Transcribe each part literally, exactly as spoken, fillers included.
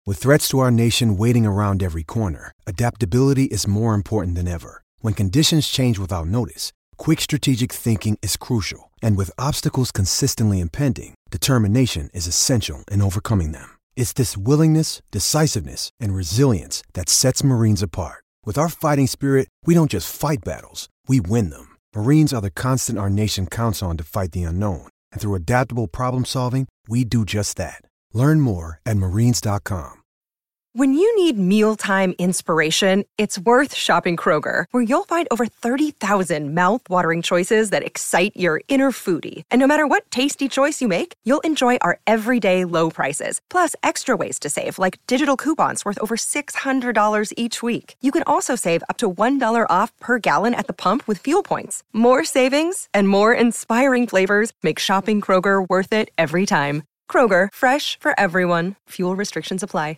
With threats to our nation waiting around every corner, adaptability is more important than ever. When conditions change without notice, quick strategic thinking is crucial. And with obstacles consistently impending, determination is essential in overcoming them. It's this willingness, decisiveness, and resilience that sets Marines apart. With our fighting spirit, we don't just fight battles, we win them. Marines are the constant our nation counts on to fight the unknown. And through adaptable problem solving, we do just that. Learn more at marines dot com. When you need mealtime inspiration, it's worth shopping Kroger, where you'll find over thirty thousand mouth-watering choices that excite your inner foodie. And no matter what tasty choice you make, you'll enjoy our everyday low prices, plus extra ways to save, like digital coupons worth over six hundred dollars each week. You can also save up to one dollar off per gallon at the pump with fuel points. More savings and more inspiring flavors make shopping Kroger worth it every time. Kroger, fresh for everyone. Fuel restrictions apply.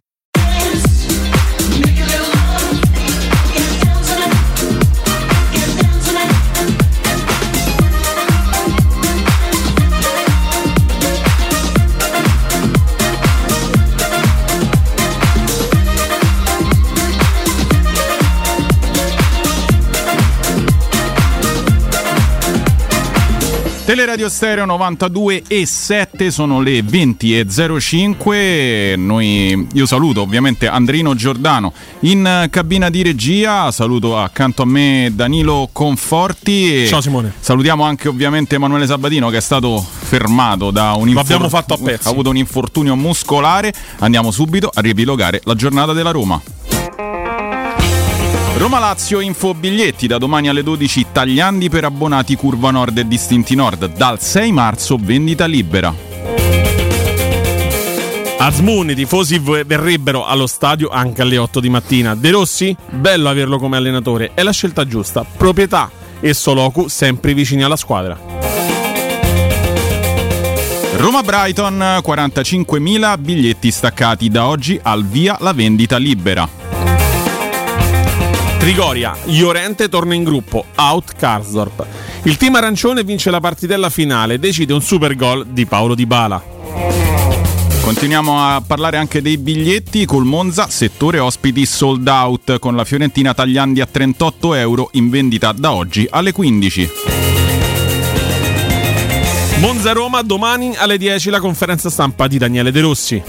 Teleradio Stereo novantadue e sette, sono le venti e zero cinque. Noi, io saluto ovviamente Andrino Giordano in cabina di regia, saluto accanto a me Danilo Conforti. Ciao Simone. Salutiamo anche ovviamente Emanuele Sabatino, che è stato fermato da un L'abbiamo fatto a pezzi. Ha avuto un infortunio muscolare. Andiamo subito a riepilogare la giornata della Roma. Roma-Lazio, info biglietti da domani alle dodici, tagliandi per abbonati Curva Nord e Distinti Nord, dal sei marzo vendita libera. Azmoun, i tifosi verrebbero allo stadio anche alle otto di mattina. De Rossi, bello averlo come allenatore, è la scelta giusta, proprietà e Soloku sempre vicini alla squadra. Roma-Brighton, quarantacinquemila biglietti staccati, da oggi al via la vendita libera. Trigoria, Llorente torna in gruppo, out Karsdorp. Il team arancione vince la partitella finale, decide un super gol di Paulo Dybala. Continuiamo a parlare anche dei biglietti col Monza, settore ospiti sold out, con la Fiorentina tagliandi a trentotto euro, in vendita da oggi alle quindici. Monza-Roma, domani alle dieci la conferenza stampa di Daniele De Rossi.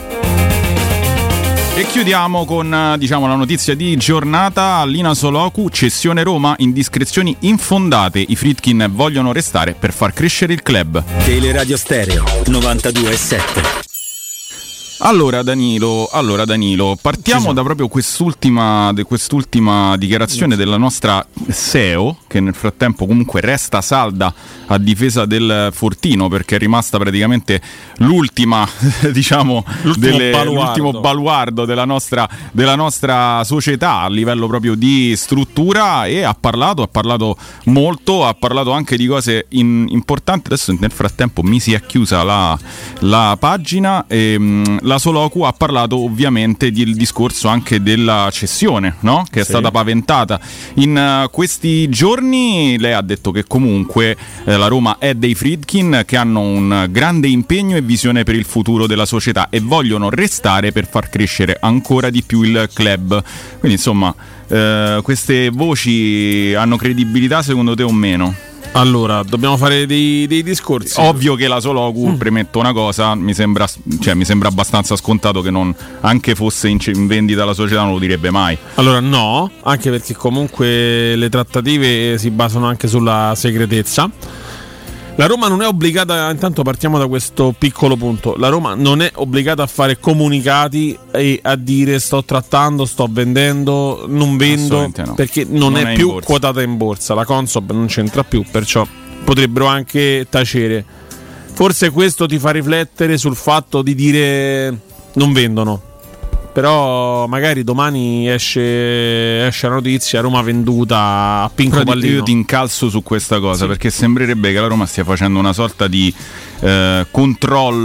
E chiudiamo con, diciamo, la notizia di giornata. Lina Soloku, cessione Roma, indiscrezioni infondate, i Friedkin vogliono restare per far crescere il club. Teleradio Stereo novantadue e sette. Allora Danilo, allora Danilo, partiamo sì, da proprio quest'ultima, de quest'ultima dichiarazione della nostra S E O, che nel frattempo comunque resta salda a difesa del Fortino, perché è rimasta praticamente l'ultima, diciamo, l'ultimo, delle, baluardo. l'ultimo baluardo della nostra, della nostra società a livello proprio di struttura, e ha parlato, ha parlato molto, ha parlato anche di cose in, importanti. Adesso nel frattempo mi si è chiusa la, la pagina e la Soloku ha parlato ovviamente del discorso anche della cessione, no? Che è sì. stata paventata in uh, questi giorni. Lei ha detto che comunque eh, la Roma è dei Friedkin, che hanno un grande impegno e visione per il futuro della società e vogliono restare per far crescere ancora di più il club. Quindi insomma, eh, queste voci hanno credibilità secondo te o meno? Allora, dobbiamo fare dei, dei discorsi. Ovvio che la Soloku, mm. premetto una cosa, mi sembra, cioè, mi sembra abbastanza scontato che non, anche fosse in, in vendita la società, non lo direbbe mai. Allora no, anche perché comunque le trattative si basano anche sulla segretezza. La Roma non è obbligata, intanto partiamo da questo piccolo punto, la Roma non è obbligata a fare comunicati e a dire sto trattando, sto vendendo, non vendo, no. Perché non, non è, è più in quotata in borsa, la Consob non c'entra più, perciò potrebbero anche tacere. Forse questo ti fa riflettere sul fatto di dire non vendono. Però magari domani esce, esce la notizia Roma venduta a Pinco Pallino. Io ti incalzo su questa cosa, sì, perché sembrerebbe che la Roma stia facendo una sorta di eh, controllo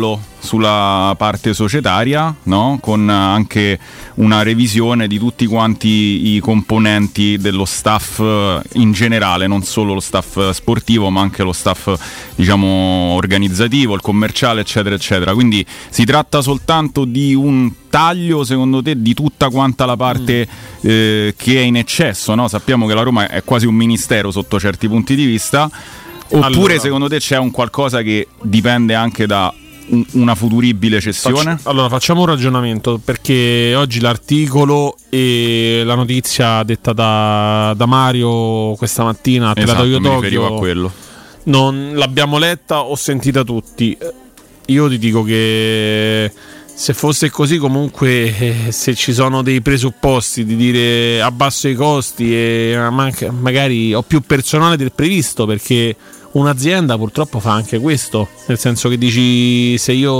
sulla parte societaria, no? Con anche una revisione di tutti quanti i componenti dello staff in generale, non solo lo staff sportivo ma anche lo staff, diciamo, organizzativo, il commerciale, eccetera eccetera. Quindi si tratta soltanto di un taglio, secondo te, di tutta quanta la parte mm. eh, che è in eccesso, no? Sappiamo che la Roma è quasi un ministero sotto certi punti di vista, oppure allora, secondo te c'è un qualcosa che dipende anche da un, una futuribile cessione? Faccio, allora facciamo un ragionamento, perché oggi l'articolo e la notizia detta da, da Mario questa mattina a esatto, Teleradio Tokyo, mi riferivo a quello. Non l'abbiamo letta o sentita tutti. Io ti dico che se fosse così, comunque, eh, se ci sono dei presupposti di dire abbasso i costi e magari ho più personale del previsto, perché un'azienda purtroppo fa anche questo, nel senso che dici, se io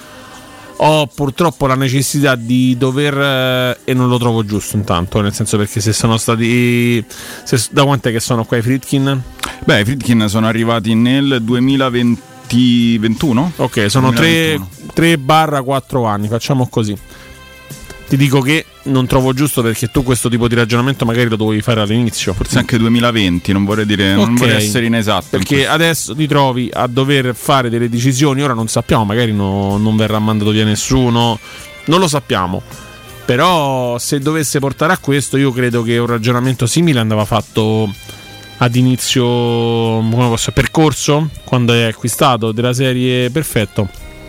ho purtroppo la necessità di dover eh, e non lo trovo giusto intanto, nel senso, perché se sono stati se, da quant'è che sono qua i Friedkin? Beh, i Friedkin sono arrivati nel duemilaventi ventuno? Ok, sono tre barra quattro anni, facciamo così. Ti dico che non trovo giusto, perché tu questo tipo di ragionamento magari lo dovevi fare all'inizio. Forse anche duemilaventi, non vorrei dire, okay, non vorrei essere inesatto. Perché adesso ti trovi a dover fare delle decisioni, ora non sappiamo, magari no, non verrà mandato via nessuno, non lo sappiamo. Però se dovesse portare a questo, io credo che un ragionamento simile andava fatto ad inizio, come posso, percorso, quando è acquistato, della serie perfetto.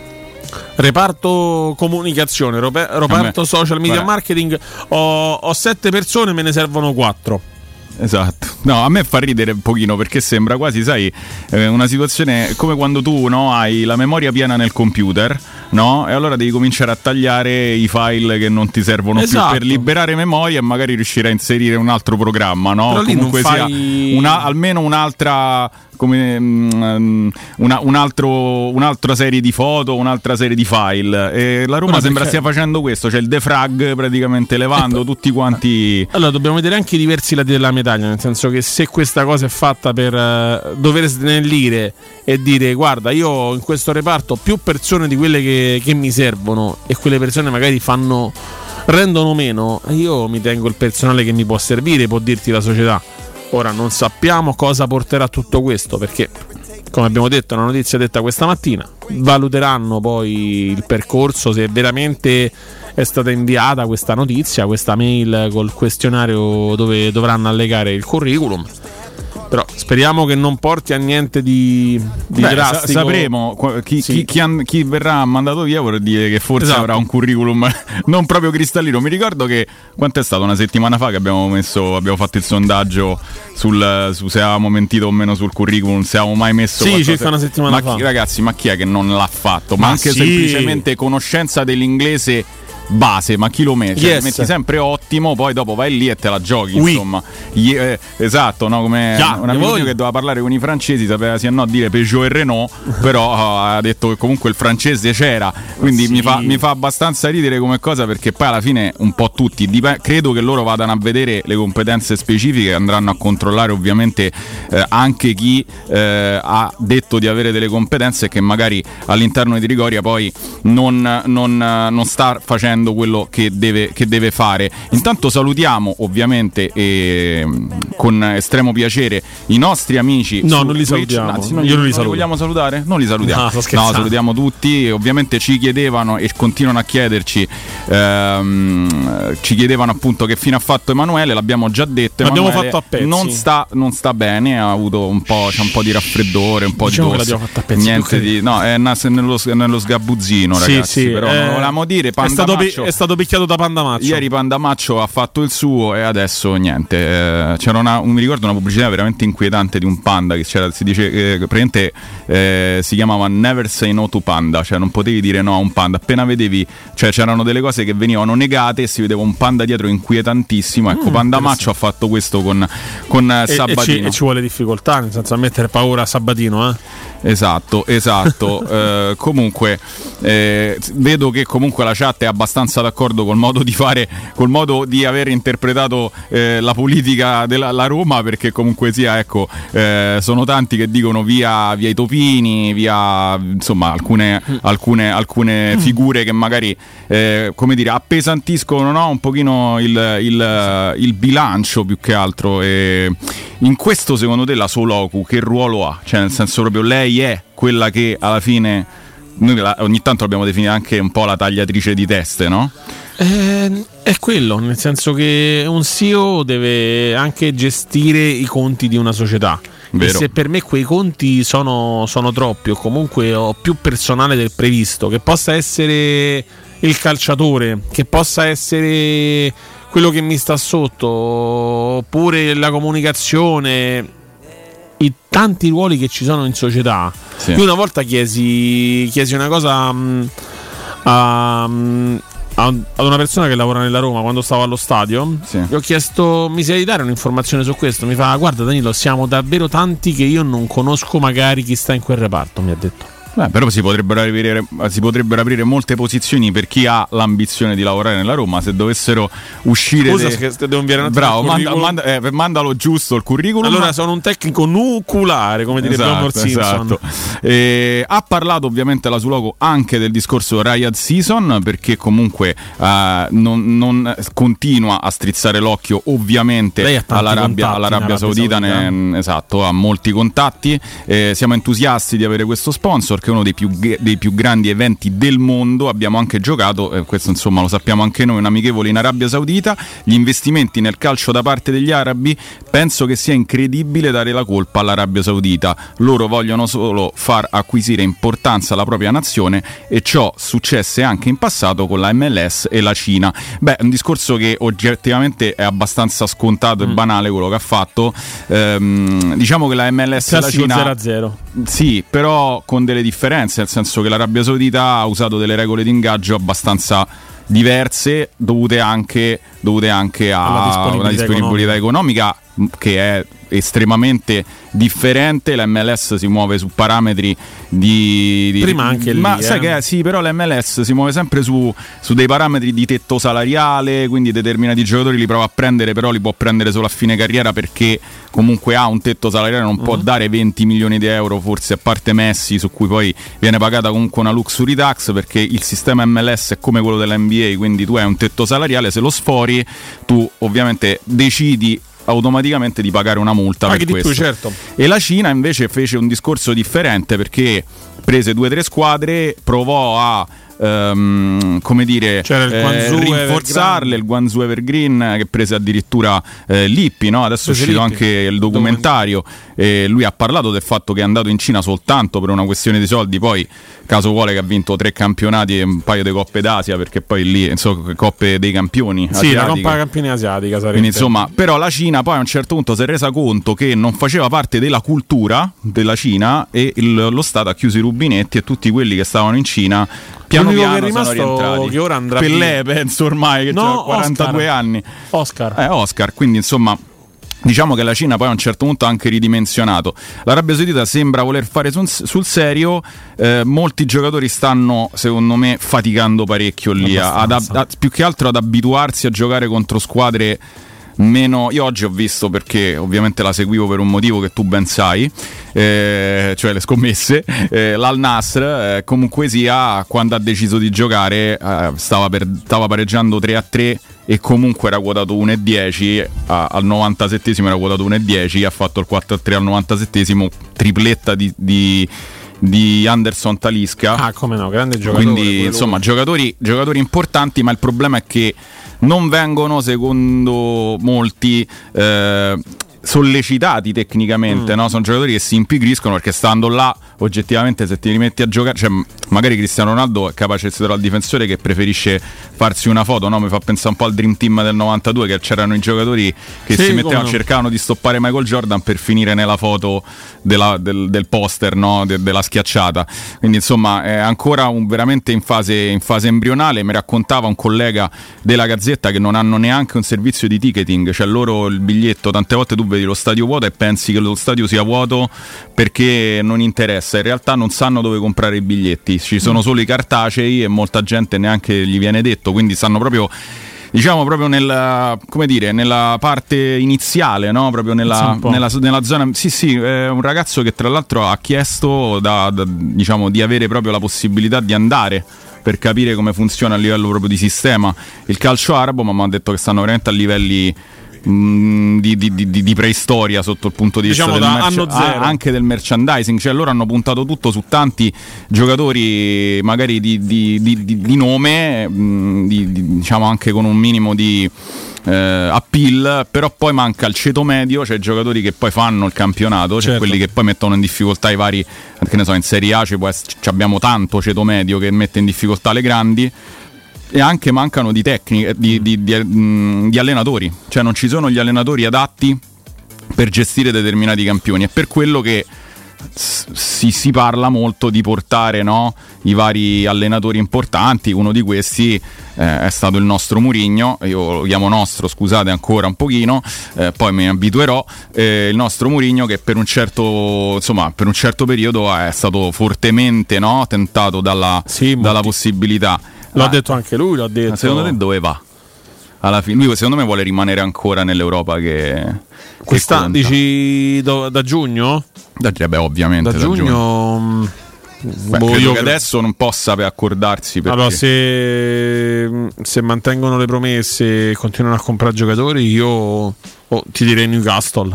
Reparto comunicazione, reparto social media Beh. marketing, ho, ho sette persone, me ne servono quattro. Esatto, no, a me fa ridere un pochino, perché sembra quasi, sai, eh, una situazione come quando tu, no, hai la memoria piena nel computer, no? E allora devi cominciare a tagliare i file che non ti servono esatto. più per liberare memoria, e magari riuscire a inserire un altro programma, no? Però comunque fai... sia una, almeno un'altra, come um, una, un altro, un'altra serie di foto, un'altra serie di file. E la Roma Però sembra perché... stia facendo questo, cioè il defrag, praticamente levando tutti quanti. Allora dobbiamo vedere anche i diversi lati della medaglia, nel senso che se questa cosa è fatta per uh, dover snellire e dire guarda, io in questo reparto ho più persone di quelle che, che mi servono, e quelle persone magari fanno rendono meno, io mi tengo il personale che mi può servire, può dirti la società. Ora non sappiamo cosa porterà tutto questo, perché come abbiamo detto, è una notizia detta questa mattina, valuteranno poi il percorso, se veramente è stata inviata questa notizia, questa mail col questionario dove dovranno allegare il curriculum. Però speriamo che non porti a niente di, di Beh, drastico. Sa- sapremo chi, sì. chi, chi, an- chi verrà mandato via, vorrei dire che forse esatto. avrà un curriculum non proprio cristallino. Mi ricordo che quanto è stato, una settimana fa che abbiamo messo abbiamo fatto il sondaggio sul, su se avevamo mentito o meno sul curriculum, se avevamo mai messo sì, circa una settimana ma fa. Chi, ragazzi, ma chi è che non l'ha fatto? Ma, ma anche sì. semplicemente conoscenza dell'inglese base, ma chi lo mette? Cioè, yes. metti sempre ottimo, poi dopo vai lì e te la giochi, oui. insomma. Gli, eh, esatto, no? Come yeah, un amico mio che doveva parlare con i francesi, sapeva sì e no dire Peugeot e Renault, però oh, ha detto che comunque il francese c'era, quindi sì. mi, fa, mi fa abbastanza ridere come cosa, perché poi alla fine un po' tutti dip- credo che loro vadano a vedere le competenze specifiche, andranno a controllare ovviamente eh, anche chi eh, ha detto di avere delle competenze, che magari all'interno di Trigoria poi non, non, non sta facendo quello che deve, che deve fare. Intanto salutiamo ovviamente eh, con estremo piacere i nostri amici. No, non li salutiamo. Anzi, non Io non li, li saluto. vogliamo salutare? Non li salutiamo. No, no, salutiamo tutti. Ovviamente ci chiedevano e continuano a chiederci, ehm, ci chiedevano appunto che fine ha fatto Emanuele. L'abbiamo già detto. L'abbiamo Emanuele fatto a pezzi. Non sta, non sta bene. Ha avuto un po', c'è un po' di raffreddore, un po' diciamo di tosse. Fatto a pezzi, niente di, no, è nato nello, nello sgabuzzino, ragazzi. Sì, sì, però eh, non lo volevamo dire. È stato, pi- è stato picchiato da Pandamaccio. Ieri Pandamaccio ha fatto il suo e adesso niente. Eh, c'era una, mi ricordo una pubblicità veramente inquietante di un panda che c'era, si dice eh, praticamente eh, si chiamava Never Say No to Panda, cioè non potevi dire no a un panda appena vedevi, cioè c'erano delle cose che venivano negate e si vedeva un panda dietro inquietantissimo. Ecco, mm, Pandamaccio ha fatto questo con, con e, Sabatino. E ci, e ci vuole difficoltà, nel senso a mettere paura a Sabatino, eh? Esatto, esatto. eh, comunque eh, vedo che comunque la chat è abbastanza abbastanza d'accordo col modo di fare, col modo di aver interpretato eh, la politica della la Roma, perché comunque sia, ecco, eh, sono tanti che dicono via, via i topini, via insomma alcune, alcune, alcune figure che magari eh, come dire appesantiscono, no? Un pochino il, il, il bilancio più che altro. E in questo secondo te la Soloku che ruolo ha? Cioè nel senso proprio lei è quella che alla fine noi la, ogni tanto l'abbiamo definita anche un po' la tagliatrice di teste, no? Eh, è quello, nel senso che un C E O deve anche gestire i conti di una società. Vero. E se per me quei conti sono, sono troppi, o comunque ho più personale del previsto, che possa essere il calciatore, che possa essere quello che mi sta sotto, oppure la comunicazione, i tanti ruoli che ci sono in società. Sì. Io una volta chiesi, chiesi una cosa mh, a, mh, ad una persona che lavora nella Roma quando stavo allo stadio. Sì. Gli ho chiesto: mi sai dare un'informazione su questo? Mi fa: guarda Danilo, siamo davvero tanti che io non conosco magari chi sta in quel reparto, mi ha detto. Beh, però si potrebbero, aprire, si potrebbero aprire molte posizioni per chi ha l'ambizione di lavorare nella Roma. Se dovessero uscire, scusa, de... che devo inviare un bravo, manda, manda, eh, mandalo giusto il curriculum. Allora sono un tecnico nucleare, come direbbe esatto, Homer Simpson. Esatto. Eh, ha parlato ovviamente la Soloku anche del discorso Riyadh Season, perché comunque eh, non, non continua a strizzare l'occhio ovviamente all'Arabia, all'Arabia Saudita, Saudita. Ne, esatto, ha molti contatti. Eh, siamo entusiasti di avere questo sponsor, che è uno dei più, dei più grandi eventi del mondo. Abbiamo anche giocato, eh, questo insomma lo sappiamo anche noi, un amichevole in Arabia Saudita. Gli investimenti nel calcio da parte degli arabi, penso che sia incredibile dare la colpa all'Arabia Saudita. Loro vogliono solo far acquisire importanza alla propria nazione, e ciò successe anche in passato con la M L S e la Cina. Beh, un discorso che oggettivamente è abbastanza scontato mm. e banale quello che ha fatto. Ehm, diciamo che la M L S e la Cina zero a zero. Sì, però con delle differenze, nel senso che l'Arabia Saudita ha usato delle regole di ingaggio abbastanza diverse, dovute anche, dovute anche a disponibilità una disponibilità economica. economica che è estremamente differente. La M L S si muove su parametri di, di prima anche lì, ma eh. sai che sì, però la M L S si muove sempre su, su dei parametri di tetto salariale, quindi determinati giocatori li prova a prendere, però li può prendere solo a fine carriera, perché comunque ha un tetto salariale, non uh-huh. può dare venti milioni di euro, forse, a parte Messi, su cui poi viene pagata comunque una luxury tax, perché il sistema M L S è come quello della N B A, quindi tu hai un tetto salariale, se lo sfori tu ovviamente decidi automaticamente di pagare una multa Paghi per questo. Più, certo. E la Cina invece fece un discorso differente, perché prese due o tre squadre, provò a Um, come dire, eh, rinforzarle. Il Guangzhou Evergreen, che prese addirittura eh, Lippi, no? Adesso è uscito anche il documentario, e lui ha parlato del fatto che è andato in Cina soltanto per una questione di soldi. Poi caso vuole che ha vinto tre campionati e un paio di coppe d'Asia, perché poi lì insomma coppe dei campioni sì, asiatiche. la Coppa Campioni asiatica sarebbe. Quindi insomma, però la Cina poi a un certo punto si è resa conto che non faceva parte della cultura della Cina, e il, lo Stato ha chiuso i rubinetti, e tutti quelli che stavano in Cina piano L'unico piano che è rimasto sono rientrati. Che ora andrà Pelé, penso ormai che no, ha quarantadue Oscar. anni. Oscar. Eh, Oscar, quindi insomma diciamo che la Cina poi a un certo punto ha anche ridimensionato. L'Arabia Saudita sembra voler fare sul, sul serio. Eh, molti giocatori stanno, secondo me, faticando parecchio lì, ad, ad, più che altro ad abituarsi a giocare contro squadre meno. Io oggi ho visto, perché ovviamente la seguivo per un motivo che tu ben sai, eh, cioè le scommesse, eh, l'Al Nassr eh, comunque sia, quando ha deciso di giocare eh, stava, per, stava pareggiando tre a tre, e comunque era quotato uno e dieci, a, al novantasettesimo era quotato uno e dieci, ha fatto il quattro a tre al novantasettesimo, tripletta di, di di Anderson Talisca. Ah, come no, grande giocatore. Quindi insomma giocatori, giocatori importanti, ma il problema è che non vengono, secondo molti, eh, sollecitati tecnicamente, mm. no? Sono giocatori che si impigriscono, perché stando là oggettivamente, se ti rimetti a giocare, cioè magari Cristiano Ronaldo è capace di essere il difensore che preferisce farsi una foto, no? Mi fa pensare un po' al Dream Team del novantadue, che c'erano i giocatori che sì, si mettevano, no. cercavano di stoppare Michael Jordan per finire nella foto della, del, del poster, no? De, della schiacciata. Quindi insomma è ancora un, veramente in fase, in fase embrionale. Mi raccontava un collega della Gazzetta che non hanno neanche un servizio di ticketing, cioè loro il biglietto, tante volte tu vedi lo stadio vuoto e pensi che lo stadio sia vuoto perché non interessa grossa, in realtà non sanno dove comprare i biglietti, ci sono solo i cartacei e molta gente neanche gli viene detto, quindi stanno proprio, diciamo proprio nella, come dire, nella parte iniziale, no? Proprio nella, nella, nella zona. Sì, sì, è un ragazzo che tra l'altro ha chiesto da, da, diciamo, di avere proprio la possibilità di andare per capire come funziona a livello proprio di sistema il calcio arabo, ma mi ha detto che stanno veramente a livelli mh, di, di, di, di preistoria sotto il punto di diciamo vista del da merch- anno zero. anche del merchandising, cioè loro hanno puntato tutto su tanti giocatori magari di, di, di, di, di nome, mh, di, di, diciamo anche con un minimo di eh, appeal, però poi manca il ceto medio, cioè i giocatori che poi fanno il campionato, cioè certo. quelli che poi mettono in difficoltà i vari, che ne so, in Serie A ci può essere, ci abbiamo tanto ceto medio che mette in difficoltà le grandi, e anche mancano di tecniche, di, di, di, di, di allenatori, cioè non ci sono gli allenatori adatti per gestire determinati campioni, è per quello che si, si parla molto di portare, no, i vari allenatori importanti. Uno di questi eh, è stato il nostro Mourinho, io lo chiamo nostro, scusate ancora un pochino, eh, poi mi abituerò, eh, il nostro Mourinho che per un certo, insomma, per un certo periodo è stato fortemente, no, tentato dalla, sì, dalla possibilità. L'ha ah, detto anche lui, l'ha detto. Secondo te dove va? Alla fine lui secondo me vuole rimanere ancora nell'Europa che questa dici do, da giugno? Da, beh, ovviamente da, da giugno, giugno. Beh, boh, credo che adesso non possa accordarsi perché... Allora se, se mantengono le promesse e continuano a comprare giocatori, io oh, ti direi Newcastle.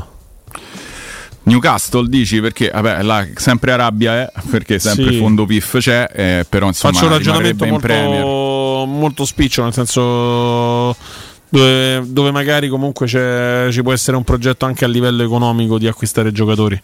Newcastle dici perché vabbè là sempre Arabia è eh, perché sempre sì. fondo P I F c'è, eh, però insomma faccio un ragionamento in molto, Premier. molto spiccio, nel senso dove, dove magari comunque c'è, ci può essere un progetto anche a livello economico di acquistare giocatori,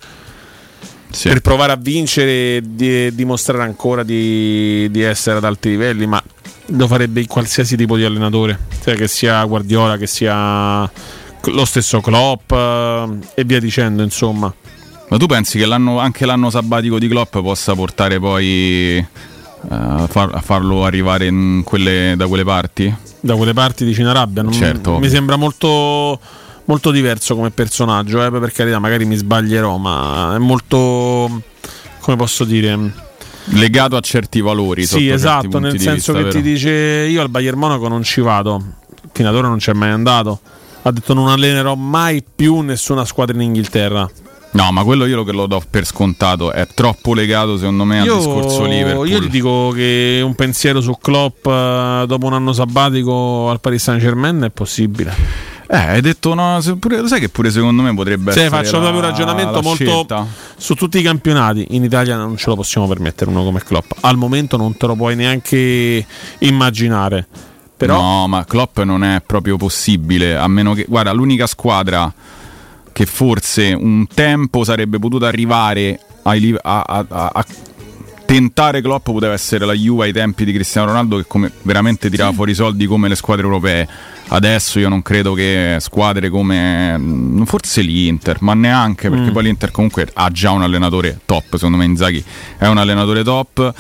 sì, per provare a vincere e di, dimostrare ancora di, di essere ad alti livelli, ma lo farebbe qualsiasi tipo di allenatore, cioè che sia Guardiola, che sia lo stesso Klopp eh, e via dicendo, insomma. Ma tu pensi che l'anno, anche l'anno sabbatico di Klopp possa portare poi eh, a, far, a farlo arrivare in quelle, da quelle parti? Da quelle parti dici in Arabia? Non, certo. Mi sembra molto, molto diverso come personaggio, eh, per carità, magari mi sbaglierò, ma è molto, come posso dire, legato a certi valori. Sì, esatto, nel senso che vero? Ti dice io al Bayern Monaco non ci vado, fino ad ora non c'è mai andato. Ha detto non allenerò mai più nessuna squadra in Inghilterra. No, ma quello io lo che lo do per scontato, è troppo legato secondo me al io, discorso Liverpool. Io ti dico che un pensiero su Klopp uh, dopo un anno sabbatico al Paris Saint-Germain è possibile. Eh, hai detto no, pure, lo sai che pure secondo me potrebbe sì, essere faccio la, proprio un ragionamento molto scelta. Su tutti i campionati. In Italia non ce lo possiamo permettere uno come Klopp. Al momento non te lo puoi neanche immaginare. Però... No, ma Klopp non è proprio possibile, a meno che, guarda, l'unica squadra che forse un tempo sarebbe potuta arrivare ai, a, a, a, a tentare Klopp poteva essere la Juve ai tempi di Cristiano Ronaldo, che come, veramente tirava sì. fuori i soldi come le squadre europee. Adesso io non credo che squadre come forse l'Inter, ma neanche, perché mm. poi l'Inter comunque ha già un allenatore top, secondo me Inzaghi è un allenatore top,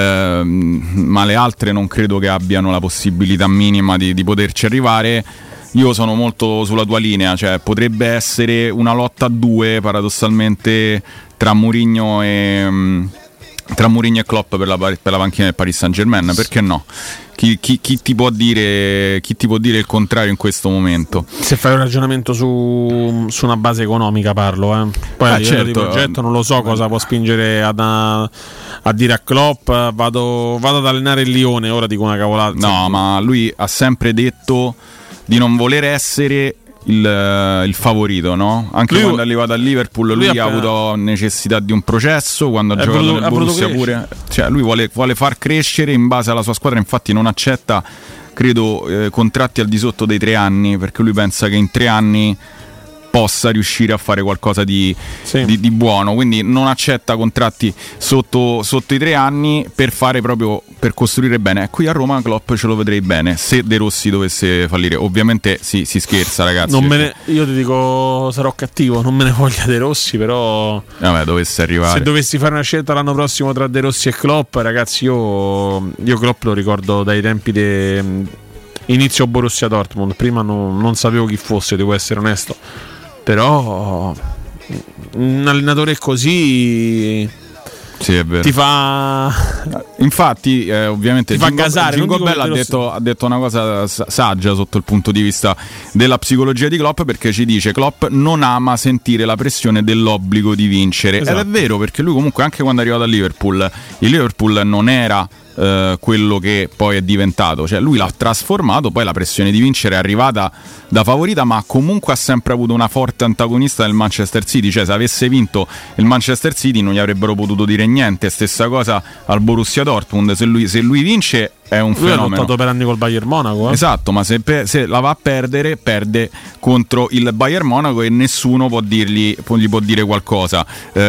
ehm, ma le altre non credo che abbiano la possibilità minima di, di poterci arrivare. Io sono molto sulla tua linea, cioè potrebbe essere una lotta a due paradossalmente tra Mourinho e tra Mourinho e Klopp per la, per la panchina del Paris Saint-Germain, perché no? Chi, chi, chi, ti può dire, chi ti può dire il contrario in questo momento? Se fai un ragionamento su, su una base economica parlo, eh. Poi eh, a livello certo, di progetto non lo so cosa può spingere ad, a, a dire a Klopp vado, vado ad allenare il Lione, ora dico una cavolata. No, ma lui ha sempre detto di non voler essere il, il favorito, no? Anche lui, quando è arrivato a Liverpool lui, lui ha avuto necessità di un processo, quando ha giocato voluto, nel Borussia pure, cioè lui vuole, vuole far crescere in base alla sua squadra, infatti non accetta credo eh, contratti al di sotto dei tre anni, perché lui pensa che in tre anni possa riuscire a fare qualcosa di, sì. di, di buono, quindi non accetta contratti sotto, sotto i tre anni per fare proprio per costruire bene. Qui a Roma Klopp ce lo vedrei bene se De Rossi dovesse fallire, ovviamente sì, si scherza ragazzi, non me ne, io ti dico sarò cattivo, non me ne voglia De Rossi, però vabbè, dovesse arrivare, se dovessi fare una scelta l'anno prossimo tra De Rossi e Klopp, ragazzi, io, io Klopp lo ricordo dai tempi de inizio Borussia Dortmund, prima non, non sapevo chi fosse, devo essere onesto, però un allenatore così Sì, è vero. Ti fa infatti eh, ovviamente ti fa gasare. Jingle Bell ha detto, ha detto una cosa saggia sotto il punto di vista della psicologia di Klopp, perché ci dice: Klopp non ama sentire la pressione dell'obbligo di vincere. Esatto. Ed è vero, perché lui comunque anche quando è arrivato a Liverpool, il Liverpool non era Uh, quello che poi è diventato, cioè lui l'ha trasformato, poi la pressione di vincere è arrivata da favorita, ma comunque ha sempre avuto una forte antagonista del Manchester City, cioè se avesse vinto il Manchester City non gli avrebbero potuto dire niente. Stessa cosa al Borussia Dortmund, se lui, se lui vince è un lui fenomeno. Ha lottato per anni col Bayern Monaco, eh? Esatto, ma se, per, se la va a perdere, perde contro il Bayern Monaco e nessuno può dirgli, gli può dire qualcosa.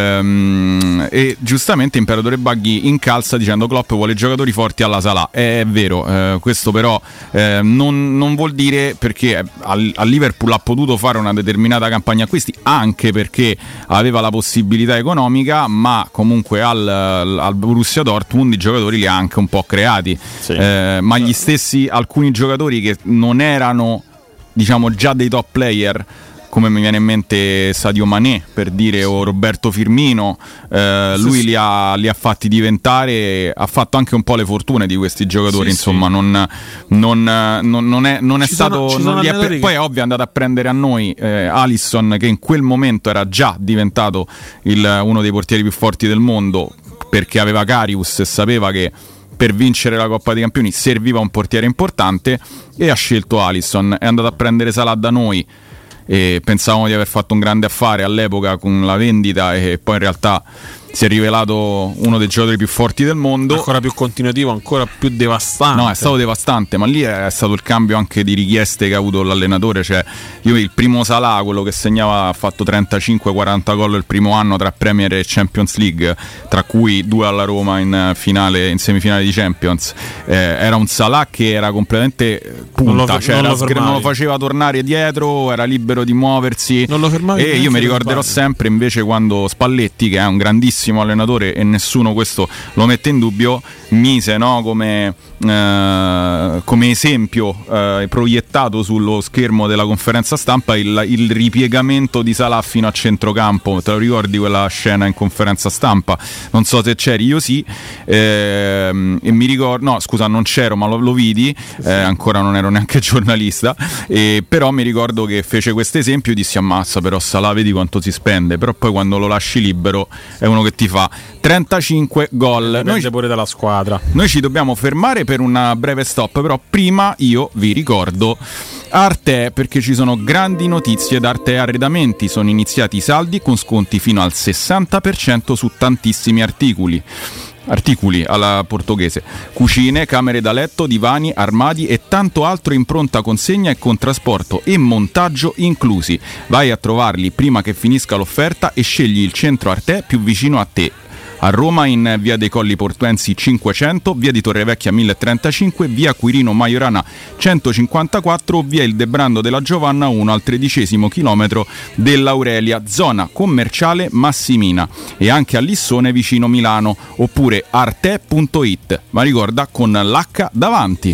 Ehm, e giustamente Imperatore Baghi incalza dicendo: Klopp vuole giocatori forti alla Salah. È vero, eh, questo però eh, non, non vuol dire, perché al, al Liverpool ha potuto fare una determinata campagna acquisti anche perché aveva la possibilità economica, ma comunque al, al Borussia Dortmund i giocatori li ha anche un po' creati. Sì. Eh, ma gli stessi alcuni giocatori che non erano, diciamo, già dei top player, come mi viene in mente Sadio Mané per dire, o Roberto Firmino, eh, sì, lui sì. Li, ha, li ha fatti diventare, ha fatto anche un po' le fortune di questi giocatori, sì, insomma sì. non, non, non, non è, non è stato sono, non li è pre- poi è ovvio è andato a prendere a noi eh, Alisson, che in quel momento era già diventato il, uno dei portieri più forti del mondo, perché aveva Karius e sapeva che per vincere la Coppa dei Campioni serviva un portiere importante, e ha scelto Alisson. È andato a prendere Salah da noi e pensavamo di aver fatto un grande affare all'epoca con la vendita, e poi in realtà si è rivelato uno dei giocatori più forti del mondo, ancora più continuativo, ancora più devastante. No, è stato devastante, ma lì è stato il cambio anche di richieste che ha avuto l'allenatore. Cioè, io il primo Salah, quello che segnava, ha fatto trentacinque quaranta gol il primo anno tra Premier e Champions League, tra cui due alla Roma in finale, in semifinale di Champions. Eh, era un Salah che era completamente punta, non lo, cioè non, era, lo non lo faceva tornare dietro, era libero di muoversi. Non lo fermavi. E io mi ricorderò sempre invece quando Spalletti, che è un grandissimo allenatore e nessuno questo lo mette in dubbio, mise, no, come, eh, come esempio eh, proiettato sullo schermo della conferenza stampa il, il ripiegamento di Salah fino a centrocampo. Te lo ricordi quella scena in conferenza stampa? Non so se c'eri, io sì, eh, e mi ricordo, no scusa non c'ero ma lo, lo vidi, eh, ancora non ero neanche giornalista, e però mi ricordo che fece questo esempio e dissi: ammazza, però Salah vedi quanto si spende. Però poi quando lo lasci libero è uno che ti fa trentacinque gol. Dipende noi, pure dalla squadra. Noi ci dobbiamo fermare per un breve stop, però prima io vi ricordo Arte, perché ci sono grandi notizie da Arte Arredamenti. Sono iniziati i saldi con sconti fino al sessanta per cento su tantissimi articoli articoli alla portoghese: cucine, camere da letto, divani, armadi e tanto altro in pronta consegna e con trasporto e montaggio inclusi. Vai a trovarli prima che finisca l'offerta e scegli il centro Arte più vicino a te. A Roma in via dei Colli Portuensi cinquecento, via di Torrevecchia mille trentacinque, via Quirino Maiorana centocinquantaquattro, via il Debrando della Giovanna uno al tredicesimo chilometro dell'Aurelia, zona commerciale Massimina, e anche a Lissone vicino Milano, oppure arte punto it, ma ricorda con l'H davanti.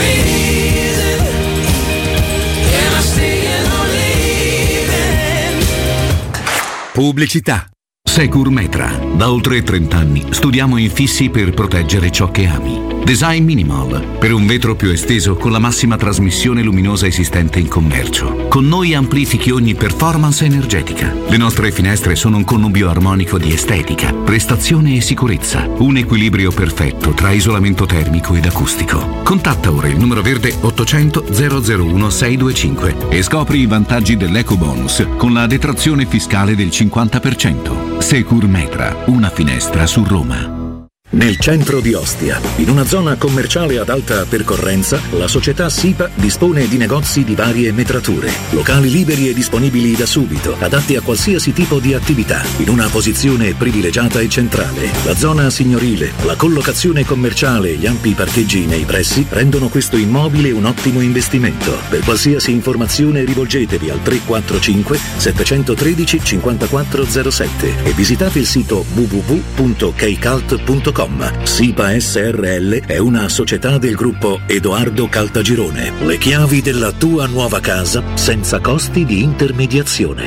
Pubblicità. Securmetra. Da oltre trenta anni studiamo infissi per proteggere ciò che ami. Design Minimal, per un vetro più esteso con la massima trasmissione luminosa esistente in commercio. Con noi amplifichi ogni performance energetica. Le nostre finestre sono un connubio armonico di estetica, prestazione e sicurezza. Un equilibrio perfetto tra isolamento termico ed acustico. Contatta ora il numero verde ottocento zero zero uno sei due cinque e scopri i vantaggi dell'Eco Bonus con la detrazione fiscale del cinquanta per cento. Securmetra, una finestra su Roma. Nel centro di Ostia, in una zona commerciale ad alta percorrenza, la società SIPA dispone di negozi di varie metrature, locali liberi e disponibili da subito, adatti a qualsiasi tipo di attività, in una posizione privilegiata e centrale. La zona signorile, la collocazione commerciale e gli ampi parcheggi nei pressi rendono questo immobile un ottimo investimento. Per qualsiasi informazione rivolgetevi al tre quattro cinque sette uno tre cinque zero sette e visitate il sito w w w punto keicalt punto com. SIPA S R L è una società del gruppo Edoardo Caltagirone. Le chiavi della tua nuova casa senza costi di intermediazione.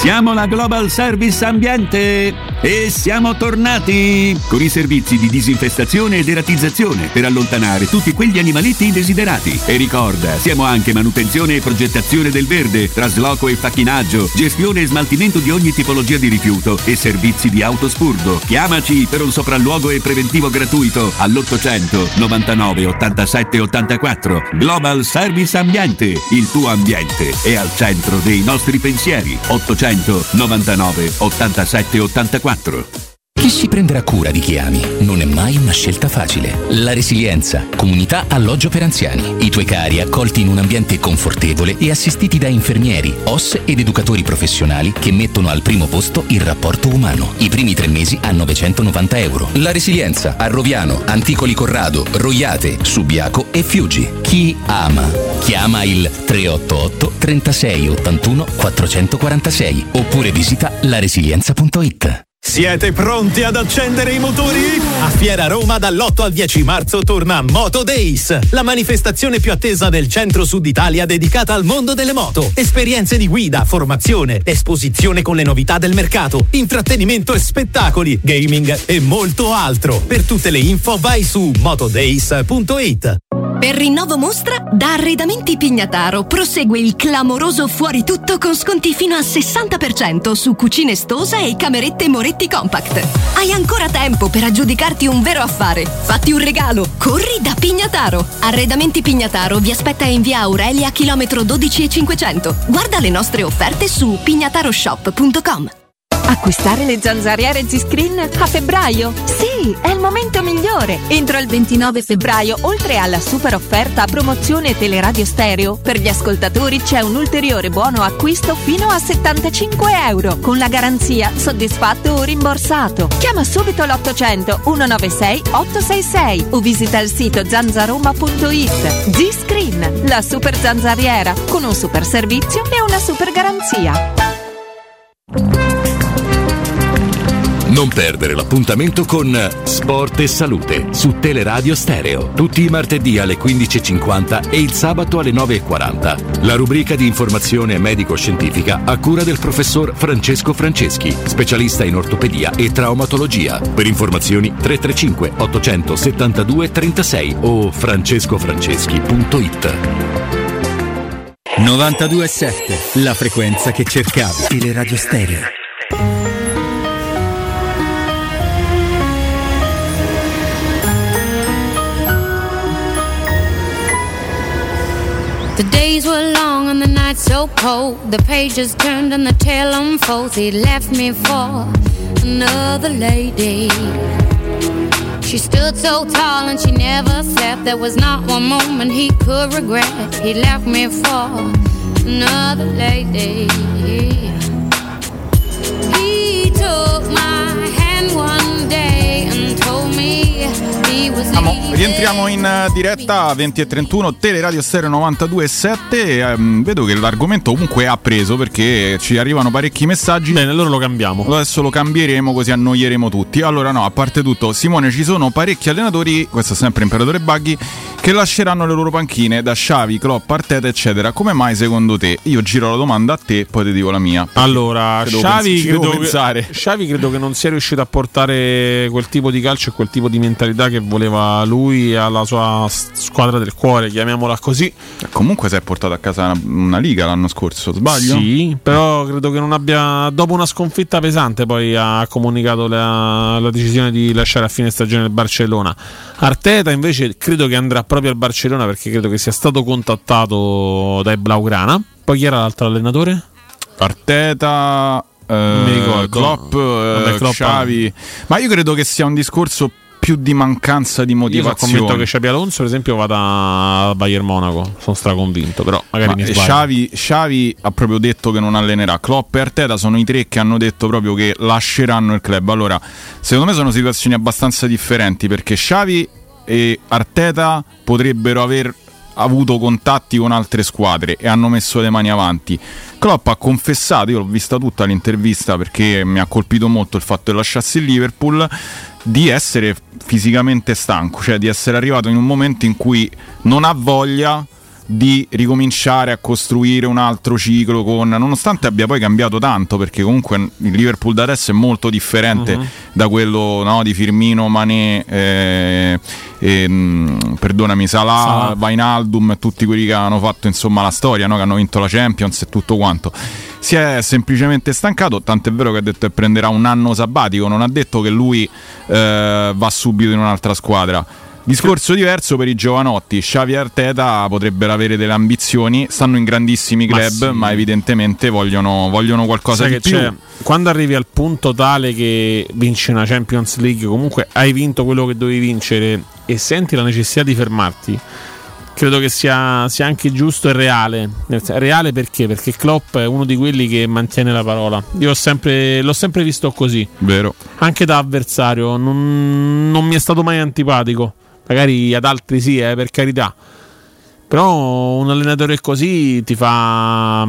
Siamo la Global Service Ambiente e siamo tornati con i servizi di disinfestazione e deratizzazione per allontanare tutti quegli animaletti indesiderati. E ricorda, siamo anche manutenzione e progettazione del verde, trasloco e facchinaggio, gestione e smaltimento di ogni tipologia di rifiuto e servizi di autospurgo. Chiamaci per un sopralluogo e preventivo gratuito all'ottocento novantanove ottantasette ottantaquattro. Global Service Ambiente, il tuo ambiente è al centro dei nostri pensieri. ottocento novantanove ottantasette ottantaquattro. Chi si prenderà cura di chi ami non è mai una scelta facile. La Resilienza, comunità alloggio per anziani. I tuoi cari accolti in un ambiente confortevole e assistiti da infermieri, O S ed educatori professionali che mettono al primo posto il rapporto umano. I primi tre mesi a novecentonovanta euro. La Resilienza a Roviano, Anticoli Corrado, Roiate, Subiaco e Fiuggi. Chi ama? Chiama il tre otto otto trentasei ottantuno quattrocentoquarantasei oppure visita la resilienza punto it. Siete pronti ad accendere i motori? A Fiera Roma dall'otto al dieci marzo torna Moto Days, la manifestazione più attesa del centro-sud Italia dedicata al mondo delle moto. Esperienze di guida, formazione, esposizione con le novità del mercato, intrattenimento e spettacoli, gaming e molto altro. Per tutte le info vai su motodays punto it. Per rinnovo mostra, da Arredamenti Pignataro prosegue il clamoroso fuori tutto con sconti fino al sessanta per cento su cucine Stosa e camerette Moretti Compact. Hai ancora tempo per aggiudicarti un vero affare. Fatti un regalo, corri da Pignataro. Arredamenti Pignataro vi aspetta in via Aurelia, chilometro dodici e cinquecento. Guarda le nostre offerte su pignataroshop punto com. Acquistare le zanzariere Z-Screen a febbraio? Sì, è il momento migliore! Entro il ventinove febbraio, oltre alla super offerta promozione Teleradio Stereo, per gli ascoltatori c'è un ulteriore buono acquisto fino a settantacinque euro, con la garanzia soddisfatto o rimborsato. Chiama subito l'ottocento centonovantasei ottocentosessantasei o visita il sito zanzaroma punto it. Z-Screen, la super zanzariera, con un super servizio e una super garanzia. Non perdere l'appuntamento con Sport e Salute su Teleradio Stereo, tutti i martedì alle quindici e cinquanta e il sabato alle nove e quaranta. La rubrica di informazione medico-scientifica a cura del professor Francesco Franceschi, specialista in ortopedia e traumatologia. Per informazioni tre tre cinque ottocentosettantadue trentasei o francescofranceschi punto it. novantadue virgola sette, la frequenza che cercavi. Teleradio Stereo. The days were long and the nights so cold. The pages turned and the tale unfolds. He left me for another lady. She stood so tall and she never slept. There was not one moment he could regret. He left me for another lady. He took my hand one day and told me he was Amo, rientriamo in diretta venti e trentuno, Teleradio Stereo novantadue virgola sette. E, um, vedo che l'argomento comunque ha preso, perché ci arrivano parecchi messaggi. Bene, allora lo cambiamo. Adesso lo cambieremo, così annoieremo tutti. Allora no, a parte tutto, Simone, ci sono parecchi allenatori, questo è sempre Imperatore Buggy, che lasceranno le loro panchine, da Xavi, Klopp, Arteta eccetera. Come mai secondo te? Io giro la domanda a te, poi ti dico la mia. Allora, Xavi credo, credo, che, Xavi credo che non sia riuscito a portare quel tipo di calcio e quel tipo di mentalità che voleva lui alla sua squadra del cuore, chiamiamola così. Comunque si è portato a casa una, una Liga l'anno scorso, sbaglio? Sì, però credo che non abbia, dopo una sconfitta pesante, poi ha comunicato la, la decisione di lasciare a fine stagione il Barcellona. Arteta invece credo che andrà proprio al Barcellona, perché credo che sia stato contattato dai Blaugrana. Poi chi era l'altro allenatore? Arteta, eh, mi ricordo. Klopp, eh, Vabbè, Klopp, Xavi. Ma io credo che sia un discorso più di mancanza di motivazione. Io sono convinto che Xabi Alonso, per esempio, vada a Bayern Monaco. Sono straconvinto, però magari Ma mi sbaglio. Xavi, Xavi ha proprio detto che non allenerà. Klopp e Arteta sono i tre che hanno detto proprio che lasceranno il club. Allora, secondo me sono situazioni abbastanza differenti, perché Xavi e Arteta potrebbero aver avuto contatti con altre squadre e hanno messo le mani avanti. Klopp ha confessato, io l'ho vista tutta l'intervista perché mi ha colpito molto il fatto che lasciasse il Liverpool, di essere fisicamente stanco, cioè di essere arrivato in un momento in cui non ha voglia di ricominciare a costruire un altro ciclo con, nonostante abbia poi cambiato tanto, perché comunque il Liverpool da adesso è molto differente uh-huh. da quello, no, di Firmino, Mané, eh, eh, mh, perdonami, Salah, Salah, Wijnaldum e tutti quelli che hanno fatto insomma la storia, no, che hanno vinto la Champions e tutto quanto. Si è semplicemente stancato, tant'è vero che ha detto che prenderà un anno sabbatico, non ha detto che lui eh, va subito in un'altra squadra. Discorso diverso per i giovanotti. Xavi e Arteta potrebbero avere delle ambizioni, stanno in grandissimi club, ma, sì. ma evidentemente vogliono, vogliono qualcosa Sai di che più. C'è, quando arrivi al punto tale che vinci una Champions League, comunque hai vinto quello che dovevi vincere e senti la necessità di fermarti, credo che sia, sia anche giusto e reale. Reale perché? Perché Klopp è uno di quelli che mantiene la parola. Io ho sempre, l'ho sempre visto così. Vero. Anche da avversario, non, non mi è stato mai antipatico. Magari ad altri sì, eh, per carità. Però un allenatore così ti fa,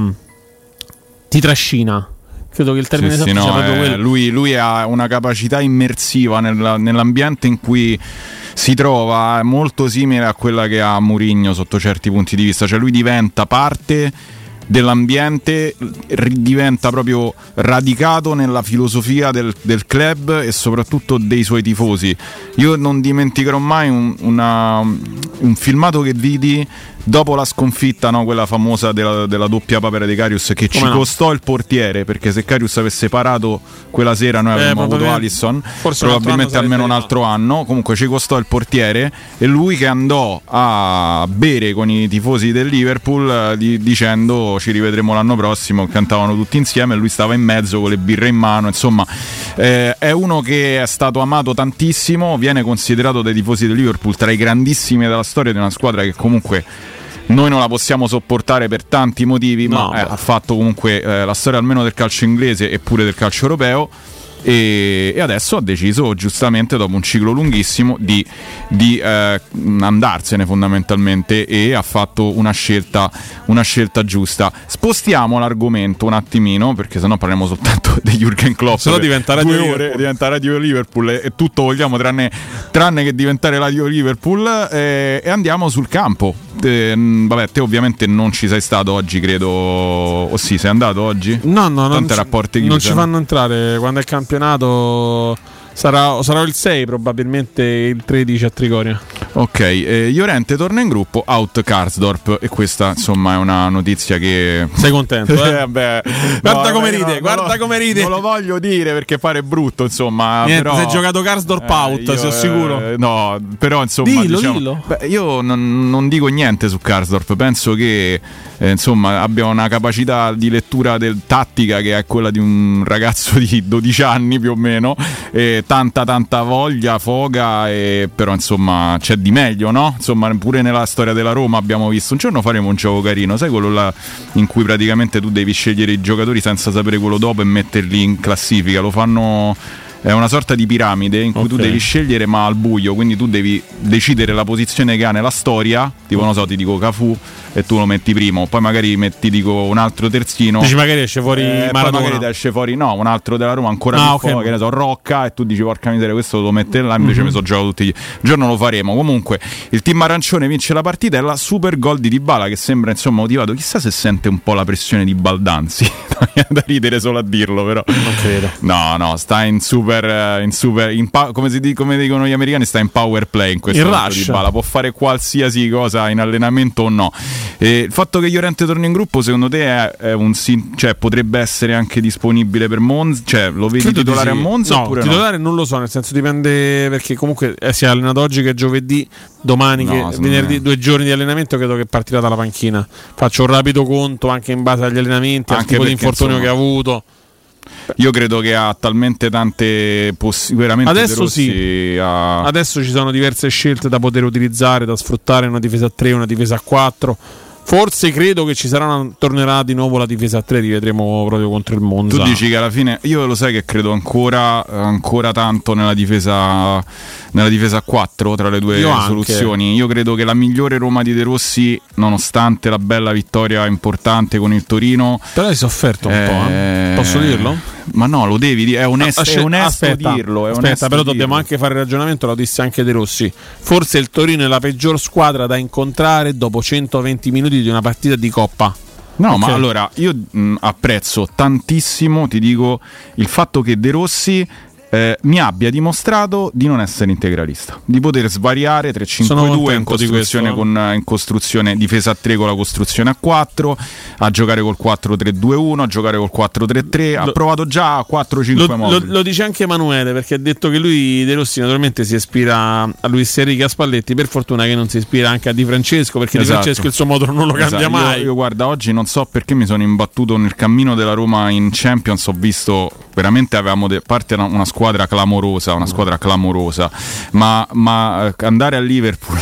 ti trascina. Credo che il termine sì, esatto sì, sia no, proprio eh, quello. Lui, lui ha una capacità immersiva nella, nell'ambiente in cui si trova, è molto simile a quella che ha Mourinho sotto certi punti di vista. Cioè lui diventa parte dell'ambiente, diventa proprio radicato nella filosofia del, del club e soprattutto dei suoi tifosi. Io non dimenticherò mai un, una, un filmato che vidi dopo la sconfitta, no, quella famosa della, della doppia papera di Karius, che Come ci no? costò il portiere, perché se Karius avesse parato quella sera noi avremmo eh, avuto Alisson, probabilmente almeno un altro anno. Comunque ci costò il portiere, e lui che andò a bere con i tifosi del Liverpool eh, di, dicendo ci rivedremo l'anno prossimo, cantavano tutti insieme e lui stava in mezzo con le birre in mano. Insomma eh, è uno che è stato amato tantissimo, viene considerato dai tifosi del Liverpool tra i grandissimi della storia di una squadra che comunque noi non la possiamo sopportare per tanti motivi, no, ma eh, ha fatto comunque eh, la storia almeno del calcio inglese e pure del calcio europeo. E, e adesso ha deciso, giustamente dopo un ciclo lunghissimo, di, di eh, andarsene fondamentalmente, e ha fatto una scelta, una scelta giusta. Spostiamo l'argomento un attimino, perché sennò parliamo soltanto di Jürgen Klopp, se no diventa Radio due ore, diventa Radio Liverpool e, e tutto vogliamo tranne, tranne che diventare Radio Liverpool, eh, e andiamo sul campo. Eh, vabbè, te ovviamente non ci sei stato oggi, credo, o sì, sei andato oggi? No, no, non, ci, rapporti non ci fanno entrare quando è campionato. Sarà, sarà il sei, probabilmente il tredici a Trigoria. Ok, eh, Llorente torna in gruppo, out Karsdorp, e questa insomma è una notizia che... Sei contento? Eh? eh beh, guarda no, come no, ride, no, guarda no, come ride. Non lo voglio dire perché fare brutto, insomma. Niente, però, si è giocato Karsdorp eh, out, io, sono sicuro. Eh, no, però insomma... Dillo, diciamo, dillo. Beh, io non, non dico niente su Karsdorp, penso che eh, insomma abbia una capacità di lettura del, tattica che è quella di un ragazzo di dodici anni più o meno, e tanta tanta voglia, foga, e però insomma c'è di meglio, no? Insomma pure nella storia della Roma abbiamo visto, un giorno faremo un gioco carino, sai quello là in cui praticamente tu devi scegliere i giocatori senza sapere quello dopo e metterli in classifica, lo fanno... È una sorta di piramide in cui okay. tu devi scegliere ma al buio, quindi tu devi decidere la posizione che ha nella storia, tipo non so, ti dico Cafù e tu lo metti primo, poi magari metti dico un altro terzino. Dici magari esce fuori eh, Maradona. Poi magari esce fuori no, un altro della Roma ancora ah, più okay. fuori, che ne so, Rocca, e tu dici porca miseria, questo lo mettere là, invece mm-hmm. mi so giocato tutti gli... Un giorno lo faremo. Comunque il team arancione vince la partita e la super gol di Dybala che sembra insomma motivato, chissà se sente un po' la pressione di Baldanzi. Da ridere solo a dirlo, però non credo. No, no, sta in super in super in pa- come, si dic- come dicono gli americani, sta in power play in questo momento. Dybala può fare qualsiasi cosa in allenamento o no. E il fatto che Llorente torni in gruppo secondo te è, è un sin- cioè potrebbe essere anche disponibile per Monza, cioè lo vedi credo titolare sì. a Monza no, oppure titolare no? Non lo so, nel senso dipende, perché comunque eh, si è allenato oggi che è giovedì, domani no, che venerdì, me... due giorni di allenamento, credo che partirà dalla panchina. Faccio un rapido conto anche in base agli allenamenti, al tipo di infortunio insomma... che ha avuto. Io credo che ha talmente tante possibilità. Adesso sì, ha... adesso ci sono diverse scelte da poter utilizzare, da sfruttare, una difesa a tre, una difesa a quattro. Forse credo che ci sarà una, tornerà di nuovo la difesa a tre, li vedremo proprio contro il Monza. Tu dici che alla fine, io lo sai che credo ancora ancora tanto nella difesa nella difesa a quattro tra le due Io soluzioni. Anche. Io credo che la migliore Roma di De Rossi, nonostante la bella vittoria importante con il Torino, però hai sofferto un eh, po', eh? Posso dirlo? Ma no, lo devi dire, è onesto, Ah, è onesto aspetta, dirlo. È aspetta, onesto però dirlo. dobbiamo anche fare il ragionamento, lo disse anche De Rossi. Forse il Torino è la peggior squadra da incontrare dopo centoventi minuti di una partita di Coppa. No, Okay. ma allora io mh, apprezzo tantissimo, ti dico, il fatto che De Rossi eh, mi abbia dimostrato di non essere integralista, di poter svariare tre cinque due in costruzione, con, in costruzione difesa a tre con la costruzione a quattro, a giocare col quattro tre due uno, a giocare col quattro tre tre, ha provato già a quattro cinque lo, moduli. Lo, lo dice anche Emanuele, perché ha detto che lui, De Rossi, naturalmente si ispira a Luis Enrique, a Spalletti. Per fortuna che non si ispira anche a Di Francesco, perché Esatto. Di Francesco il suo modo non lo cambia Esatto. mai. Io, io guarda, oggi non so perché mi sono imbattuto nel cammino della Roma in Champions, ho visto veramente, avevamo de- parte una, una squadra clamorosa, una squadra clamorosa, ma, ma eh, andare a Liverpool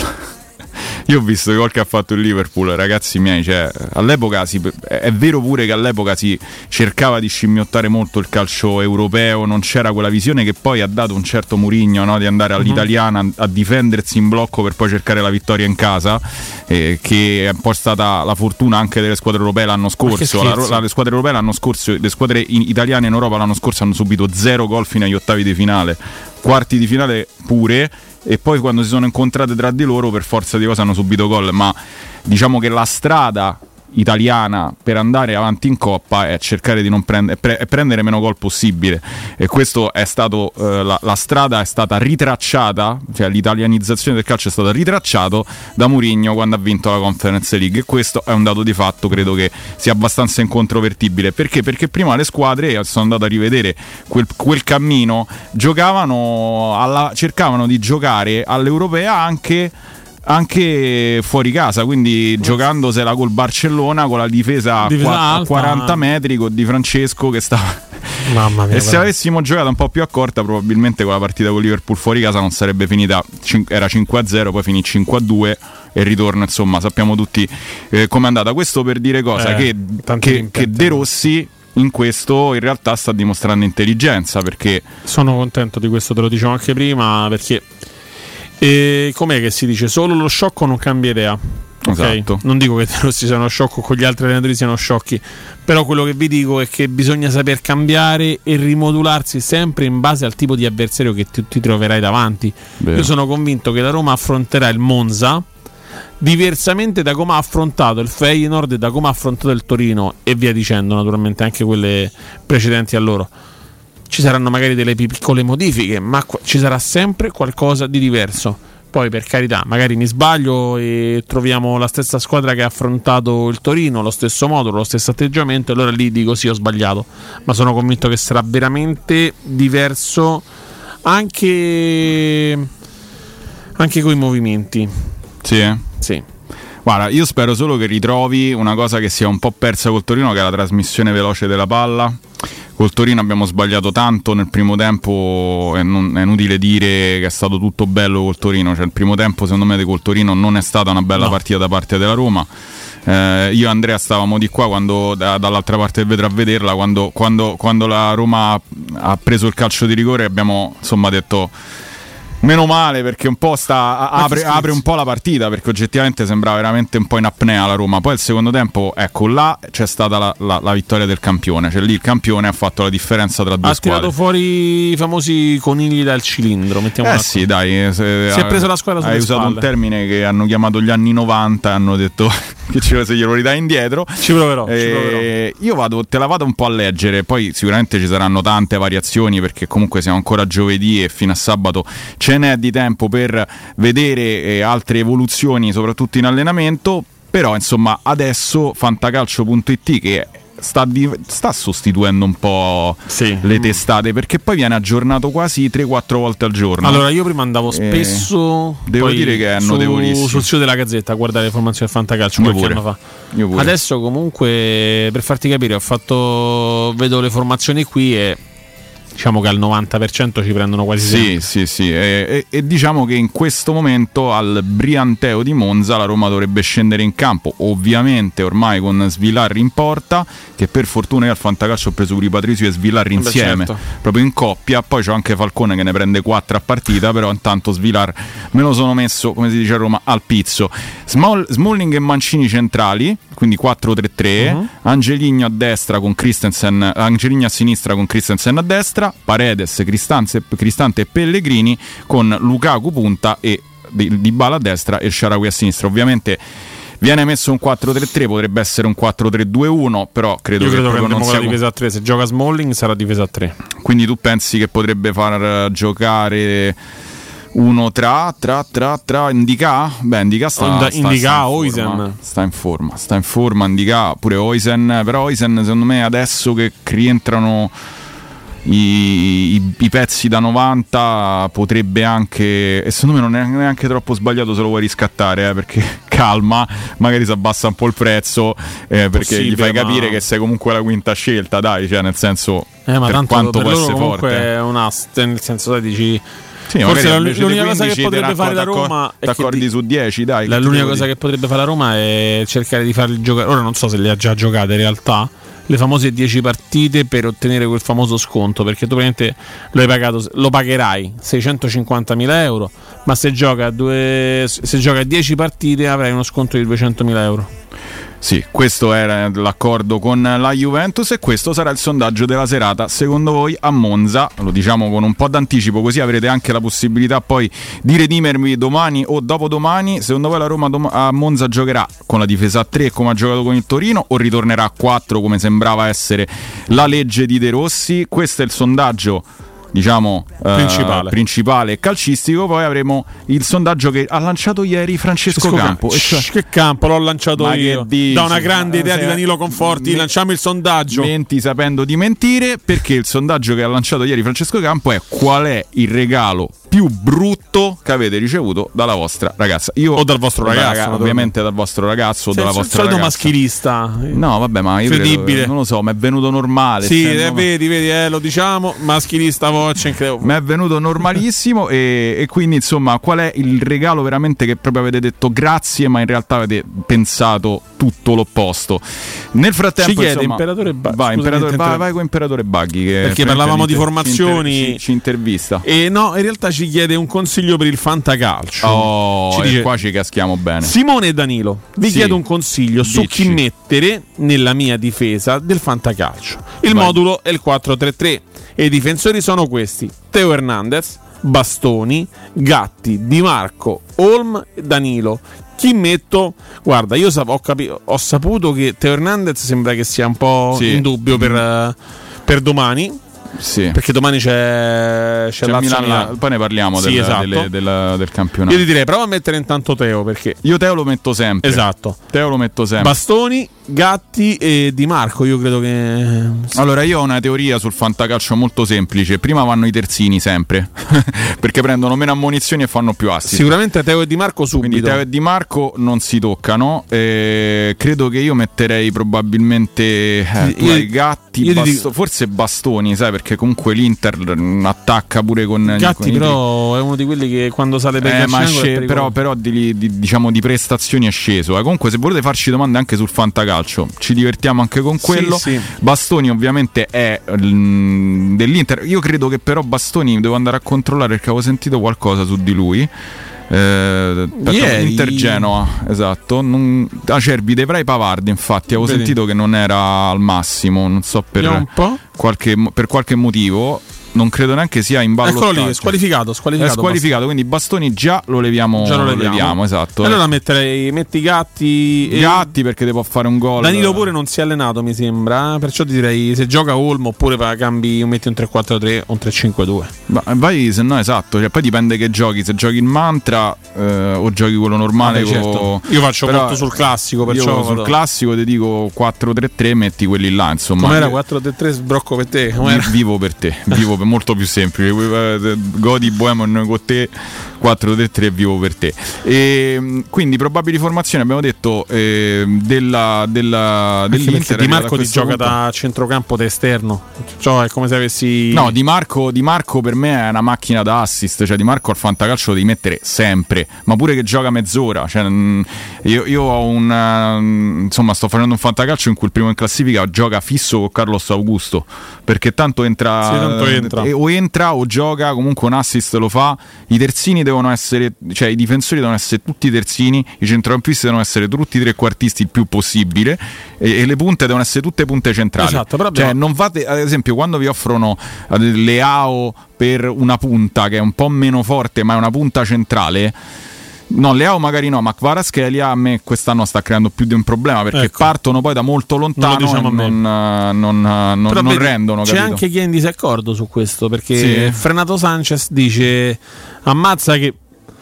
io ho visto i gol che ha fatto il Liverpool, ragazzi miei, cioè, all'epoca si, è vero pure che all'epoca si cercava di scimmiottare molto il calcio europeo, non c'era quella visione che poi ha dato un certo Mourinho, no? Di andare all'italiana a difendersi in blocco per poi cercare la vittoria in casa, eh, che è un po' stata la fortuna anche delle squadre europee l'anno scorso. La, la, le squadre europee l'anno scorso, le squadre in, italiane in Europa l'anno scorso hanno subito zero gol fino agli ottavi di finale, quarti di finale pure, e poi quando si sono incontrate tra di loro per forza di cose hanno subito gol. Ma diciamo che la strada italiana per andare avanti in Coppa è cercare di non prendere, pre- prendere meno gol possibile, e questo è stato eh, la, la strada è stata ritracciata, cioè l'italianizzazione del calcio è stata ritracciato da Mourinho quando ha vinto la Conference League, e questo è un dato di fatto, credo che sia abbastanza incontrovertibile. Perché? Perché prima le squadre, sono andato a rivedere quel, quel cammino, giocavano alla, cercavano di giocare all'europea anche anche fuori casa, quindi giocandosela col Barcellona con la difesa, difesa a, alta, a quaranta metri, con Di Francesco che stava Mamma mia, e se però. avessimo giocato un po' più accorta, probabilmente con la partita con Liverpool fuori casa non sarebbe finita, era cinque a zero, poi finì cinque a due e il ritorno, insomma, sappiamo tutti eh, com'è andata. Questo per dire cosa? Eh, che, che, che De Rossi in questo in realtà sta dimostrando intelligenza, perché sono contento di questo, te lo dicevo anche prima, perché e com'è che si dice? Solo lo sciocco non cambia idea. Okay? Esatto. Non dico che De Rossi sia uno sciocco, con gli altri allenatori siano sciocchi, però quello che vi dico è che bisogna saper cambiare e rimodularsi sempre in base al tipo di avversario che ti, ti troverai davanti. Vero. Io sono convinto che la Roma affronterà il Monza diversamente da come ha affrontato il Feyenoord e da come ha affrontato il Torino, e via dicendo, naturalmente anche quelle precedenti a loro. Ci saranno magari delle piccole modifiche, ma qu- ci sarà sempre qualcosa di diverso. Poi, per carità, magari mi sbaglio e troviamo la stessa squadra che ha affrontato il Torino, lo stesso modulo, lo stesso atteggiamento, e allora lì dico sì, ho sbagliato. Ma sono convinto che sarà veramente diverso anche, anche coi movimenti. sì, eh? Sì. Guarda, io spero solo che ritrovi una cosa che si è un po' persa col Torino, che è la trasmissione veloce della palla. Col Torino abbiamo sbagliato tanto nel primo tempo, e non, è inutile dire che è stato tutto bello col Torino, cioè il primo tempo secondo me col Torino non è stata una bella No. partita da parte della Roma. Eh, io e Andrea stavamo di qua quando, da, dall'altra parte del vetro a vederla, quando, quando, quando la Roma ha, ha preso il calcio di rigore abbiamo insomma detto meno male, perché un po' sta apre, apre un po' la partita, perché oggettivamente sembrava veramente un po' in apnea la Roma. Poi il secondo tempo, ecco, là c'è stata la, la, la vittoria del campione, cioè lì il campione ha fatto la differenza tra due Ha squadre. tirato fuori i famosi conigli dal cilindro, mettiamo Eh sì, dai, se, si è preso la squadra sulle hai usato spalle. un termine che hanno chiamato gli anni novanta e hanno detto che ce se glielo ridai indietro. Ci proverò, Eh, ci proverò. Io vado, te la vado un po' a leggere, poi sicuramente ci saranno tante variazioni, perché comunque siamo ancora giovedì e fino a sabato ce n'è di tempo per vedere eh, altre evoluzioni, soprattutto in allenamento. Però insomma adesso Fantacalcio punto it, che sta, di, sta sostituendo un po' sì. le testate, perché poi viene aggiornato quasi tre quattro volte al giorno. Allora, io prima andavo spesso, eh, devo poi dire che è su, notevolissimo sul sito della Gazzetta a guardare le formazioni del Fantacalcio Io qualche pure. anno fa. Io pure. Adesso comunque, per farti capire, ho fatto vedo le formazioni qui e diciamo che al novanta per cento ci prendono quasi sì, sempre. Sì, sì, e, e, e diciamo che in questo momento al Brianteo di Monza la Roma dovrebbe scendere in campo, ovviamente ormai con Svilarri in porta, che per fortuna io al fantacalcio ho preso Patrizio e Svilarri insieme, certo. proprio in coppia, poi c'ho anche Falcone che ne prende quattro a partita, però intanto Svilar me lo sono messo, come si dice a Roma, al pizzo. Small, Smalling e Mancini centrali, quindi quattro tre tre, uh-huh. Angelino a destra con Christensen, Angelino a sinistra con Christensen a destra, Paredes, Cristante, Cristante e Pellegrini con Lukaku punta e Dybala a destra e Shaarawy a sinistra. Ovviamente viene messo un quattro tre tre, potrebbe essere un quattro tre due uno, però credo, Io credo che, che non sia difesa a tre. Se gioca Smalling sarà difesa a tre. Quindi tu pensi che potrebbe far giocare uno tra tra tra tra Indica? Beh, Indica sta, Inda, sta, Indica sta in Oisen forma, sta in forma, sta in forma Indica, pure Oisen, però Oisen secondo me adesso che rientrano I, i, i pezzi da novanta potrebbe anche, e secondo me non è neanche troppo sbagliato se lo vuoi riscattare, eh, perché calma, magari si abbassa un po' il prezzo, eh, perché gli fai capire ma... che sei comunque la quinta scelta, dai, cioè nel senso eh, ma per tanto quanto per può loro essere comunque forte è un ast, nel senso che dici sì, forse l'unica cosa che potrebbe fare la Roma è d'accordi di... su dieci, dai, la, l'unica cosa che potrebbe fare la Roma è cercare di farli giocare, ora non so se le ha già giocate in realtà, le famose dieci partite per ottenere quel famoso sconto, perché tu praticamente lo hai pagato, lo pagherai seicentocinquantamila euro, ma se gioca due, se gioca dieci partite avrai uno sconto di duecentomila euro. Sì, questo era l'accordo con la Juventus e questo sarà il sondaggio della serata. Secondo voi a Monza, lo diciamo con un po' d'anticipo così avrete anche la possibilità poi di redimervi domani o dopodomani, secondo voi la Roma a Monza giocherà con la difesa a tre come ha giocato con il Torino o ritornerà a quattro come sembrava essere la legge di De Rossi? Questo è il sondaggio, diciamo principale. Uh, principale calcistico. Poi avremo il sondaggio che ha lanciato ieri Francesco Scusa, Campo. Shh, cioè, che Campo l'ho lanciato io dici, da una grande idea di Danilo Conforti. Me, lanciamo il sondaggio. Menti sapendo di mentire, perché il sondaggio che ha lanciato ieri Francesco Campo è: qual è il regalo più brutto che avete ricevuto dalla vostra ragazza? Io, o dal vostro ragazzo, raga, ovviamente dal vostro ragazzo o cioè, dalla vostra ragazza. Maschilista. No, vabbè, ma io credo, non lo so, mi è venuto normale. Sì, eh, vedi, vedi, eh, lo diciamo, maschilista voce, mi è venuto normalissimo e, e quindi insomma, qual è il regalo veramente che proprio avete detto grazie, ma in realtà avete pensato tutto l'opposto? Nel frattempo ci chiede insomma, Imperatore Baghi, vai, Imperatore, vai, vai con Imperatore Baghi che perché parlavamo di formazioni, ci, inter- ci, ci intervista e no, in realtà ci chiede un consiglio per il fantacalcio. Oh, ci dice, qua ci caschiamo bene. Simone e Danilo, vi sì, chiedo un consiglio dici. su chi mettere nella mia difesa del fantacalcio. Il vai. Modulo è il quattro tre tre e i difensori sono questi: Teo Hernandez, Bastoni, Gatti, Di Marco, Olm e Danilo. Chi metto? Guarda, io sap- ho, capi- ho saputo che Teo Hernandez sembra che sia un po' sì. in dubbio per, uh, per domani. Sì. Perché domani c'è, c'è, c'è Milan, Milan. Poi ne parliamo sì, del, esatto. delle, del, del campionato. Io ti direi prova a mettere intanto Teo, perché io Teo lo metto sempre. Esatto. Teo lo metto sempre. Bastoni, Gatti e Di Marco. Io credo che allora io ho una teoria sul fantacalcio molto semplice. Prima vanno i terzini sempre perché prendono meno ammonizioni e fanno più assist. Sicuramente Teo e Di Marco subito. Quindi Teo e Di Marco non si toccano. eh, Credo che io metterei probabilmente eh, io, io, Gatti io basto, dico... forse Bastoni, sai, perché comunque l'Inter attacca pure con Gatti, con però è uno di quelli che quando sale per eh, ma sc- però, però di, di, diciamo di prestazioni è sceso. eh. Comunque se volete farci domande anche sul fantacalcio ci divertiamo anche con quello. Sì, sì. Bastoni ovviamente è l- dell'Inter. Io credo che però Bastoni devo andare a controllare perché avevo sentito qualcosa su di lui. Eh, Ieri... Inter Genoa, esatto. Non... Acerbi dei Vrij Pavard, infatti avevo Vedi. sentito che non era al massimo, non so per, un po'. qualche, per qualche motivo. Non credo neanche sia in ballottaggio. Eccolo lì, squalificato, squalificato. È squalificato, quindi Bastoni già lo leviamo. Già lo leviamo, lo leviamo esatto. Allora metterei, metti Gatti e... Gatti perché te può fare un gol. Danilo pure non si è allenato, mi sembra. Perciò ti direi se gioca Olmo oppure cambi, metti un tre quattro tre o un tre cinque due. Ma vai, se no esatto, cioè, poi dipende che giochi. Se giochi il mantra eh, o giochi quello normale. Vabbè, certo. co... Io faccio però molto sul classico. Perciò io sul vado... classico ti dico quattro tre tre, metti quelli là. Insomma, com'era quattro tre tre sbrocco per te? Com'era? Vivo per te, vivo per molto più semplice. Godi Bohemon con te quattro tre tre vivo per te. E, quindi probabili formazioni abbiamo detto eh, della, della, dell'Inter. Di Marco ti gioca punto. da centrocampo da esterno, cioè è come se avessi no Di Marco, Di Marco per me è una macchina da assist, cioè Di Marco al fantacalcio lo devi mettere sempre, ma pure che gioca mezz'ora, cioè, io, io ho un insomma sto facendo un fantacalcio in cui il primo in classifica gioca fisso con Carlos Augusto, perché tanto entra, sì, tanto entra. Eh, o entra o gioca, comunque un assist lo fa. I terzini devono essere, cioè i difensori devono essere tutti terzini, i centrocampisti devono essere tutti trequartisti il più possibile e, e le punte devono essere tutte punte centrali. Esatto, però cioè non fate, ad esempio, quando vi offrono Leao per una punta che è un po' meno forte ma è una punta centrale, no, Leao magari no, ma Kvaratskhelia a me quest'anno sta creando più di un problema, perché ecco, partono poi da molto lontano non diciamo e non, non, non, non vedi, rendono. C'è capito? Anche chi è in disaccordo su questo, perché sì. Frenato Sanchez dice ammazza che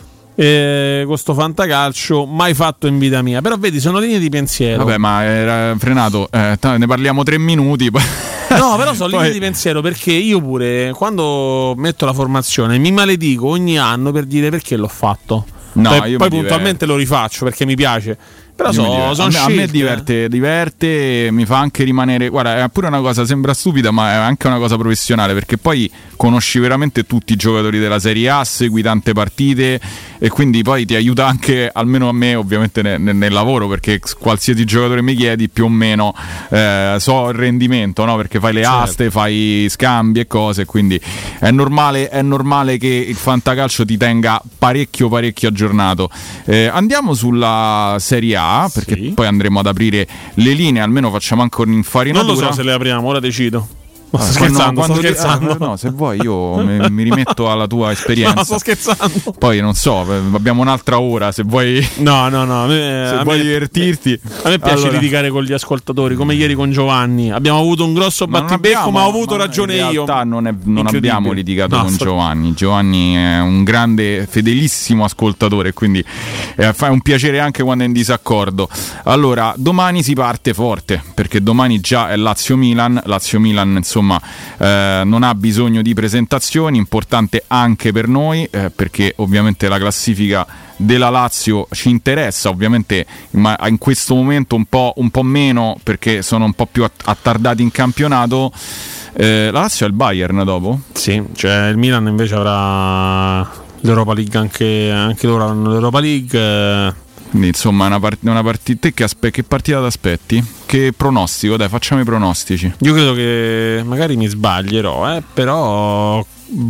eh, questo fantacalcio mai fatto in vita mia, però vedi sono linee di pensiero. Vabbè, ma era Frenato, eh, ne parliamo tre minuti poi. No, però sono poi... linee di pensiero, perché io pure quando metto la formazione mi maledico ogni anno per dire perché l'ho fatto. No, poi io poi puntualmente lo rifaccio perché mi piace. Però so, sono a, me, a me diverte, diverte, mi fa anche rimanere. Guarda, è pure una cosa, sembra stupida, ma è anche una cosa professionale, perché poi conosci veramente tutti i giocatori della Serie A, segui tante partite e quindi poi ti aiuta anche, almeno a me ovviamente nel, nel lavoro, perché qualsiasi giocatore mi chiedi più o meno eh, so il rendimento, no? Perché fai le certo. aste, fai scambi e cose, quindi è normale, è normale che il fantacalcio ti tenga parecchio parecchio aggiornato. Eh, andiamo sulla Serie A, perché sì. poi andremo ad aprire le linee, almeno facciamo anche un'infarinatura. Non lo so se le apriamo, ora decido. Ma sto scherzando, quando, sto scherzando. Ah, no, se vuoi io mi, mi rimetto alla tua esperienza. No, sto scherzando. Poi non so, abbiamo un'altra ora se vuoi. No, no, no. Me, se vuoi me, divertirti. A me piace allora. litigare con gli ascoltatori, come ieri con Giovanni. Abbiamo avuto un grosso ma battibecco, ma ho avuto ma ragione in io. In realtà non, è, non abbiamo litigato no, con sto... Giovanni. Giovanni è un grande, fedelissimo ascoltatore, quindi eh, fa un piacere anche quando è in disaccordo. Allora, domani si parte forte, perché domani già è Lazio-Milan. Lazio-Milan, insomma, eh, non ha bisogno di presentazioni, importante anche per noi, eh, perché ovviamente la classifica della Lazio ci interessa, ovviamente, ma in questo momento un po', un po' meno, perché sono un po' più attardati in campionato. Eh, la Lazio è il Bayern dopo? Sì, cioè il Milan invece avrà l'Europa League, anche, anche loro hanno l'Europa League. Eh. Quindi insomma una, part- una partita. Te che, aspe- che partita ti aspetti? Che pronostico? Dai, facciamo i pronostici. Io credo che magari mi sbaglierò, eh, però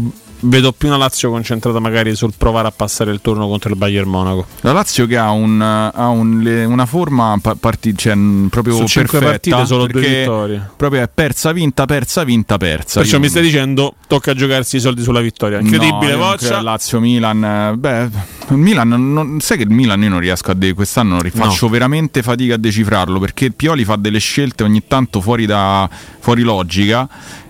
vedo più una Lazio concentrata magari sul provare a passare il turno contro il Bayern Monaco. La Lazio che ha, un, ha un, le, una forma parti, cioè, proprio su cinque perfetta, partite solo due vittorie. Proprio è persa, vinta, persa, vinta, persa. Perciò Io... mi stai dicendo tocca giocarsi i soldi sulla vittoria. Incredibile, no, Voccia. Lazio-Milan, beh, il Milan non, sai che il Milan io non riesco a de- quest'anno non faccio no. veramente fatica a decifrarlo, perché Pioli fa delle scelte ogni tanto fuori da fuori logica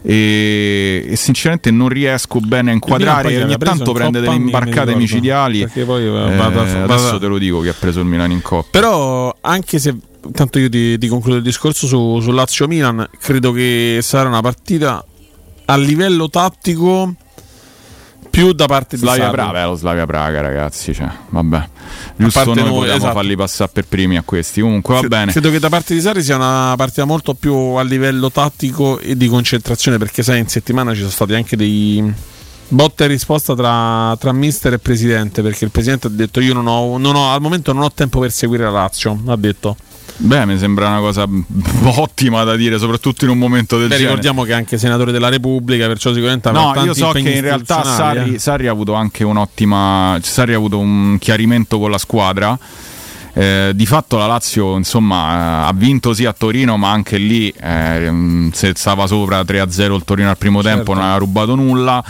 e, e sinceramente non riesco bene a inquadrare e ogni tanto prende delle imbarcate micidiali. Perché poi eh, vada, adesso vada. te lo dico che ha preso il Milan in coppa. Però anche se tanto io ti, ti concludo il discorso su, su Lazio-Milan, credo che sarà una partita a livello tattico più da parte di Slavia Sarri. Praga, lo Slavia Praga, ragazzi, cioè, vabbè. Giusto noi, noi potevamo esatto. farli passare per primi a questi. Comunque va credo, bene. Credo che da parte di Sarri sia una partita molto più a livello tattico e di concentrazione, perché sai in settimana ci sono stati anche dei botte e risposta tra, tra mister e presidente, perché il presidente ha detto io non ho, non ho al momento non ho tempo per seguire la Lazio, ha detto. Beh, mi sembra una cosa ottima da dire, soprattutto in un momento del Beh, genere. Ricordiamo che è anche senatore della Repubblica, perciò sicuramente avrà no, tanti io so che in realtà Sarri, eh. Sarri ha avuto anche un'ottima Sarri ha avuto un chiarimento con la squadra. Eh, di fatto la Lazio insomma ha vinto sì a Torino, ma anche lì eh, se stava sopra tre a zero il Torino al primo certo. tempo non aveva rubato nulla.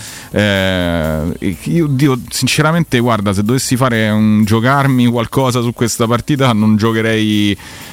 eh, io Dio, sinceramente guarda, se dovessi fare un giocarmi qualcosa su questa partita non giocherei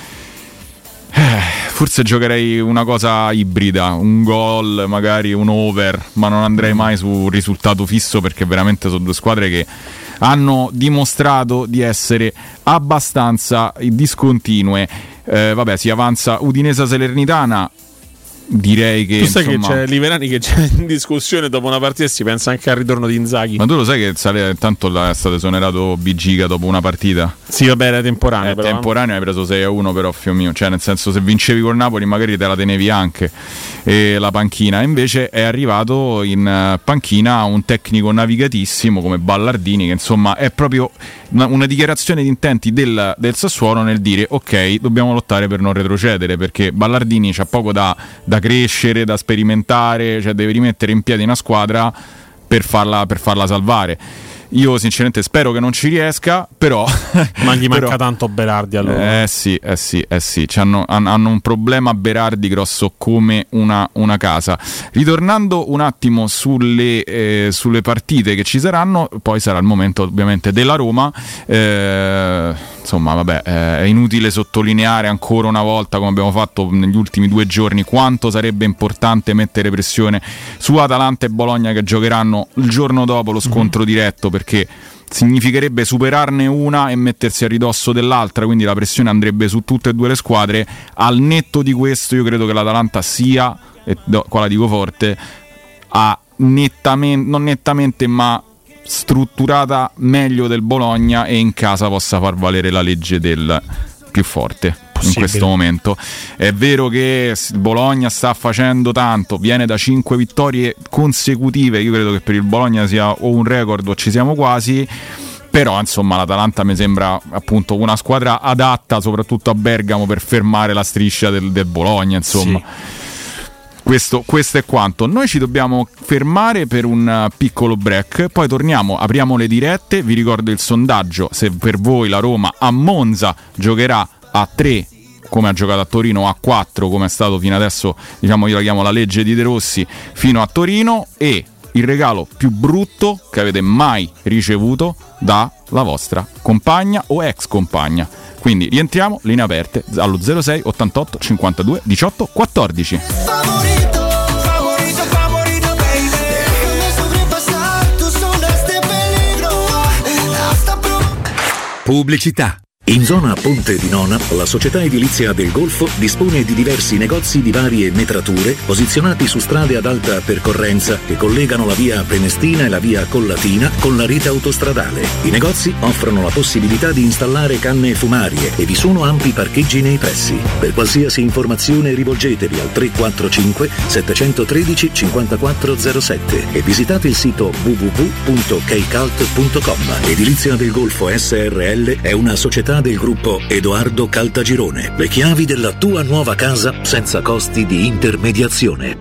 eh, forse giocherei una cosa ibrida, un gol, magari un over, ma non andrei mai su un risultato fisso, perché veramente sono due squadre che hanno dimostrato di essere abbastanza discontinue. Eh, vabbè, si avanza Udinese Salernitana. direi che tu sai insomma... che c'è Liverani che c'è in discussione dopo una partita e si pensa anche al ritorno di Inzaghi. Ma tu lo sai che sale, tanto è stato esonerato Bigiga dopo una partita? Sì, vabbè, era temporaneo. È però. temporaneo, hai preso sei a uno però, figlio mio, cioè nel senso, se vincevi col Napoli magari te la tenevi anche e la panchina. Invece è arrivato in panchina un tecnico navigatissimo come Ballardini, che insomma è proprio una, una dichiarazione di intenti del, del Sassuolo nel dire ok, dobbiamo lottare per non retrocedere, perché Ballardini c'ha poco da, da crescere, da sperimentare, cioè deve rimettere in piedi una squadra per farla, per farla salvare. Io sinceramente spero che non ci riesca, però ma gli manca però, tanto Berardi allora. Eh sì, eh sì, eh sì, hanno, hanno un problema Berardi grosso come una, una casa. Ritornando un attimo sulle, eh, sulle partite che ci saranno, poi sarà il momento ovviamente della Roma. Eh, insomma, vabbè, eh, è inutile sottolineare ancora una volta, come abbiamo fatto negli ultimi due giorni, quanto sarebbe importante mettere pressione su Atalanta e Bologna, che giocheranno il giorno dopo lo scontro mm-hmm. diretto, perché significherebbe superarne una e mettersi a ridosso dell'altra, quindi la pressione andrebbe su tutte e due le squadre. Al netto di questo, io credo che l'Atalanta sia, e qua la dico forte, ha nettamente, non nettamente ma strutturata meglio del Bologna, e in casa possa far valere la legge del più forte. Possibile. In questo momento è vero che il Bologna sta facendo tanto, viene da cinque vittorie consecutive, io credo che per il Bologna sia o un record o ci siamo quasi, però insomma l'Atalanta mi sembra appunto una squadra adatta soprattutto a Bergamo per fermare la striscia del, del Bologna, insomma. Sì. Questo, questo è quanto. Noi ci dobbiamo fermare per un piccolo break, poi torniamo, apriamo le dirette. Vi ricordo il sondaggio: se per voi la Roma a Monza giocherà a tre come ha giocato a Torino, o a quattro come è stato fino adesso, diciamo, io la chiamo la legge di De Rossi, fino a Torino, e il regalo più brutto che avete mai ricevuto dalla vostra compagna o ex compagna. Quindi rientriamo, linee aperte allo zero sei ottantotto cinquantadue diciotto quattordici. Pubblicità. In zona Ponte di Nona, la società edilizia del Golfo dispone di diversi negozi di varie metrature posizionati su strade ad alta percorrenza che collegano la via Prenestina e la via Collatina con la rete autostradale. I negozi offrono la possibilità di installare canne fumarie e vi sono ampi parcheggi nei pressi. Per qualsiasi informazione rivolgetevi al tre quattro cinque sette uno tre cinque zero sette e visitate il sito w w w punto keicalt punto com. Edilizia del Golfo S R L è una società del gruppo Edoardo Caltagirone. Le chiavi della tua nuova casa senza costi di intermediazione.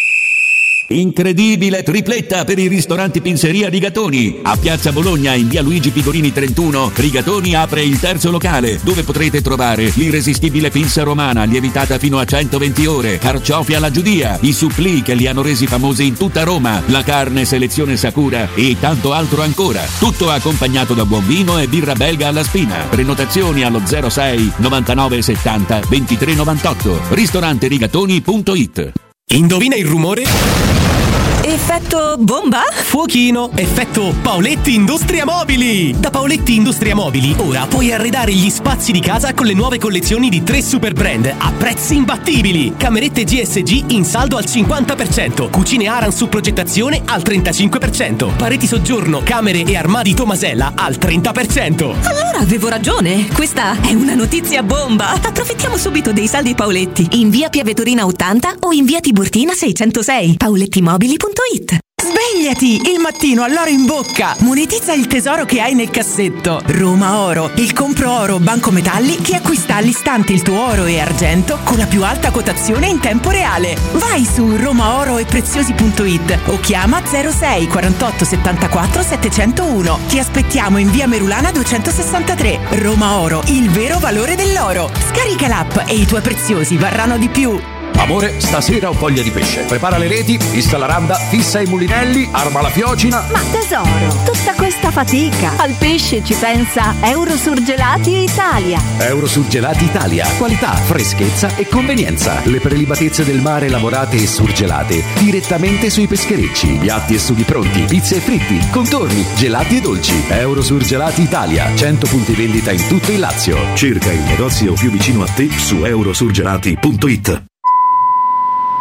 Incredibile tripletta per i ristoranti Pinzeria Rigatoni. A Piazza Bologna, in via Luigi Pigorini trentuno, Rigatoni apre il terzo locale, dove potrete trovare l'irresistibile pinza romana lievitata fino a centoventi ore, carciofi alla giudia, i supplì che li hanno resi famosi in tutta Roma, la carne selezione Sakura e tanto altro ancora. Tutto accompagnato da buon vino e birra belga alla spina. Prenotazioni allo zero sei novantanove settanta ventitré novantotto. ristorante rigatoni punto it. Indovina il rumore? Effetto bomba? Fuochino. Effetto Paoletti Industria Mobili. Da Paoletti Industria Mobili ora puoi arredare gli spazi di casa con le nuove collezioni di tre super brand a prezzi imbattibili. Camerette G S G in saldo al cinquanta per cento, cucine Aran su progettazione al trentacinque per cento, pareti soggiorno, camere e armadi Tomasella al trenta per cento. Allora avevo ragione, questa è una notizia bomba. Approfittiamo subito dei saldi Paoletti in via Piavetorina ottanta o in via Tiburtina seicentosei. paolettimobili punto it. Svegliati il mattino all'oro in bocca. Monetizza il tesoro che hai nel cassetto. Roma Oro, il compro oro banco metalli che acquista all'istante il tuo oro e argento con la più alta quotazione in tempo reale. Vai su romaoro e preziosi punto it o chiama zero sei quarantotto settantaquattro settecentouno. Ti aspettiamo in via Merulana duecentosessantatré. Roma Oro, il vero valore dell'oro. Scarica l'app e i tuoi preziosi varranno di più. Amore, stasera ho voglia di pesce. Prepara le reti, fissa la randa, fissa i mulinelli, arma la fiocina. Ma tesoro, tutta questa fatica. Al pesce ci pensa Eurosurgelati Italia. Eurosurgelati Italia. Qualità, freschezza e convenienza. Le prelibatezze del mare lavorate e surgelate direttamente sui pescherecci. Piatti e sughi pronti, pizze e fritti, contorni, gelati e dolci. Eurosurgelati Italia. cento punti vendita in tutto il Lazio. Cerca il negozio più vicino a te su eurosurgelati punto it.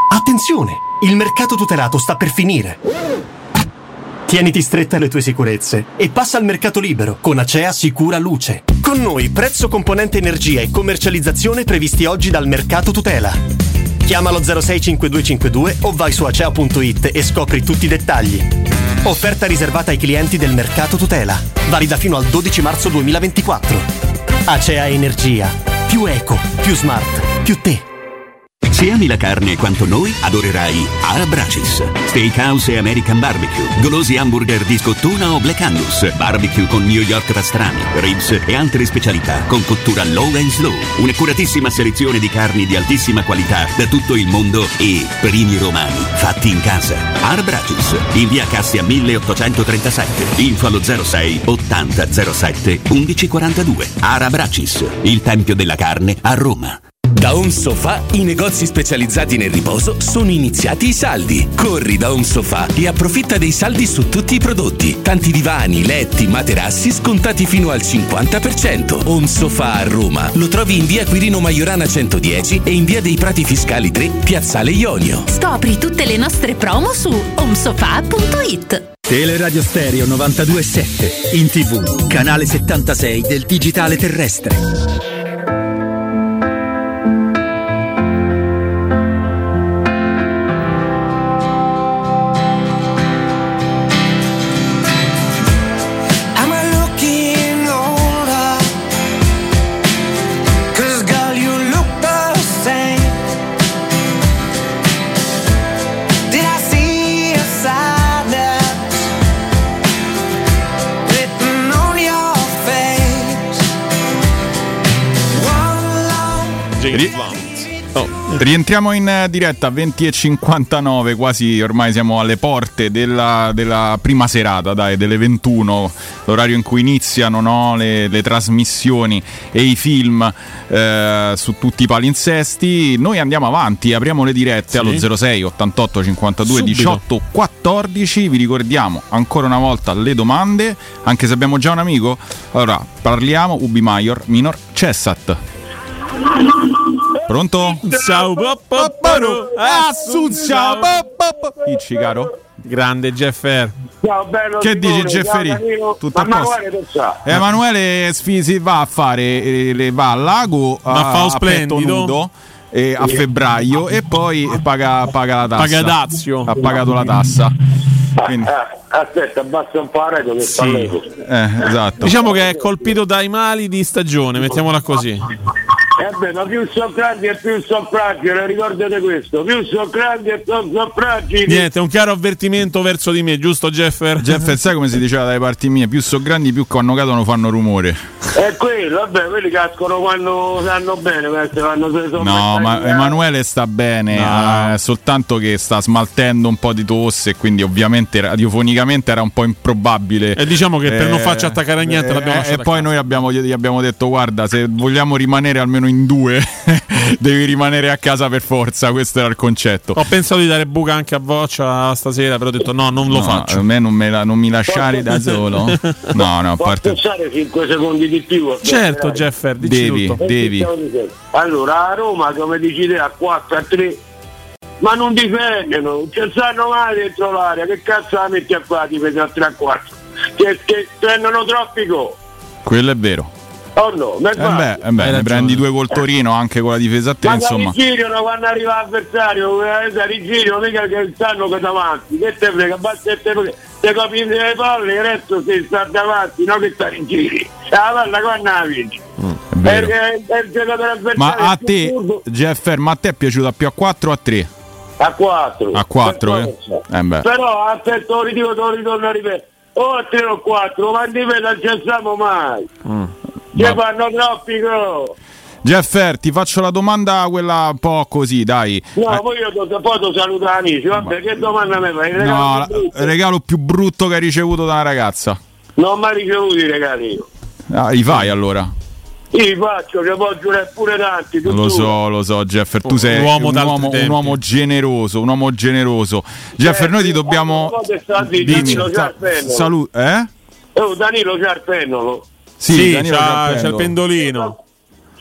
Attenzione! Il mercato tutelato sta per finire. Tieniti stretta alle tue sicurezze e passa al mercato libero con Acea Sicura Luce. Con noi prezzo, componente energia e commercializzazione previsti oggi dal mercato tutela. Chiamalo zero sei cinquantadue cinquantadue o vai su acea punto it e scopri tutti i dettagli. Offerta riservata ai clienti del mercato tutela. Valida fino al dodici marzo duemilaventiquattro. Acea Energia. Più eco, più smart, più te. Se ami la carne quanto noi, adorerai Arabracis. Steakhouse e American Barbecue, golosi hamburger di scottuna o Black Angus, barbecue con New York pastrami, ribs e altre specialità con cottura low and slow. Un'accuratissima selezione di carni di altissima qualità da tutto il mondo e primi romani fatti in casa. Arabracis, in via Cassia milleottocentotrentasette, info allo zero sei ottanta zero sette undici quarantadue. Arabracis, il tempio della carne a Roma. Da Home Sofa, i negozi specializzati nel riposo, sono iniziati i saldi. Corri da Home Sofa e approfitta dei saldi su tutti i prodotti. Tanti divani, letti, materassi scontati fino al cinquanta per cento. Home Sofa a Roma. Lo trovi in via Quirino Maiorana centodieci e in via dei Prati Fiscali tre, piazzale Ionio. Scopri tutte le nostre promo su homesofa punto it. Teleradio Stereo novantadue sette, in tivù, canale settantasei del digitale terrestre. Oh, rientriamo in diretta venti e cinquantanove, quasi ormai siamo alle porte della, della prima serata, dai, delle ventuno, l'orario in cui iniziano, no, le, le trasmissioni e i film eh, su tutti i palinsesti. Noi andiamo avanti, apriamo le dirette, sì, allo zero sei ottantotto cinquantadue diciotto quattordici. Vi ricordiamo ancora una volta le domande, anche se abbiamo già un amico. Allora, parliamo Ubi Maior Minor Cessat. Pronto? Ciao, Dici, caro? Grande Jeffer. Ciao, bello. Che dici, Jefferi? Tutto a posto? Emanuele Sfisi va a fare eh, va al lago Ma a, fa a petto nudo eh, a febbraio e poi paga, paga la tassa. Paga Dazio. Ha pagato la tassa. Quindi. Ah, aspetta, basta un po' la radio che sì. eh, esatto. Diciamo che è colpito dai mali di stagione, mettiamola così. Eh beh, ma più sono grandi e più sono fragili, ricordate questo, più sono grandi e più sono fragili. Niente, è un chiaro avvertimento verso di me, giusto Jeffer? Jeffer, sai come si diceva dalle parti mie? Più sono grandi, più quando cadono fanno rumore. È quello, vabbè, quelli cascano quando stanno bene, quando se sono no, ma Emanuele sta bene, no. eh, soltanto che sta smaltendo un po' di tosse, quindi ovviamente radiofonicamente era un po' improbabile. E diciamo che per eh, non farci attaccare a niente eh, l'abbiamo E poi noi abbiamo, gli abbiamo detto, guarda, se vogliamo rimanere almeno in due devi rimanere a casa per forza, questo era il concetto. Ho pensato di dare buca anche a Voccia stasera, però ho detto no, non lo no, faccio. A me non, me la, non mi lasciare da solo. No, no, a parte... Posso stare cinque secondi di più? Certo, Jeffer, dici devi, tutto. devi. Allora, a Roma, come dici te, a quattro a tre, ma non difendono, non ci stanno mai dentro l'area, che cazzo la metti a qua, difesa a tre a quattro? Che, che prendono troppi gol. Quello è vero. Oh no, eh beh, eh beh ne prendi due col Torino anche con la difesa a te, ma insomma. Ma rigirano quando arriva l'avversario, rigirano mica che stanno che davanti, che te frega, basta che te frega, te copi le palle, il resto si sta davanti, no che sta in giri. La palla quando la vinci. Mm, è vero. È, è il giocatore avversario. Ma a te, Jeffer, ma a te è piaciuta più a quattro o a tre? A quattro. A quattro, eh? eh beh. Però aspetta, lo ridico, lo ritorno a ripetere. O a tre o quattro, ma di me non ci siamo mai. Mm. Ci fanno troppi gol. Jeffer, ti faccio la domanda quella un po' così, dai. No, eh. poi io do, poi ti saluto amici, vabbè, che domanda mi fai? Il regalo, no, più il regalo più brutto che hai ricevuto da una ragazza? Non ho mai ricevuto i regali io. Ah, li fai allora? Io li faccio, che può giurare pure tanti. Lo so, lo so, Jeffer, tu sei un uomo, un uomo, un uomo generoso, un uomo generoso. Jeffer, eh, noi ti dobbiamo... Danilo Ciarpennolo. Salut, eh? Oh, Danilo Ciarpennolo. Sì, sì Danilo c'ha, c'ha il pendolino.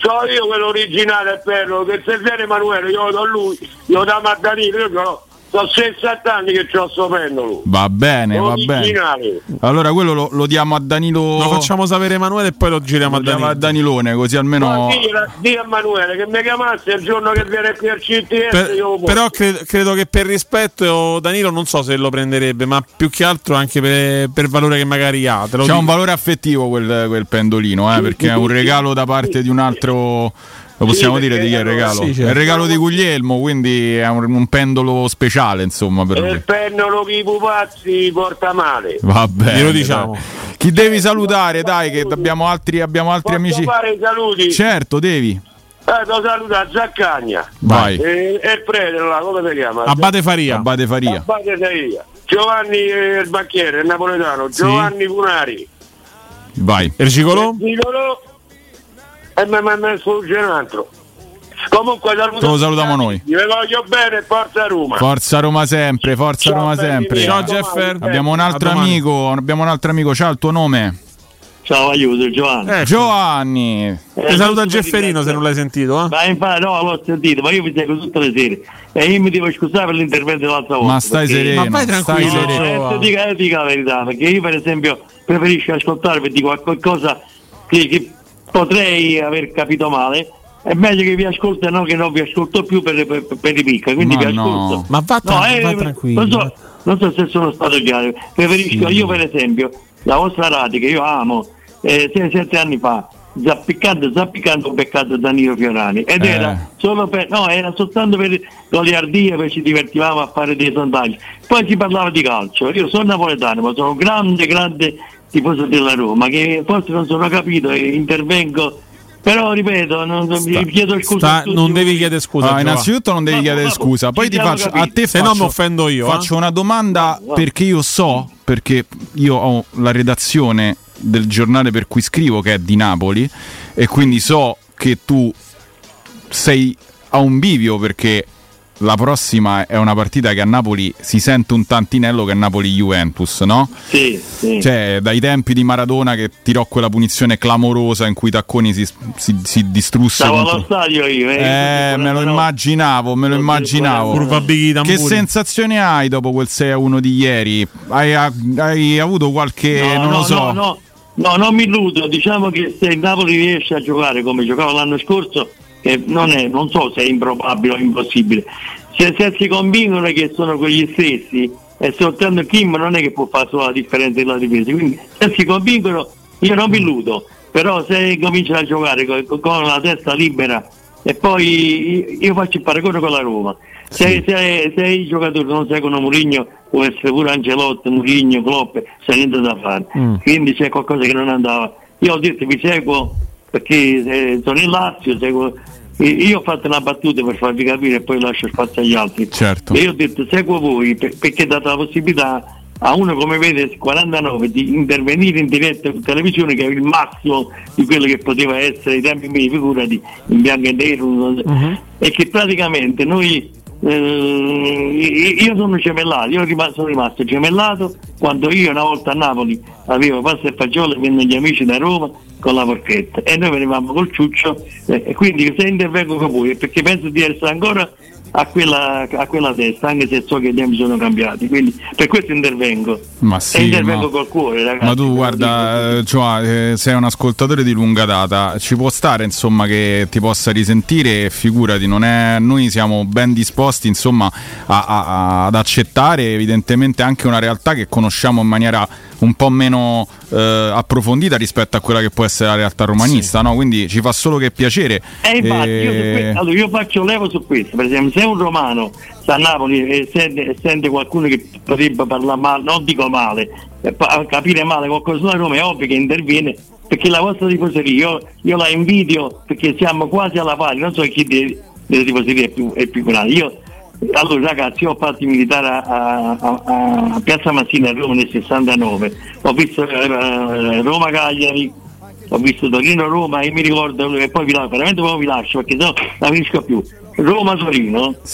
c'ho io quello originale è bello, che se viene Emanuele io lo do a lui, io lo do a Danilo, io c'ho sono sessanta anni che c'ho sto pendolo. Va bene, va originale. bene. Allora quello lo, lo diamo a Danilo. Lo facciamo sapere Emanuele e poi lo giriamo lo a Danilo. a Danilone, così almeno. Dì a Emanuele che mi chiamasse il giorno che viene qui al C T S. Per, io però credo, credo che per rispetto Danilo non so se lo prenderebbe, ma più che altro anche per, per valore che magari ha. Te lo C'ha dico. un valore affettivo quel, quel pendolino, eh, perché è un regalo da parte di un altro. Lo possiamo sì, dire di chi è il regalo? Sì, certo. È il regalo di Guglielmo, quindi è un, un pendolo speciale, insomma, per e lui. il pendolo che i pupazzi porta male. Va bene. Glielo diciamo. Dai. Chi devi salutare, dai, che abbiamo altri, abbiamo altri Posso amici. fare i saluti? Certo, devi. Eh, lo saluta Zaccagna. Vai. E, e il prete, là, come si chiama? Abate Faria. Abate Faria. Abate Faria. Giovanni eh, il banchiere, il napoletano. Sì. Giovanni Funari. Vai. Ercicolo? Ercicolo. E mi ha messo un altro. Comunque saluto lo salutiamo noi. Vi voglio bene, forza Roma. Forza Roma sempre, forza Ciao, Roma belli sempre. miei. Ciao A Jeffer. domani. Abbiamo un altro A domani. amico, abbiamo un altro amico, ciao, il tuo nome? Ciao, aiuto, Giovanni. Eh, Giovanni. Eh, Ti saluta giusto per Gefferino se non l'hai sentito, eh? Ma infatti no, l'ho sentito, ma io mi seguo tutte le sere e io mi devo scusare per l'intervento dell'altra volta. Ma stai perché- sereno, Ma vai tranquillo, stai sereno. Eh, ti dico, eh, ti dico la verità, perché io per esempio preferisco ascoltare per dire qualcosa che, che potrei aver capito male. È meglio che vi ascolto, no, che non vi ascolto più per, per, per i piccoli, quindi Ma vi no. ascolto. Ma va, tra- No, eh, va tranquillo. Non so, non so se sono stato chiaro. Preferisco Sì. io per esempio la vostra radio che io amo, eh, sei, sette anni fa, zappicando, zappicando ho beccato Danilo Fiorani ed Eh. era solo per, no, era soltanto per goliardia, per ci divertivamo a fare dei sondaggi. Poi si parlava di calcio. Io sono napoletano, ma sono un grande, grande tifoso della Roma, che forse non sono capito e intervengo. Però ripeto, non, non Sta- vi chiedo scusa. sta- a tutti non devi voi. chiedere scusa. Ah, Giovanni. innanzitutto non devi Ma- chiedere ma- scusa, poi ci ti siamo faccio a capiti. te Se no faccio, mi offendo io, faccio eh. una domanda No, no. perché io so, perché io ho la redazione del giornale per cui scrivo che è di Napoli e quindi so che tu sei a un bivio perché la prossima è una partita che a Napoli si sente un tantinello, che è Napoli-Juventus, no? Sì, sì. Cioè, dai tempi di Maradona che tirò quella punizione clamorosa in cui Tacconi si, si, si distrusse. Stavo contro- allo stadio io. Eh, me lo immaginavo, me lo immaginavo. Curva Bighi Che Tamburi. sensazione hai dopo quel sei a uno di ieri? Hai, hai avuto qualche, No, non no, lo so. no, no, no, non mi illudo. Diciamo che se il Napoli riesce a giocare come giocava l'anno scorso, che non è, non so se è improbabile o impossibile. Se, se si convincono che sono quegli stessi, e soltanto Kim non è che può fare solo la differenza della difesa. Quindi se si convincono, io non mi illudo. Però se cominciano a giocare con, con la testa libera e poi io faccio il paragone con la Roma. Se, se, se i giocatori non seguono Mourinho, può essere pure Ancelotti, Mourinho, Klopp, c'è niente da fare. Mm. Quindi c'è qualcosa che non andava. Io ho detto vi seguo perché eh, sono in Lazio, seguo. Io ho fatto una battuta per farvi capire e poi lascio spazio agli altri. Certo. E io ho detto seguo voi per- perché date la possibilità a uno come vede quarantanove di intervenire in diretta in televisione, che è il massimo di quello che poteva essere ai tempi miei, figurati, in bianco e nero, Mhm. e che praticamente noi eh, io sono gemellato, io rimasto, sono rimasto gemellato quando io una volta a Napoli avevo pasta e fagioli, vennero gli amici da Roma con la forchetta e noi venivamo col ciuccio, eh, e quindi se intervengo con voi è perché penso di essere ancora a quella, a quella testa, anche se so che gli tempi sono cambiati, quindi per questo intervengo. Ma E sì, intervengo ma, col cuore, ragazzi. ma tu guarda, eh, Gioa, eh, sei un ascoltatore di lunga data, ci può stare insomma che ti possa risentire e figurati, non è, noi siamo ben disposti insomma a, a- ad accettare evidentemente anche una realtà che conosciamo in maniera un po' meno eh, approfondita rispetto a quella che può essere la realtà romanista, no? Quindi ci fa solo che piacere. E infatti io, su Eh, questo, allora, io faccio levo su questo, per esempio se un romano sta a Napoli e sente, e sente qualcuno che potrebbe parlare male, non dico male, eh, pa- capire male qualcosa sulla Roma, è ovvio che interviene, perché la vostra tifoseria io, io la invidio perché siamo quasi alla pari, non so chi delle, delle tifoserie è più, è più grande. Io allora ragazzi, io ho fatto il militare a, a, a, a Piazza Massina a Roma nel sessantanove, ho visto eh, Roma Cagliari, ho visto Torino Roma e mi ricordo, e poi vi lascio, veramente poi vi lascio perché sennò non finisco più. Roma Torino, sì.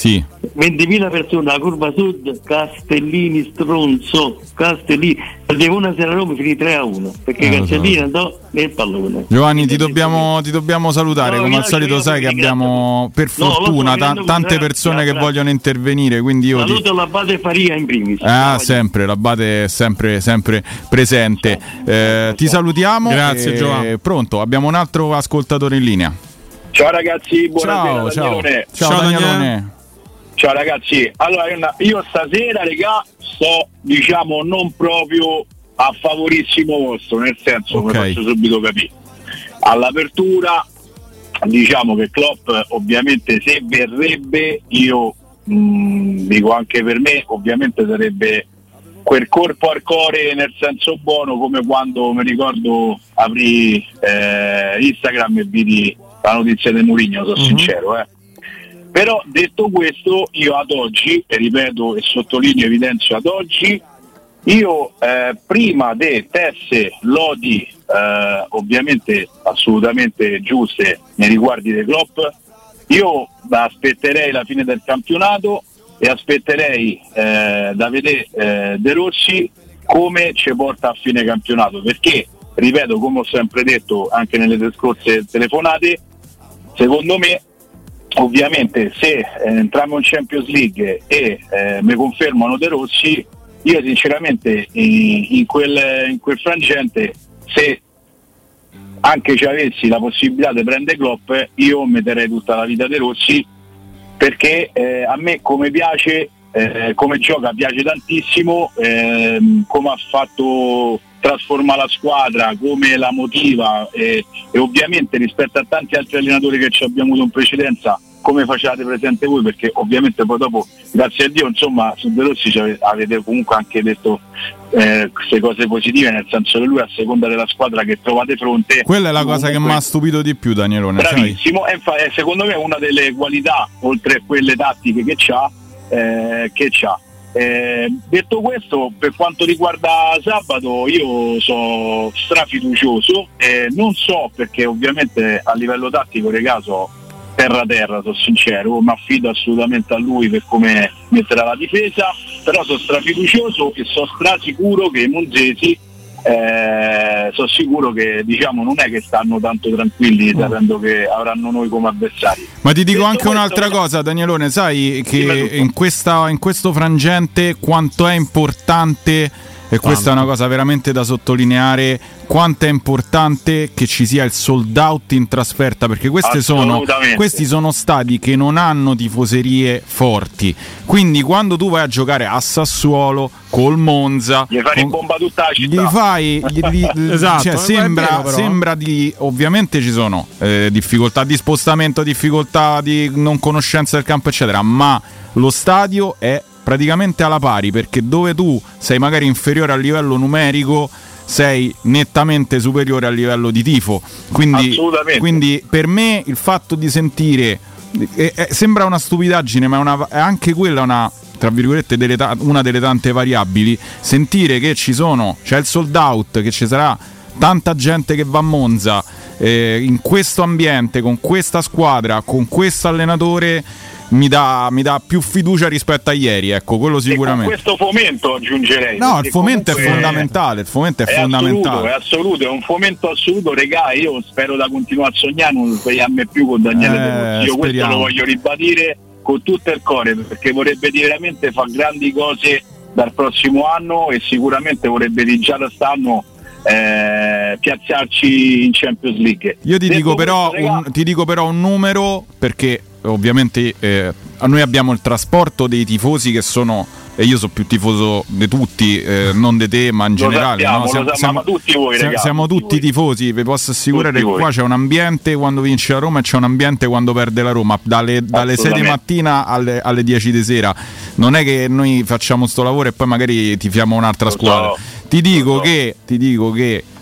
ventimila persone alla curva sud, Castellini stronzo, Castellini, perdevo una sera a Roma, finì tre a uno perché eh, Castellini so. andò nel pallone. Giovanni, ti dobbiamo, ti dobbiamo salutare, no, come al solito sai che abbiamo per fortuna no, so, tante persone che vogliono intervenire, quindi io saluto ti... l'Abate Faria in primis. Ah, sempre, l'Abate è sempre, sempre presente. Eh, ti salutiamo. Grazie e... Giovanni. Pronto, abbiamo un altro ascoltatore in linea. Ciao ragazzi, buonasera. Ciao, ciao. Danielone. Ciao, ciao Danielone. Ciao ragazzi, allora io stasera regà sto diciamo non proprio a favorissimo vostro, nel senso okay. Come faccio subito capire. All'apertura diciamo che Klopp ovviamente se verrebbe, io mh, dico anche per me, ovviamente sarebbe quel corpo al cuore nel senso buono, come quando mi ricordo aprì eh, Instagram e vidi la notizia di Mourinho, sono uh-huh. sincero eh. Però detto questo, io ad oggi, e ripeto e sottolineo, evidenzio ad oggi, io eh, prima de tesse lodi eh, ovviamente assolutamente giuste nei riguardi dei Klopp, io aspetterei la fine del campionato e aspetterei eh, da vedere eh, De Rossi come ci porta a fine campionato, perché ripeto, come ho sempre detto anche nelle scorse telefonate, secondo me ovviamente se eh, entriamo in Champions League e eh, mi confermano De Rossi, io sinceramente in, in, quel, in quel frangente, se anche ci avessi la possibilità di prendere Klopp, io metterei tutta la vita De Rossi, perché eh, a me come piace, eh, come gioca piace tantissimo, eh, come ha fatto trasforma la squadra, come la motiva e, e ovviamente rispetto a tanti altri allenatori che ci abbiamo avuto in precedenza, come facevate presente voi, perché ovviamente poi dopo, grazie a Dio, insomma, su De Rossi avete comunque anche detto eh, queste cose positive, nel senso che lui a seconda della squadra che trovate fronte, quella è la cosa comunque che mi ha stupito di più, Danielone. Bravissimo, e infa- secondo me è una delle qualità, oltre a quelle tattiche che c'ha, eh, che c'ha. Eh, detto questo, per quanto riguarda sabato, io sono strafiducioso, eh, non so perché ovviamente a livello tattico, regà, so terra terra, sono sincero, mi affido assolutamente a lui per come metterà la difesa, però sono strafiducioso e sono strasicuro che i monzesi eh, sono sicuro che diciamo non è che stanno tanto tranquilli sapendo che avranno noi come avversari. Ma ti dico detto anche un'altra questo, cosa, Danielone, sai che in, questa, in questo frangente quanto è importante, e questa è una cosa veramente da sottolineare, quanto è importante che ci sia il sold out in trasferta, perché queste sono, questi sono stadi che non hanno tifoserie forti, quindi quando tu vai a giocare a Sassuolo col Monza gli fai con, bomba tutta la città, gli fai gli, gli, esatto, cioè, sembra, vero, sembra di, ovviamente ci sono eh, difficoltà di spostamento, difficoltà di non conoscenza del campo eccetera, ma lo stadio è praticamente alla pari, perché dove tu sei magari inferiore a livello numerico sei nettamente superiore a livello di tifo, quindi, quindi per me il fatto di sentire eh, eh, sembra una stupidaggine, ma è, una, è anche quella una, tra virgolette, delle ta- una delle tante variabili, sentire che ci sono, c'è il sold out, che ci sarà tanta gente che va a Monza eh, in questo ambiente, con questa squadra, con questo allenatore, mi dà, mi dà più fiducia rispetto a ieri, ecco, quello sicuramente. E con questo fomento aggiungerei. No, il fomento è fondamentale, il fomento è, è fondamentale. Assoluto, è assoluto, è un fomento assoluto, regà, io spero da continuare a sognare, non speriamo più con Daniele eh, De Rossi. Io questo lo voglio ribadire con tutto il cuore, perché vorrebbe dire veramente fare grandi cose dal prossimo anno e sicuramente vorrebbe di già da quest'anno eh, piazzarci in Champions League. Io ti dico, però, questo, regà, un, ti dico però un numero, perché ovviamente eh, noi abbiamo il trasporto dei tifosi che sono, e io sono più tifoso di tutti, eh, non di te ma in lo generale, sappiamo, no? siamo, lo siamo, tutti voi, siamo, ragazzi, siamo tutti, tutti tifosi, vi posso assicurare tutti che qua voi. C'è un ambiente quando vince la Roma e c'è un ambiente quando perde la Roma, dalle, dalle sei di mattina alle, alle dieci di sera, non è che noi facciamo sto lavoro e poi magari tifiamo un'altra lo squadra so. ti dico so. che ti dico che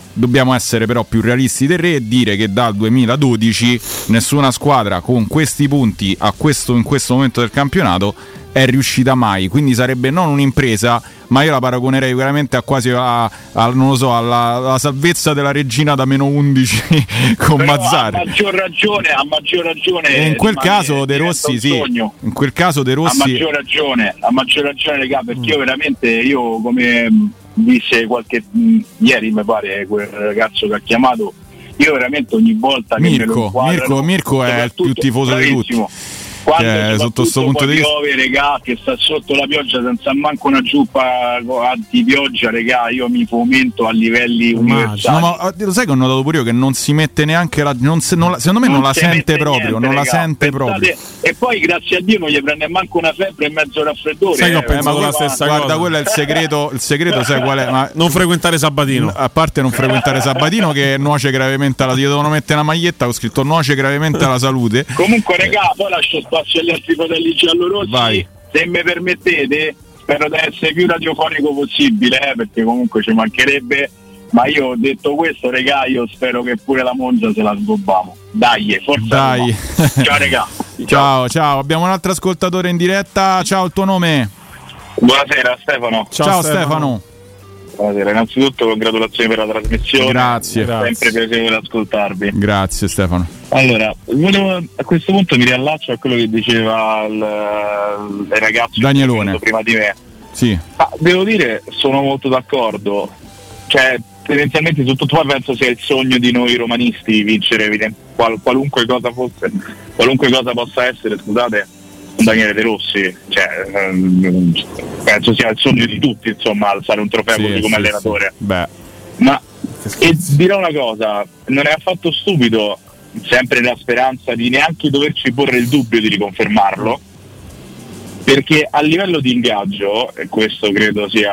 dobbiamo essere però più realisti del re e dire che dal duemiladodici nessuna squadra con questi punti a questo, in questo momento del campionato è riuscita mai, quindi sarebbe non un'impresa, ma io la paragonerei veramente a quasi a, a non lo so, alla, alla salvezza della regina da meno undici con Però Mazzarri. A maggior ragione, a maggior ragione. E in quel rimane, caso De Rossi sì, sogno. in quel caso De Rossi A maggior ragione, a maggior ragione, regà, perché io veramente, io come disse qualche mh, ieri mi pare quel ragazzo che ha chiamato, io veramente ogni volta che Mirko, me lo inquadrano, Mirko, Mirko è il più tifoso di tutti. Quando Cioè, sotto questo punto di vista piove, regà, che sta sotto la pioggia senza manco una giuppa antipioggia, regà, io mi fomento a livelli universali. No, ma lo sai che ho notato pure io che non si mette neanche la, non se, non la secondo me non, non la sente proprio, niente, non regà, la sente pensate, proprio. E poi grazie a Dio non gli prende manco una febbre e mezzo raffreddore. Sai che ho eh, pensato ma la stessa guarda, cosa. quello è il segreto, il segreto sai qual è? Ma non frequentare Sabatino. A parte non frequentare Sabatino che nuoce gravemente alla, gli devono mettere una maglietta, ho scritto nuoce gravemente alla salute. Comunque regà, poi lascio spazio agli altri fratelli giallorossi. Vai. Se mi permettete, spero di essere più radiofonico possibile, eh, perché comunque ci mancherebbe, ma io ho detto questo, regà, io spero che pure la Monza se la sgobbiamo. Dai, forza. Dai. Ciao regà. Ciao, ciao, abbiamo un altro ascoltatore in diretta. Ciao, il tuo nome? Buonasera Stefano. Ciao, ciao Stefano. Stefano. Buonasera, innanzitutto congratulazioni per la trasmissione. Grazie. È sempre piacevole ascoltarvi. Grazie Stefano. Allora, volevo, a questo punto mi riallaccio a quello che diceva il, il ragazzo Danielone prima di me. Sì. Ma devo dire, sono molto d'accordo. Cioè, tendenzialmente su tutto, penso sia il sogno di noi romanisti vincere qual, qualunque cosa fosse, qualunque cosa possa essere, scusate, Daniele De Rossi, cioè, ehm, penso sia il sogno di tutti, insomma, alzare un trofeo sì, così come sì, allenatore. Sì. Beh. Ma e dirò una cosa, non è affatto stupido, sempre nella speranza di neanche doverci porre il dubbio di riconfermarlo, perché a livello di ingaggio, e questo credo sia,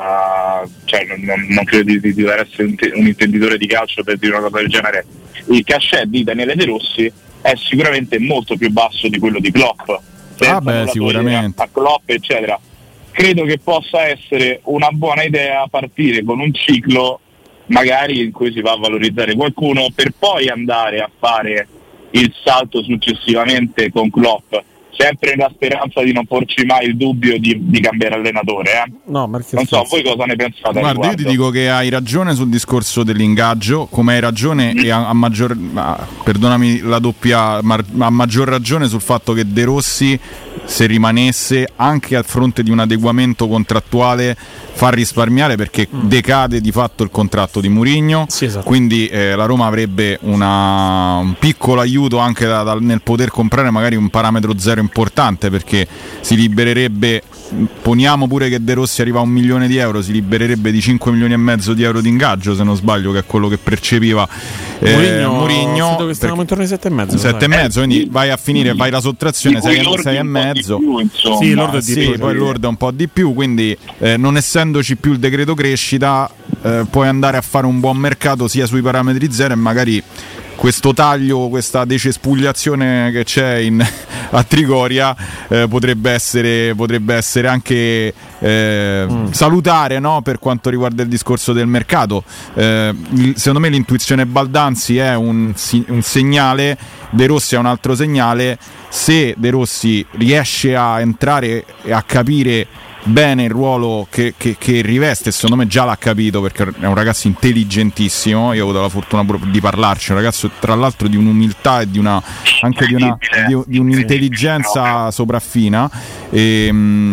cioè non, non credo di, di dover essere un, un intenditore di calcio per dire una cosa del genere, il cachet di Daniele De Rossi è sicuramente molto più basso di quello di Klopp. Ah beh, sicuramente. A Klopp eccetera. Credo che possa essere una buona idea partire con un ciclo magari in cui si va a valorizzare qualcuno per poi andare a fare il salto successivamente con Klopp, sempre nella speranza di non porci mai il dubbio di, di cambiare allenatore, eh? No, non so, voi cosa ne pensate? Guarda, io ti dico che hai ragione sul discorso dell'ingaggio, come hai ragione mm. e a, a maggior a, perdonami la doppia, ma a maggior ragione sul fatto che De Rossi, se rimanesse anche a fronte di un adeguamento contrattuale, fa risparmiare perché mm. decade di fatto il contratto di Mourinho, sì, esatto. Quindi eh, la Roma avrebbe una, un piccolo aiuto anche da, da, nel poter comprare magari un parametro zero importante, perché si libererebbe, poniamo pure che De Rossi arriva a un milione di euro, si libererebbe di cinque milioni e mezzo di euro di ingaggio, se non sbaglio, che è quello che percepiva eh, Mourinho. Credo che stavamo intorno ai sette e mezzo. Sette e mezzo, quindi vai a finire, vai la sottrazione sei e mezzo. Più, sì, l'ordo è di sì, più, poi l'ordo è un po' di più, quindi eh, non essendoci più il decreto crescita, eh, puoi andare a fare un buon mercato sia sui parametri zero e magari questo taglio, questa decespugliazione che c'è in, a Trigoria eh, potrebbe essere potrebbe essere anche eh, mm. salutare, no? Per quanto riguarda il discorso del mercato. Eh, secondo me l'intuizione Baldanzi è un, un segnale, De Rossi è un altro segnale. Se De Rossi riesce a entrare e a capire bene il ruolo che, che, che riveste, secondo me già l'ha capito, perché è un ragazzo intelligentissimo. Io ho avuto la fortuna di parlarci, un ragazzo tra l'altro di un'umiltà e di una anche di, una, di, di un'intelligenza sopraffina e,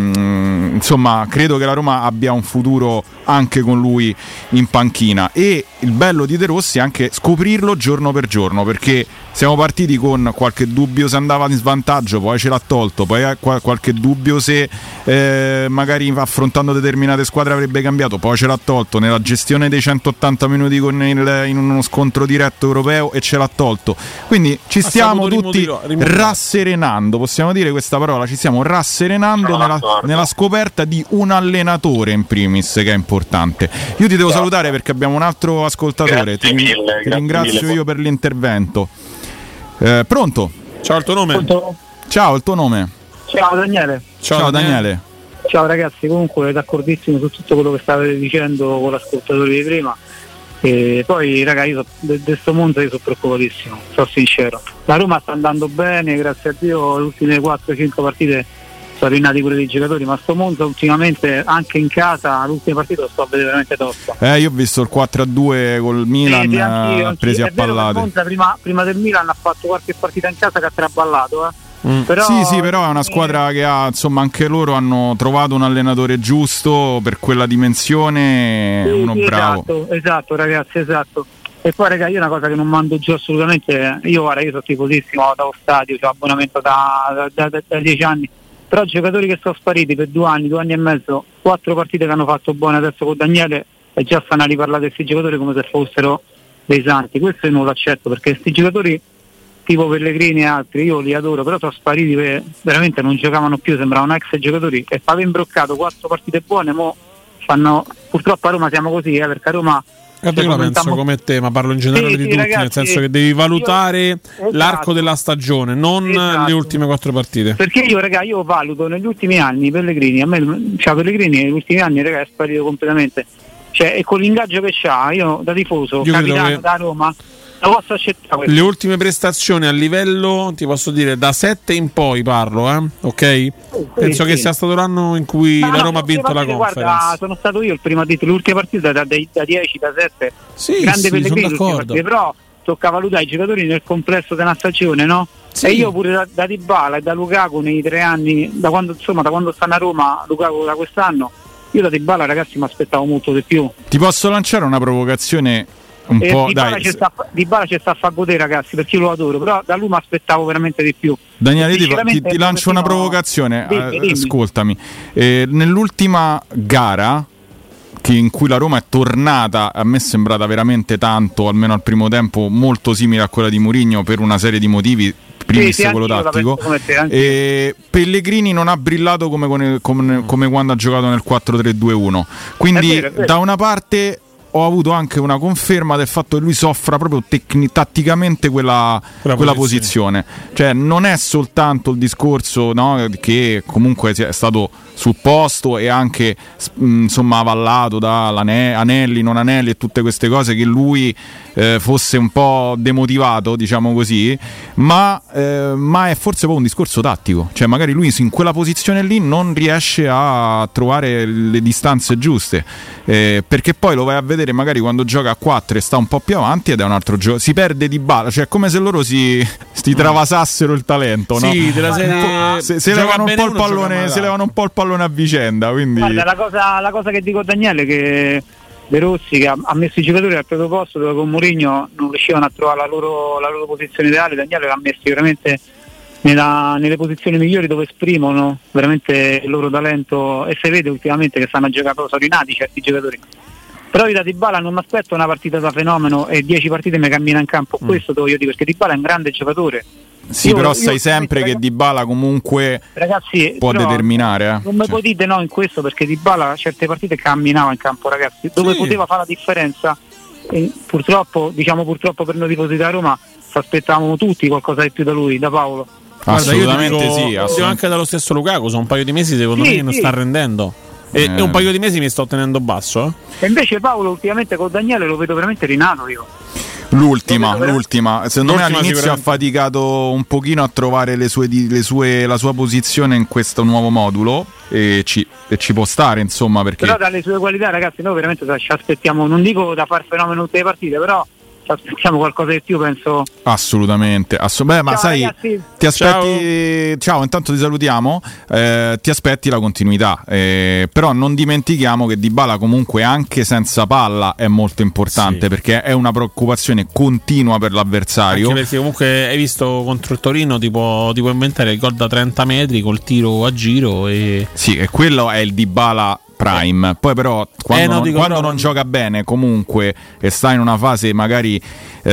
mh, insomma credo che la Roma abbia un futuro anche con lui in panchina, e il bello di De Rossi è anche scoprirlo giorno per giorno, perché siamo partiti con qualche dubbio se andava in svantaggio, poi ce l'ha tolto, poi qualche dubbio se eh, magari affrontando determinate squadre avrebbe cambiato, poi ce l'ha tolto nella gestione dei centottanta minuti con il, in uno scontro diretto europeo, e ce l'ha tolto. Quindi ci ha stiamo tutti rimodiro, rimodiro. rasserenando, possiamo dire questa parola, ci stiamo rasserenando nella, nella scoperta di un allenatore in primis, che è importante. Io ti devo no. salutare perché abbiamo un altro ascoltatore. Grazie ti, mille, ti ringrazio mille. io per l'intervento. Eh, pronto? Ciao, il tuo nome? Pronto? Ciao, il tuo nome? Ciao Daniele. Ciao, Ciao Daniele. Daniele. Ciao ragazzi, comunque d'accordissimo su tutto quello che stavate dicendo con l'ascoltatore di prima. E poi raga, io so, di questo mondo io sono preoccupatissimo, sono sincero. La Roma sta andando bene, grazie a Dio, le ultime quattro cinque partite sono rinati pure dei giocatori, ma sto Monza ultimamente anche in casa l'ultima partita lo sto a vedere veramente tosta. Eh, io ho visto il quattro a due col Milan, sì, sì, anch'io, anch'io. presi a pallate. Monza prima, prima del Milan ha fatto qualche partita in casa che ha traballato, eh. Mm. Però, sì, sì, però è una squadra che ha, insomma, anche loro hanno trovato un allenatore giusto per quella dimensione, sì, uno sì, bravo. Esatto, esatto, ragazzi, esatto. E poi raga, io una cosa che non mando giù assolutamente, io guarda, io sono tifosissimo dallo stadio, ho abbonamento da, da, da, da dieci anni, però giocatori che sono spariti per due anni, due anni e mezzo, quattro partite che hanno fatto buone adesso con Daniele e già stanno a riparlare di questi giocatori come se fossero dei santi. Questo io non lo accetto, perché questi giocatori tipo Pellegrini e altri io li adoro, però sono spariti per, veramente non giocavano più, sembravano ex giocatori e aveva imbroccato quattro partite buone, mo fanno, purtroppo a Roma siamo così, eh, perché a Roma Guarda, io la penso come te, ma parlo in generale sì, di sì, tutti, ragazzi, nel senso che devi valutare io, esatto, l'arco della stagione, non esatto, le ultime quattro partite. Perché io, raga, io valuto negli ultimi anni Pellegrini, a me, cioè Pellegrini negli ultimi anni, raga, è sparito completamente. Cioè, e con l'ingaggio che c'ha, io da tifoso, io capitano che... da Roma, lo posso accettare. Le ultime prestazioni a livello, ti posso dire, da sette in poi parlo, eh? Ok? Sì, penso sì, che sì. sia stato l'anno in cui ma la Roma no, ha vinto la Conference. Guarda, sono stato io il primo titolo, l'ultima partita da, da, da dieci, da sette, sì, grande sì, Pellegrini, partite, però tocca valutare i giocatori nel complesso della stagione, no? Sì. E io pure da, da Dybala e da Lukaku nei tre anni, da quando insomma da quando stanno a Roma, Lukaku da quest'anno, io da Dybala, ragazzi, mi aspettavo molto di più. Ti posso lanciare una provocazione? Un e po', Dybala dai. Ci sta, Dybala ci sta a far godere, ragazzi, perché io lo adoro, però da lui mi aspettavo veramente di più. Daniele, ti, ti, ti lancio una provocazione, dimmi, dimmi. Ascoltami, eh, nell'ultima gara che in cui la Roma è tornata, a me è sembrata veramente tanto, almeno al primo tempo, molto simile a quella di Mourinho per una serie di motivi, primis sì, sì, quello tattico, te, e Pellegrini non ha brillato come, come, come, come quando ha giocato nel quattro tre due uno, quindi è vero, è vero. Da una parte ho avuto anche una conferma del fatto che lui soffra proprio tecni- tatticamente quella, quella, quella posizione. posizione. Cioè non è soltanto il discorso, no, che comunque è stato sul posto e anche insomma avallato da Anelli, non Anelli e tutte queste cose, che lui eh, fosse un po' demotivato, diciamo così, ma, eh, ma è forse proprio un discorso tattico. Cioè magari lui in quella posizione lì non riesce a trovare le distanze giuste, eh, perché poi lo vai a vedere magari quando gioca a quattro e sta un po' più avanti ed è un altro gioco, si perde Dybala, cioè è come se loro si, si travasassero il talento, no? Sì, della serie se, se levano un po' il pallone, se levano un po' il pallone a vicenda, quindi guarda, la cosa, la cosa che dico a Daniele, che De Rossi che ha, ha messo i giocatori al proprio posto dove con Mourinho non riuscivano a trovare la loro, la loro posizione ideale, Daniele l'ha messo veramente nella, nelle posizioni migliori dove esprimono veramente il loro talento, e si vede ultimamente che stanno a giocare, sono rinati certi giocatori. Però io da Dybala non mi aspetto una partita da fenomeno e dieci partite mi cammina in campo, mm. questo devo io dire, perché Dybala è un grande giocatore. Sì, io, però sai sempre ragazzi, che Dybala comunque ragazzi, può determinare. Eh. Non mi puoi dire no in questo, perché Dybala certe partite camminava in campo, ragazzi, dove sì. poteva fare la differenza. E purtroppo, diciamo purtroppo per noi tifosi da Roma, ci aspettavamo tutti qualcosa di più da lui, da Paolo. Assolutamente Guarda, io dico, sì. Assolutamente. Anche dallo stesso Lukaku, sono un paio di mesi secondo sì, me che non sì. sta rendendo. E, eh. e un paio di mesi mi sto tenendo basso. Eh? E invece Paolo ultimamente con Daniele lo vedo veramente rinato io. L'ultima, l'ultima, secondo l'ultima me all'inizio ha faticato un pochino a trovare le sue, le sue, la sua posizione in questo nuovo modulo e ci, e ci può stare, insomma, perché però dalle sue qualità, ragazzi, noi veramente ci aspettiamo, non dico da far fenomeno tutte le partite, però ci aspettiamo qualcosa di più, penso. Assolutamente, assu- beh, ma ciao, sai, ragazzi. Ti aspetti, ciao, ciao intanto ti salutiamo, eh, ti aspetti la continuità, eh, però non dimentichiamo che Dybala comunque anche senza palla è molto importante, sì. perché è una preoccupazione continua per l'avversario. Anche perché comunque hai visto contro il Torino ti può, ti può inventare il gol da trenta metri col tiro a giro e... Sì, e quello è il Dybala prime, poi però quando, eh, no, non, dico, quando no, non no. gioca bene comunque e sta in una fase magari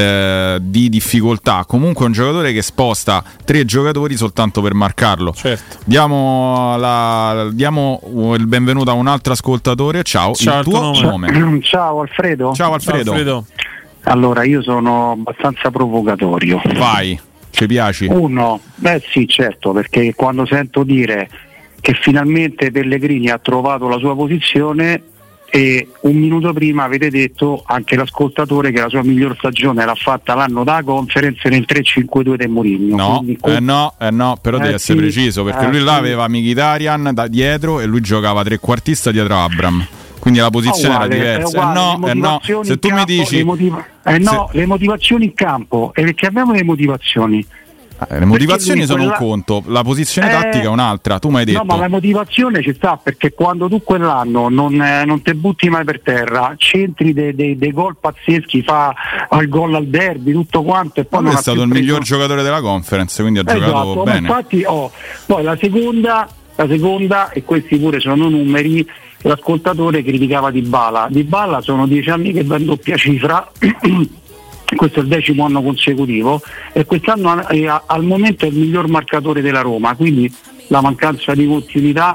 eh, di difficoltà, comunque è un giocatore che sposta tre giocatori soltanto per marcarlo. Certo. Diamo, la, diamo il benvenuto a un altro ascoltatore. Ciao, Ciao, il tuo nome. nome. Ciao Alfredo. Ciao Alfredo. Ciao Alfredo. Allora io sono abbastanza provocatorio. Vai, ci piaci? Uno, beh sì certo, perché quando sento dire che finalmente Pellegrini ha trovato la sua posizione, e un minuto prima avete detto anche l'ascoltatore che la sua miglior stagione l'ha fatta l'anno da Conference nel tre cinque due del Mourinho. No, Quindi, eh no, eh no, però eh devi essere sì, preciso, perché eh lui là sì. aveva Mkhitaryan da dietro e lui giocava trequartista dietro Abram. Quindi la posizione uguale, era è diversa. uguale, Eh no, le eh no. motivazioni Se in tu mi campo, dici le, motiva- eh no, se- le motivazioni in campo, e perché abbiamo le motivazioni. eh, le motivazioni lui sono quella- un conto, la posizione Eh, tattica è un'altra. Tu mi hai detto. No, ma la motivazione ci sta, perché quando tu quell'anno non, eh, non te butti mai per terra, centri dei dei- dei gol pazzeschi, fa al gol al derby, tutto quanto, e poi Lui non è ha stato più il preso- miglior giocatore della Conference, quindi ha Esatto, giocato ma bene. infatti oh, poi la seconda, la seconda, e questi pure sono numeri, l'ascoltatore criticava Dybala. Dybala sono dieci anni che va in doppia cifra. Questo è il decimo anno consecutivo e quest'anno è, al momento è il miglior marcatore della Roma, quindi la mancanza di continuità.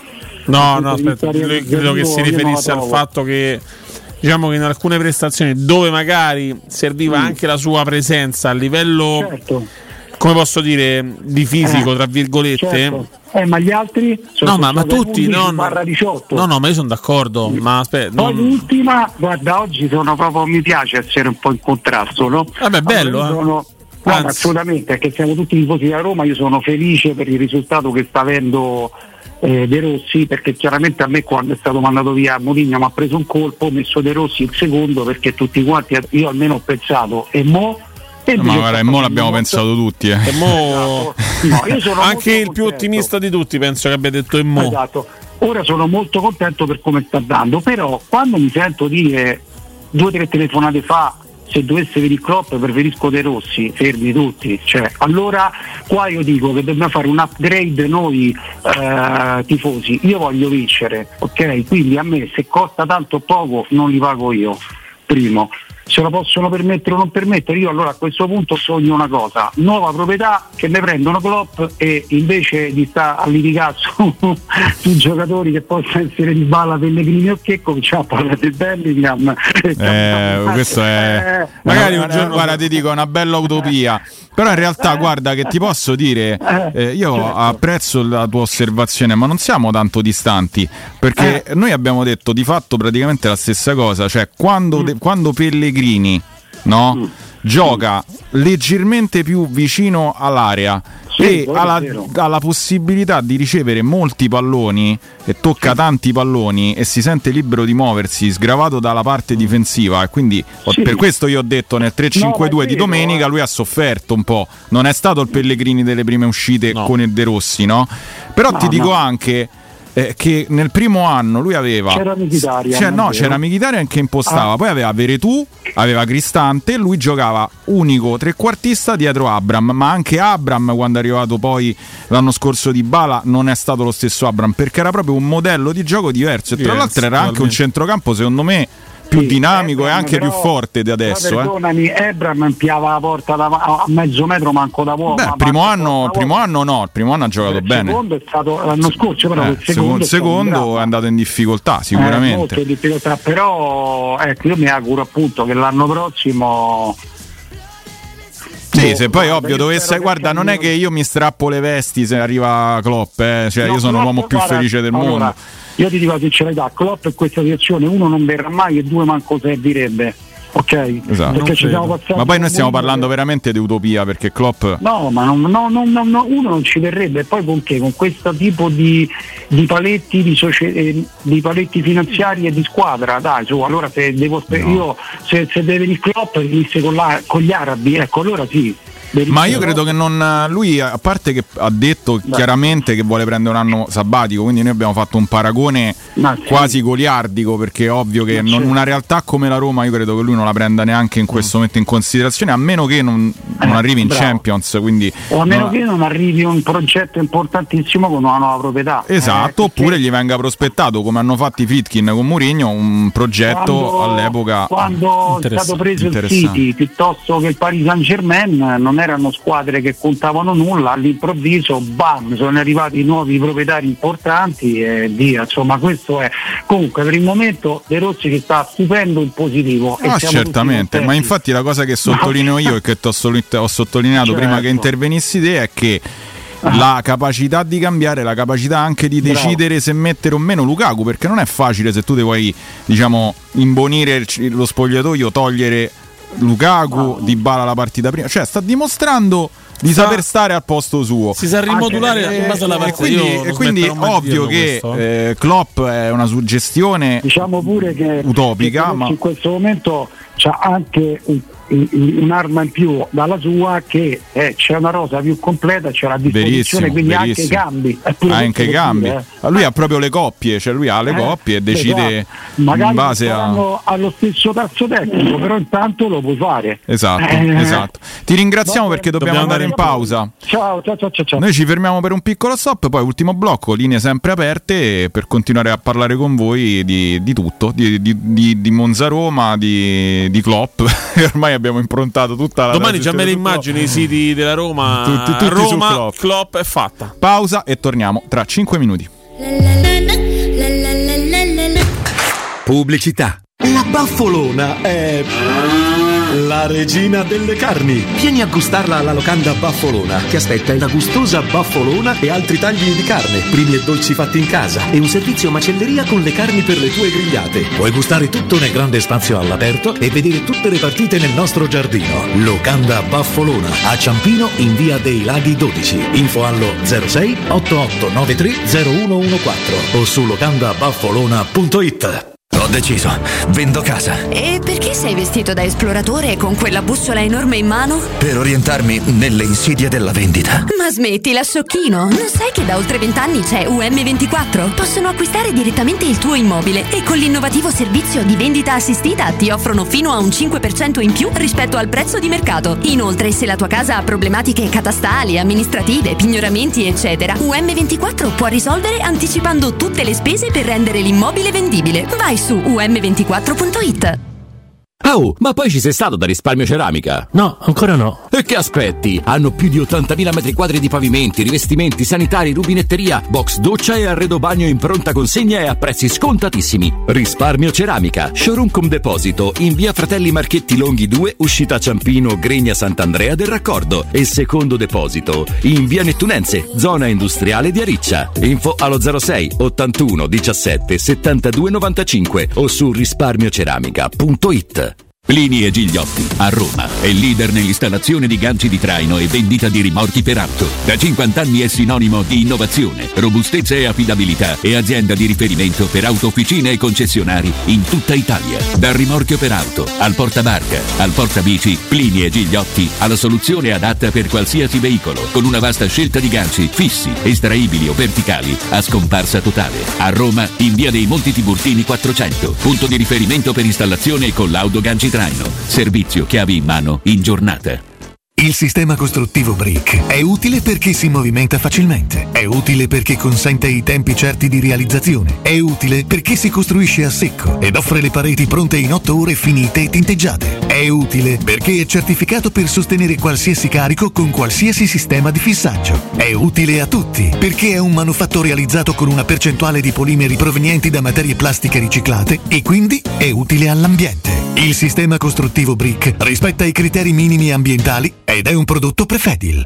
No, no, aspetta, lui credo che si riferisse al fatto che, diciamo, che in alcune prestazioni dove magari serviva Mm. anche la sua presenza a livello, Certo. come posso dire, di fisico, Eh, tra virgolette. certo. Eh, ma gli altri sono No, ma, ma stati tutti undici no, barra diciotto. no, no, ma io sono d'accordo. Ma aspetta, Poi non- l'ultima, guarda, oggi sono proprio, mi piace essere un po' in contrasto, no? Vabbè, bello, Allora, io eh. sono- no, Anzi. ma assolutamente, perché siamo tutti tifosi della Roma, io sono felice per il risultato che sta avendo eh, De Rossi, perché chiaramente a me quando è stato mandato via Mourinho mi ha preso un colpo, ho messo De Rossi il secondo, perché tutti quanti, io almeno ho pensato, e mo? E No, ma invece guarda, sta e mo facendo l'abbiamo molto- pensato tutti. Eh. E mo- No, io sono anche molto il più contento. ottimista di tutti penso che abbia detto e mo. Esatto. Ora sono molto contento per come sta andando, però quando mi sento dire due o tre telefonate fa se dovesse venire Klopp preferisco De Rossi, fermi tutti, cioè, allora qua io dico che dobbiamo fare un upgrade noi eh, tifosi, io voglio vincere, ok? Quindi a me se costa tanto o poco non li pago io, primo. Se lo possono permettere o non permettere, io allora a questo punto sogno una cosa, nuova proprietà, che ne prendono Klopp e invece di stare a litigare su, su giocatori che possono essere di Balla, Pellegrini o che cominciamo a parlare di Bellingham. Eh, questo è magari un giorno, guarda, ti dico, è una bella utopia. Però in realtà, guarda, che ti posso dire, eh, io apprezzo la tua osservazione, ma non siamo tanto distanti, perché noi abbiamo detto di fatto praticamente la stessa cosa, cioè quando, de- quando Pellegrini, no, gioca leggermente più vicino all'area Sì, e quello ha è la, vero. ha la possibilità di ricevere molti palloni e tocca tanti palloni e si sente libero di muoversi, sgravato dalla parte difensiva, e quindi ho- Sì. per questo io ho detto nel tre cinque due No, ma è di vero, domenica eh. lui ha sofferto un po', non è stato il Pellegrini delle prime uscite No. con il De Rossi, no? Però No, ti dico no. anche eh, che nel primo anno lui aveva C'era Mkhitaryan, cioè, no, è vero. c'era Mkhitaryan che impostava, Ah. poi aveva Veretù, aveva Cristante e lui giocava unico trequartista dietro Abram, ma anche Abram quando è arrivato poi l'anno scorso di Bala non è stato lo stesso Abram, perché era proprio un modello di gioco diverso e tra Diverso, l'altro era anche un totalmente. centrocampo secondo me più Sì, dinamico e Ebram, anche però- più forte di adesso, però eh. perdonami, Ebram impiava la porta da, a mezzo metro manco da uomo. Beh, il ma primo manco anno, da il primo anno no, il primo anno ha giocato Il bene. secondo è stato l'anno scorso, però Eh, il secondo, secondo, è stato un secondo dramma. è andato in difficoltà Eh, molto sicuramente. in difficoltà, però ecco, io mi auguro appunto che l'anno prossimo Sì, boh, se poi guarda, ovvio io dovesse, spero che guarda, non è cambino- che io mi strappo le vesti se arriva Klopp, eh. Cioè No, io sono Klopp, l'uomo più guarda, felice del allora, mondo. Io ti dico la sincerità, Klopp in questa situazione uno non verrà mai e due manco servirebbe, ok? Esatto. Perché ci siamo passati Ma poi noi stiamo un parlando veramente di utopia, perché Klopp No, ma non, no, no, no, no, uno non ci verrebbe, e poi con che? Con questo tipo di, di paletti di, socie- eh, di paletti finanziari e di squadra, dai, su, allora se devo spe- No. io se, se deve venire Klopp venisse con, la- con gli arabi, ecco, allora sì. Ma io credo che non. Lui, a parte che ha detto Beh. chiaramente che vuole prendere un anno sabbatico, quindi noi abbiamo fatto un paragone Ma sì. quasi goliardico, perché è ovvio che Ma non- certo. una realtà come la Roma, io credo che lui non la prenda neanche in questo momento in considerazione, a meno che non, non Eh, arrivi in bravo. Champions. Quindi O a meno non- che non arrivi un progetto importantissimo con una nuova proprietà. Esatto, Eh, perché oppure gli venga prospettato, come hanno fatto i Fritkin con Mourinho, un progetto quando- all'epoca quando è stato preso il interessante. City piuttosto che il Paris Saint Germain, non erano squadre che contavano nulla, all'improvviso bam, sono arrivati nuovi proprietari importanti e via, insomma questo è. Comunque per il momento De Rossi che sta stupendo in positivo. e Ah, siamo tutti certamente, ma contenti. infatti la cosa che sottolineo io e che t'ho solo- ho sottolineato Certo. prima che intervenissi te è che la capacità di cambiare, la capacità anche di decidere Bravo. se mettere o meno Lukaku, perché non è facile se tu ti vuoi, diciamo, imbonire lo spogliatoio, togliere Lukaku, no. Dybala la partita prima, cioè sta dimostrando di sa, saper stare al posto suo, si sa rimodulare anche, in base alla partita. E quindi, e quindi è ovvio che eh, Klopp è una suggestione, diciamo pure che utopica, che ma in questo momento c'ha anche un, un'arma in più dalla sua, che è, c'è una rosa più completa, c'è la disposizione, quindi verissimo. anche i cambi, anche i cambi. Dire, eh. Lui ha proprio le coppie, cioè lui ha le eh, coppie e decide magari in base a allo stesso tasso tecnico, però intanto lo puoi fare. Esatto, eh. esatto. Ti ringraziamo perché dobbiamo, dobbiamo andare in pausa. Ciao, ciao, ciao, ciao. Noi ci fermiamo per un piccolo stop, poi ultimo blocco, linee sempre aperte per continuare a parlare con voi di, di tutto, di, di, di, di Monza Roma, di, di Klopp. Ormai abbiamo improntato tutta la domani già me le immagini i siti della Roma. Tutti, tutti Roma, Klopp. Klopp è fatta. Pausa e torniamo tra cinque minuti. Pubblicità. La Baffolona è la regina delle carni. Vieni a gustarla alla locanda Baffolona. Ti aspetta una gustosa baffolona e altri tagli di carne, primi e dolci fatti in casa e un servizio macelleria con le carni per le tue grigliate. Puoi gustare tutto nel grande spazio all'aperto e vedere tutte le partite nel nostro giardino. Locanda Baffolona a Ciampino in via dei Laghi dodici. Info allo zero sei otto otto nove tre zero uno uno quattro o su locanda baffolona punto it. Ho deciso, vendo casa. E perché sei vestito da esploratore con quella bussola enorme in mano? Per orientarmi nelle insidie della vendita. Ma smettila, sciocchino. Non sai che da oltre vent'anni c'è U M ventiquattro? Possono acquistare direttamente il tuo immobile e con l'innovativo servizio di vendita assistita ti offrono fino a un cinque per cento in più rispetto al prezzo di mercato. Inoltre, se la tua casa ha problematiche catastali, amministrative, pignoramenti, eccetera, U M ventiquattro può risolvere anticipando tutte le spese per rendere l'immobile vendibile. Vai su u m ventiquattro punto it. Oh, ma poi ci sei stato da Risparmio Ceramica? No, ancora no. E che aspetti? Hanno più di ottantamila metri quadri di pavimenti, rivestimenti, sanitari, rubinetteria, box doccia e arredo bagno in pronta consegna e a prezzi scontatissimi. Risparmio Ceramica, showroom con deposito in via Fratelli Marchetti Longhi due, uscita Ciampino, Gregna Sant'Andrea del Raccordo, e secondo deposito in via Nettunense, zona industriale di Ariccia. Info allo zero sei ottantuno diciassette settantadue novantacinque o su risparmioceramica punto it. Plini e Gigliotti, a Roma, è leader nell'installazione di ganci di traino e vendita di rimorchi per auto. Da cinquanta anni è sinonimo di innovazione, robustezza e affidabilità e azienda di riferimento per autofficine e concessionari in tutta Italia. Dal rimorchio per auto, al portabarca, al portabici, Plini e Gigliotti ha la soluzione adatta per qualsiasi veicolo, con una vasta scelta di ganci fissi, estraibili o verticali, a scomparsa totale. A Roma, in via dei Monti Tiburtini quattrocento, punto di riferimento per installazione con laudo ganci traino, servizio chiavi in mano in giornata. Il sistema costruttivo Brick è utile perché si movimenta facilmente, è utile perché consente i tempi certi di realizzazione, è utile perché si costruisce a secco ed offre le pareti pronte in otto ore finite e tinteggiate, è utile perché è certificato per sostenere qualsiasi carico con qualsiasi sistema di fissaggio, è utile a tutti perché è un manufatto realizzato con una percentuale di polimeri provenienti da materie plastiche riciclate e quindi è utile all'ambiente. Il sistema costruttivo Brick rispetta i criteri minimi ambientali ed è un prodotto Prefedil.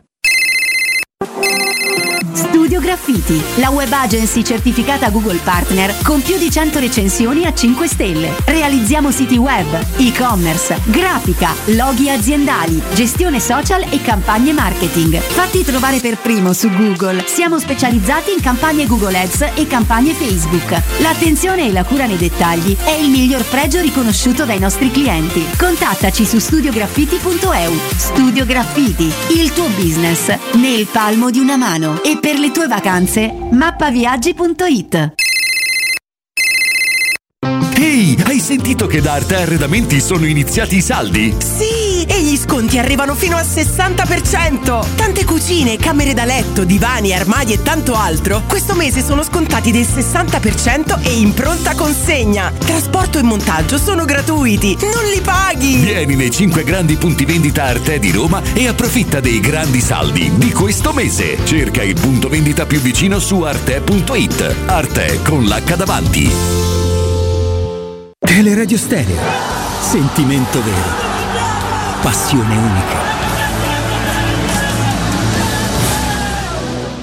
Studio Graffiti, la web agency certificata Google Partner con più di cento recensioni a cinque stelle. Realizziamo siti web, e-commerce, grafica, loghi aziendali, gestione social e campagne marketing. Fatti trovare per primo su Google. Siamo specializzati in campagne Google Ads e campagne Facebook. L'attenzione e la cura nei dettagli è il miglior pregio riconosciuto dai nostri clienti. Contattaci su studio graffiti punto e u. Studio Graffiti, il tuo business nel palmo di una mano. E per le tue vacanze, mappaviaggi punto it. Ehi, hai sentito che da Arte Arredamenti sono iniziati i saldi? Sì, e gli sconti arrivano fino al sessanta per cento. Tante cucine, camere da letto, divani, armadi e tanto altro questo mese sono scontati del sessanta per cento e in pronta consegna. Trasporto e montaggio sono gratuiti, non li paghi. Vieni nei cinque grandi punti vendita Arte di Roma e approfitta dei grandi saldi di questo mese. Cerca il punto vendita più vicino su arte punto it. Arte con l'H davanti. Teleradio Stereo. Sentimento vero. Passione unica.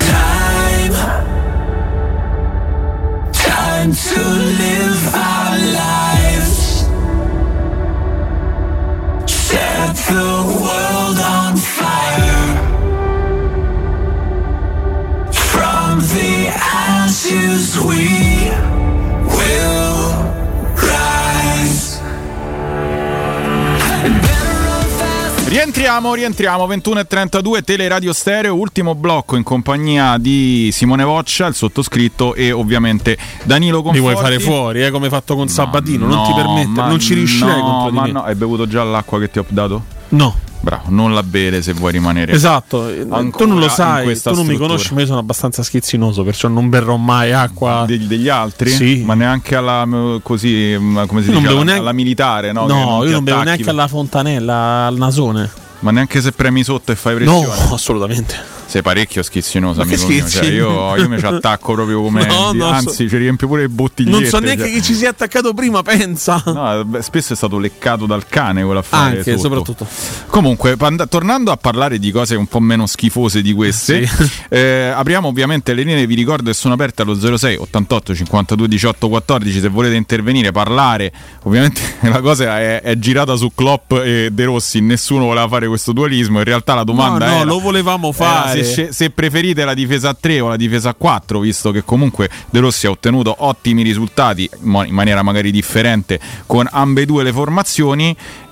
learn to live our lives. Set the world on fire. From the ashes we will rise. Rientriamo, rientriamo, ventuno e trentadue, Teleradio Stereo, ultimo blocco in compagnia di Simone Voccia, il sottoscritto e ovviamente Danilo Conforti. Mi vuoi fare fuori, eh, come hai fatto con Sabatino, no, non ti permette, non ci riuscirei no, contro di ma me. no, hai bevuto già l'acqua che ti ho dato? No. Bravo, non la bere se vuoi rimanere. Esatto, tu non lo sai, tu non mi conosci, ma io sono abbastanza schizzinoso, perciò non berrò mai acqua degli, degli altri? Sì. Ma neanche alla così, come si io dice, alla, neanche... alla militare, no? No, io non bevo attacchi, neanche alla fontanella, al nasone. Ma neanche se premi sotto e fai pressione? No, assolutamente. Sei parecchio schizzinoso, amico schizzi? mio. Cioè, io, io mi ci attacco proprio come. No, no, anzi, so... ci riempio pure le bottigliette. Non so neanche cioè. chi ci sia attaccato prima, pensa. No, beh, spesso è stato leccato dal cane quell'affare. Anche, sotto. soprattutto. Comunque, pand- tornando a parlare di cose un po' meno schifose di queste, sì. eh, apriamo ovviamente le linee. Vi ricordo che sono aperte allo zero sei ottantotto cinquantadue diciotto quattordici. Se volete intervenire, parlare. Ovviamente la cosa è, è girata su Klopp e De Rossi. Nessuno voleva fare questo dualismo. In realtà la domanda no, no, era, lo volevamo fare. Se, se preferite la difesa a tre o la difesa a quattro, visto che comunque De Rossi ha ottenuto ottimi risultati in maniera magari differente con ambedue le formazioni.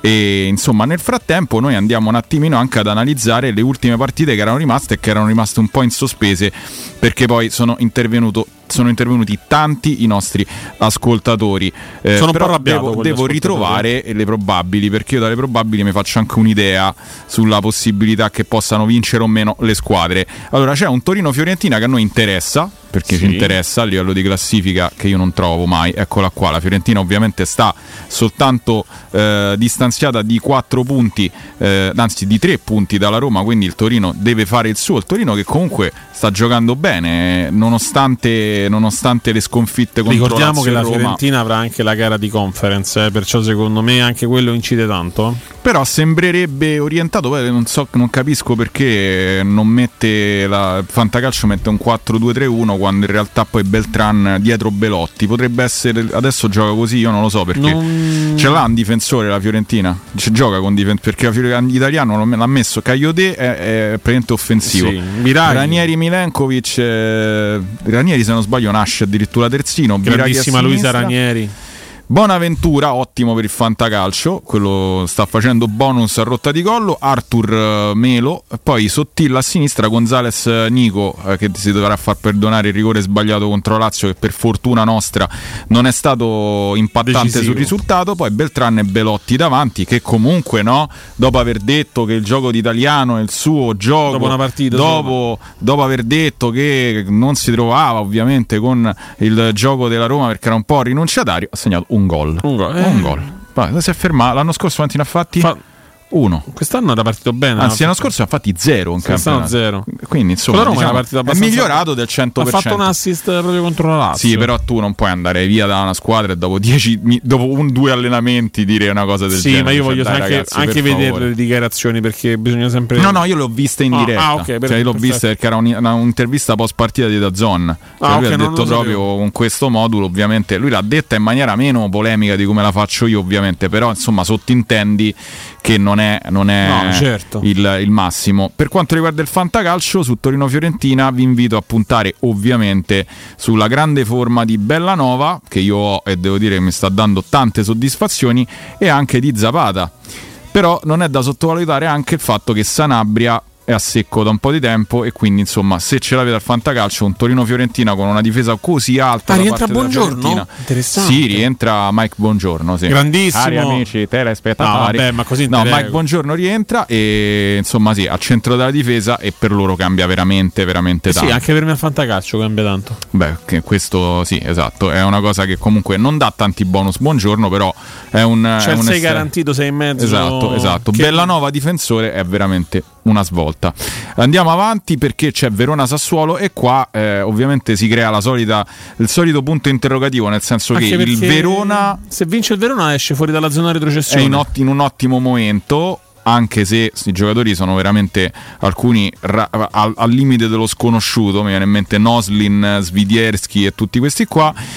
E insomma, nel frattempo noi andiamo un attimino anche ad analizzare le ultime partite che erano rimaste e che erano rimaste un po' in sospese, perché poi sono intervenuto sono intervenuti tanti i nostri ascoltatori. Eh, sono però un po' arrabbiato. Devo, devo ritrovare le probabili, perché io dalle probabili mi faccio anche un'idea sulla possibilità che possano vincere o meno le squadre. Allora, c'è un Torino-Fiorentina che a noi interessa, perché sì. ci interessa a livello di classifica, che io non trovo mai. Eccola qua, la Fiorentina ovviamente sta soltanto eh, distanziata di quattro punti, eh, anzi di tre punti dalla Roma, quindi il Torino deve fare il suo. Il Torino che comunque sta giocando bene, nonostante nonostante le sconfitte contro Lazio e Roma. Ricordiamo che la Fiorentina avrà anche la gara di Conference, eh, perciò secondo me anche quello incide tanto. Però sembrerebbe orientato, poi non so, non capisco perché non mette la Fantacalcio mette un quattro due tre uno quando in realtà poi Beltran dietro Belotti potrebbe essere, adesso gioca così, io non lo so perché non... ce l'ha un difensore la Fiorentina, ci gioca con difensore, perché la Fiorentina l'italiano l'ha messo Cagliodè, è, è praticamente offensivo. Sì, Ranieri Milenkovic, eh, Ranieri se non sbaglio nasce addirittura terzino, grandissima Luisa Ranieri. Bonaventura, ottimo per il Fantacalcio, quello sta facendo bonus a rotta di collo. Arthur Melo, poi Sottilla a sinistra, Gonzales Nico eh, che si dovrà far perdonare il rigore sbagliato contro Lazio, che per fortuna nostra non è stato impattante decisivo sul risultato. Poi Beltran e Belotti davanti, che comunque no, dopo aver detto che il gioco d'italiano è il suo gioco, dopo una partita, dopo, dopo aver detto che non si trovava ovviamente con il gioco della Roma perché era un po' rinunciatario, ha segnato un gol. Un gol. Eh. Un gol. Va, si è fermato. L'anno scorso quanti ne ha fatti? Fa... Uno. Quest'anno era partito bene. Anzi, l'anno scorso ha fatti zero in campionato. Zero. Quindi insomma, Roma diciamo, è, è migliorato del cento per cento. Ha fatto un assist proprio contro la Lazio. Sì, però tu non puoi andare via da una squadra e dopo dieci, dopo un due allenamenti dire una cosa del sì, genere. Sì, ma io voglio cioè, dai, anche, ragazzi, anche vedere favore. le dichiarazioni, perché bisogna sempre. No, no, io l'ho vista in ah, diretta. Ah, okay, cioè, io l'ho vista perché era un, una, un'intervista post partita di DAZN. Cioè, ah, lui okay, ha detto proprio con questo modulo, ovviamente. Lui l'ha detta in maniera meno polemica di come la faccio io, ovviamente. Però, insomma, sottintendi che non è, non è no, certo. il, il massimo. Per quanto riguarda il Fantacalcio, su Torino-Fiorentina vi invito a puntare ovviamente sulla grande forma di Bellanova, che io ho e devo dire che mi sta dando tante soddisfazioni, e anche di Zapata. Però non è da sottovalutare anche il fatto che Sanabria è a secco da un po' di tempo, e quindi insomma, se ce l'avete al Fantacalcio, un Torino-Fiorentina con una difesa così alta, ah, da rientra parte Buongiorno? Interessante. Sì, rientra Mike Buongiorno, sì. Grandissimo. Cari amici telespettatori. No, vabbè, ma così no, Mike Buongiorno rientra e insomma sì, al centro della difesa, e per loro cambia veramente veramente tanto. Sì, anche per me al Fantacalcio cambia tanto. Beh, che questo sì, esatto, è una cosa che comunque non dà tanti bonus Buongiorno, però è un c'è è un sei est- garantito, sei e mezzo. Esatto, esatto. Che... Bellanova difensore è veramente una svolta. Andiamo avanti perché c'è Verona-Sassuolo, e qua eh, ovviamente si crea la solita, il solito punto interrogativo, nel senso anche che il Verona, se vince il Verona esce fuori dalla zona retrocessione, è in, otti- in un ottimo momento, anche se i giocatori sono veramente alcuni ra- al-, al limite dello sconosciuto. Mi viene in mente Noslin, Svidierski e tutti questi qua.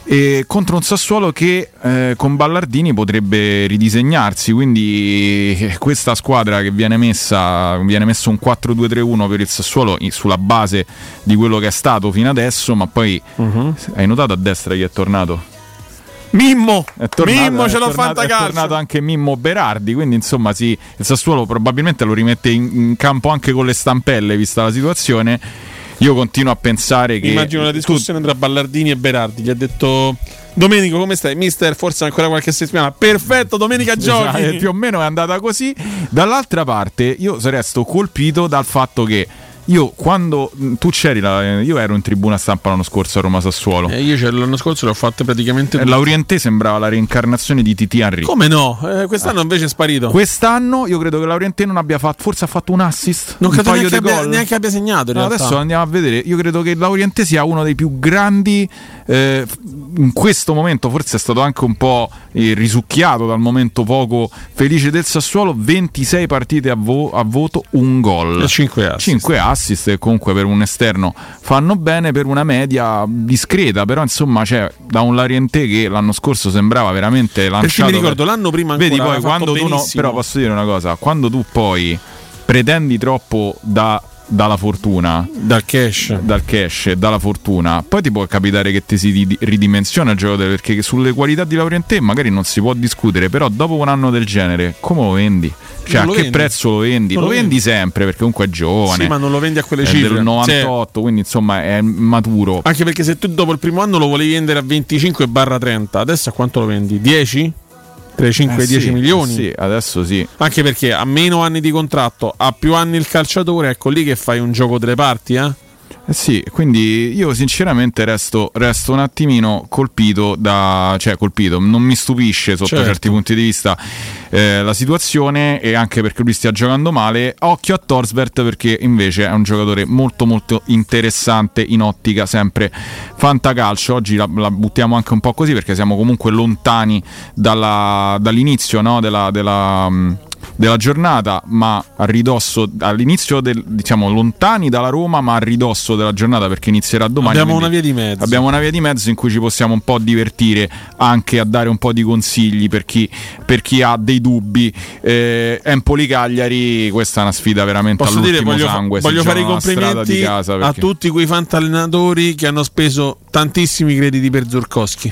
e contro un Sassuolo che eh, con Ballardini potrebbe ridisegnarsi, quindi eh, questa squadra che viene messa viene messo un quattro due tre uno per il Sassuolo in, sulla base di quello che è stato fino adesso, ma poi uh-huh. hai notato a destra chi è tornato? Mimmo, è tornato, Mimmo ce l'ho fatta calcio. È tornato anche Mimmo Berardi, quindi insomma sì, il Sassuolo probabilmente lo rimette in, in campo anche con le stampelle vista la situazione. Io continuo a pensare che immagino la discussione tu... tra Ballardini e Berardi. Gli ha detto: Domenico, come stai? Mister, forse ancora qualche settimana. Perfetto, domenica giochi. Esatto, più o meno è andata così. Dall'altra parte io resto colpito dal fatto che io quando tu c'eri, la, io ero in tribuna stampa l'anno scorso a Roma Sassuolo. Eh, io c'ero l'anno scorso, l'ho fatte praticamente. Eh, Laurientè sembrava la reincarnazione di Titi Henry. Come no? Eh, quest'anno invece è sparito. Quest'anno io credo che Laurientè non abbia fatto, forse ha fatto un assist. Non un credo paio neanche, di abbia, gol. neanche abbia segnato. In no, adesso andiamo a vedere. Io credo che Laurientè sia uno dei più grandi. Eh, in questo momento forse è stato anche un po' eh, risucchiato dal momento poco felice del Sassuolo. ventisei partite a, vo- a voto, un gol e cinque assist. cinque assist e comunque per un esterno fanno bene, per una media discreta, però insomma c'è da un Laurientè che l'anno scorso sembrava veramente lanciato. Perché mi ricordo per... l'anno prima ancora vedi poi quando tu no, però posso dire una cosa, quando tu poi pretendi troppo da dalla fortuna, dal cash, dal cash e dalla fortuna, poi ti può capitare che ti si ridimensiona il giocatore, perché sulle qualità di Laurientè magari non si può discutere, però dopo un anno del genere come lo vendi? Cioè a che vendi. prezzo lo vendi? Non lo, lo vendi, vendi sempre, perché comunque è giovane. Sì, ma non lo vendi a quelle è cifre. È del novantotto, sì. Quindi insomma è maturo. Anche perché se tu dopo il primo anno lo volevi vendere a venticinque trenta, adesso a quanto lo vendi? dieci? Tra i cinque e i dieci milioni? Sì, adesso sì. Anche perché ha meno anni di contratto, ha più anni il calciatore, ecco lì che fai un gioco delle parti, eh? Eh sì, quindi io sinceramente resto, resto un attimino colpito da, cioè colpito, non mi stupisce sotto certo. certi punti di vista eh, la situazione, e anche perché lui stia giocando male. Occhio a Torsvert, perché invece è un giocatore molto molto interessante in ottica sempre fantacalcio. Oggi la, la buttiamo anche un po' così perché siamo comunque lontani dalla, dall'inizio, no? della, della della giornata, ma a ridosso all'inizio del, diciamo lontani dalla Roma, ma a ridosso della giornata, perché inizierà domani. Abbiamo una via di mezzo. Abbiamo una via di mezzo in cui ci possiamo un po' divertire, anche a dare un po' di consigli per chi, per chi ha dei dubbi. Eh, Empoli-Cagliari, questa è una sfida veramente Posso all'ultimo dire, voglio, sangue. voglio fare i complimenti casa perché... a tutti quei fantallenatori che hanno speso tantissimi crediti per Zurkowski.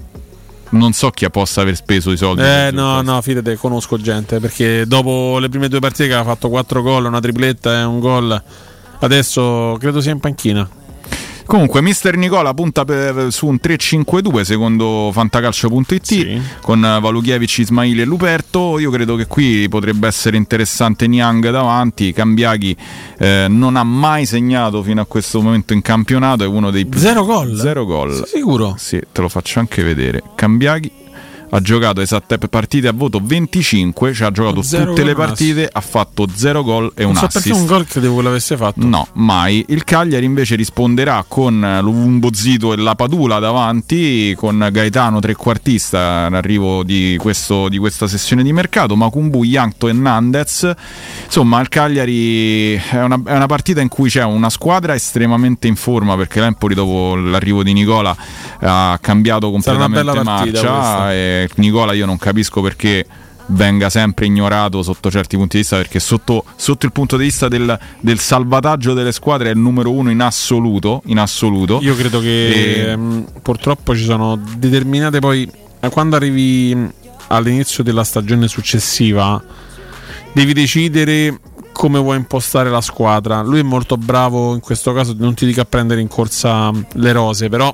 Non so chi possa aver speso i soldi. Eh no, no, fidate, conosco gente, perché dopo le prime due partite che aveva fatto quattro gol, una tripletta e un gol, adesso credo sia in panchina. Comunque mister Nicola punta per, su un tre cinque due secondo fantacalcio punto it, sì, con Valukiewicz, Ismaili e Luperto. Io credo che qui potrebbe essere interessante Niang davanti. Cambiaghi eh, non ha mai segnato fino a questo momento in campionato, è uno dei più... Zero gol? Zero gol. Sei sicuro? Sì, te lo faccio anche vedere. Cambiaghi ha giocato esatte partite a voto venticinque, ci ha giocato tutte le partite, ha fatto zero gol e un non so assist. Perché un gol credevo l'avesse fatto. No, mai. Il Cagliari invece risponderà con l'Umbozito e la Padula davanti, con Gaetano trequartista in arrivo di, questo, di questa sessione di mercato, Macumbu, Yankto e Nandez. Insomma, il Cagliari è una, è una partita in cui c'è una squadra estremamente in forma, perché l'Empoli dopo l'arrivo di Nicola ha cambiato completamente marcia. E Nicola io non capisco perché venga sempre ignorato sotto certi punti di vista, perché sotto, sotto il punto di vista del, del salvataggio delle squadre è il numero uno in assoluto, in assoluto. Io credo che e... mh, purtroppo ci sono determinate, poi quando arrivi all'inizio della stagione successiva devi decidere come vuoi impostare la squadra. Lui è molto bravo in questo caso, non ti dico a prendere in corsa le rose, però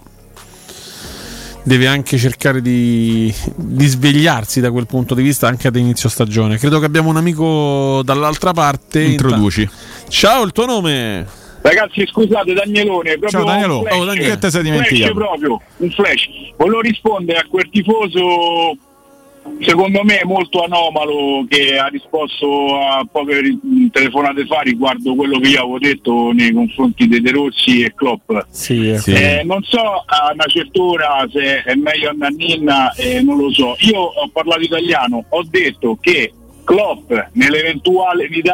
deve anche cercare di, di svegliarsi da quel punto di vista anche ad inizio stagione. Credo che abbiamo un amico dall'altra parte. Introduci. Ciao, il tuo nome? Ragazzi, scusate, Danielone, proprio Ciao Danielo. un flash, oh, Daniele, che te sei dimenticato? Flash proprio, un flash. Volevo rispondere a quel tifoso, secondo me molto anomalo, che ha risposto a poche telefonate fa riguardo quello che io avevo detto nei confronti dei De Rossi e Klopp. Sì, sì. Eh, non so a una certa ora se è meglio andare in, eh, non lo so. Io ho parlato italiano, ho detto che Klopp nell'eventualità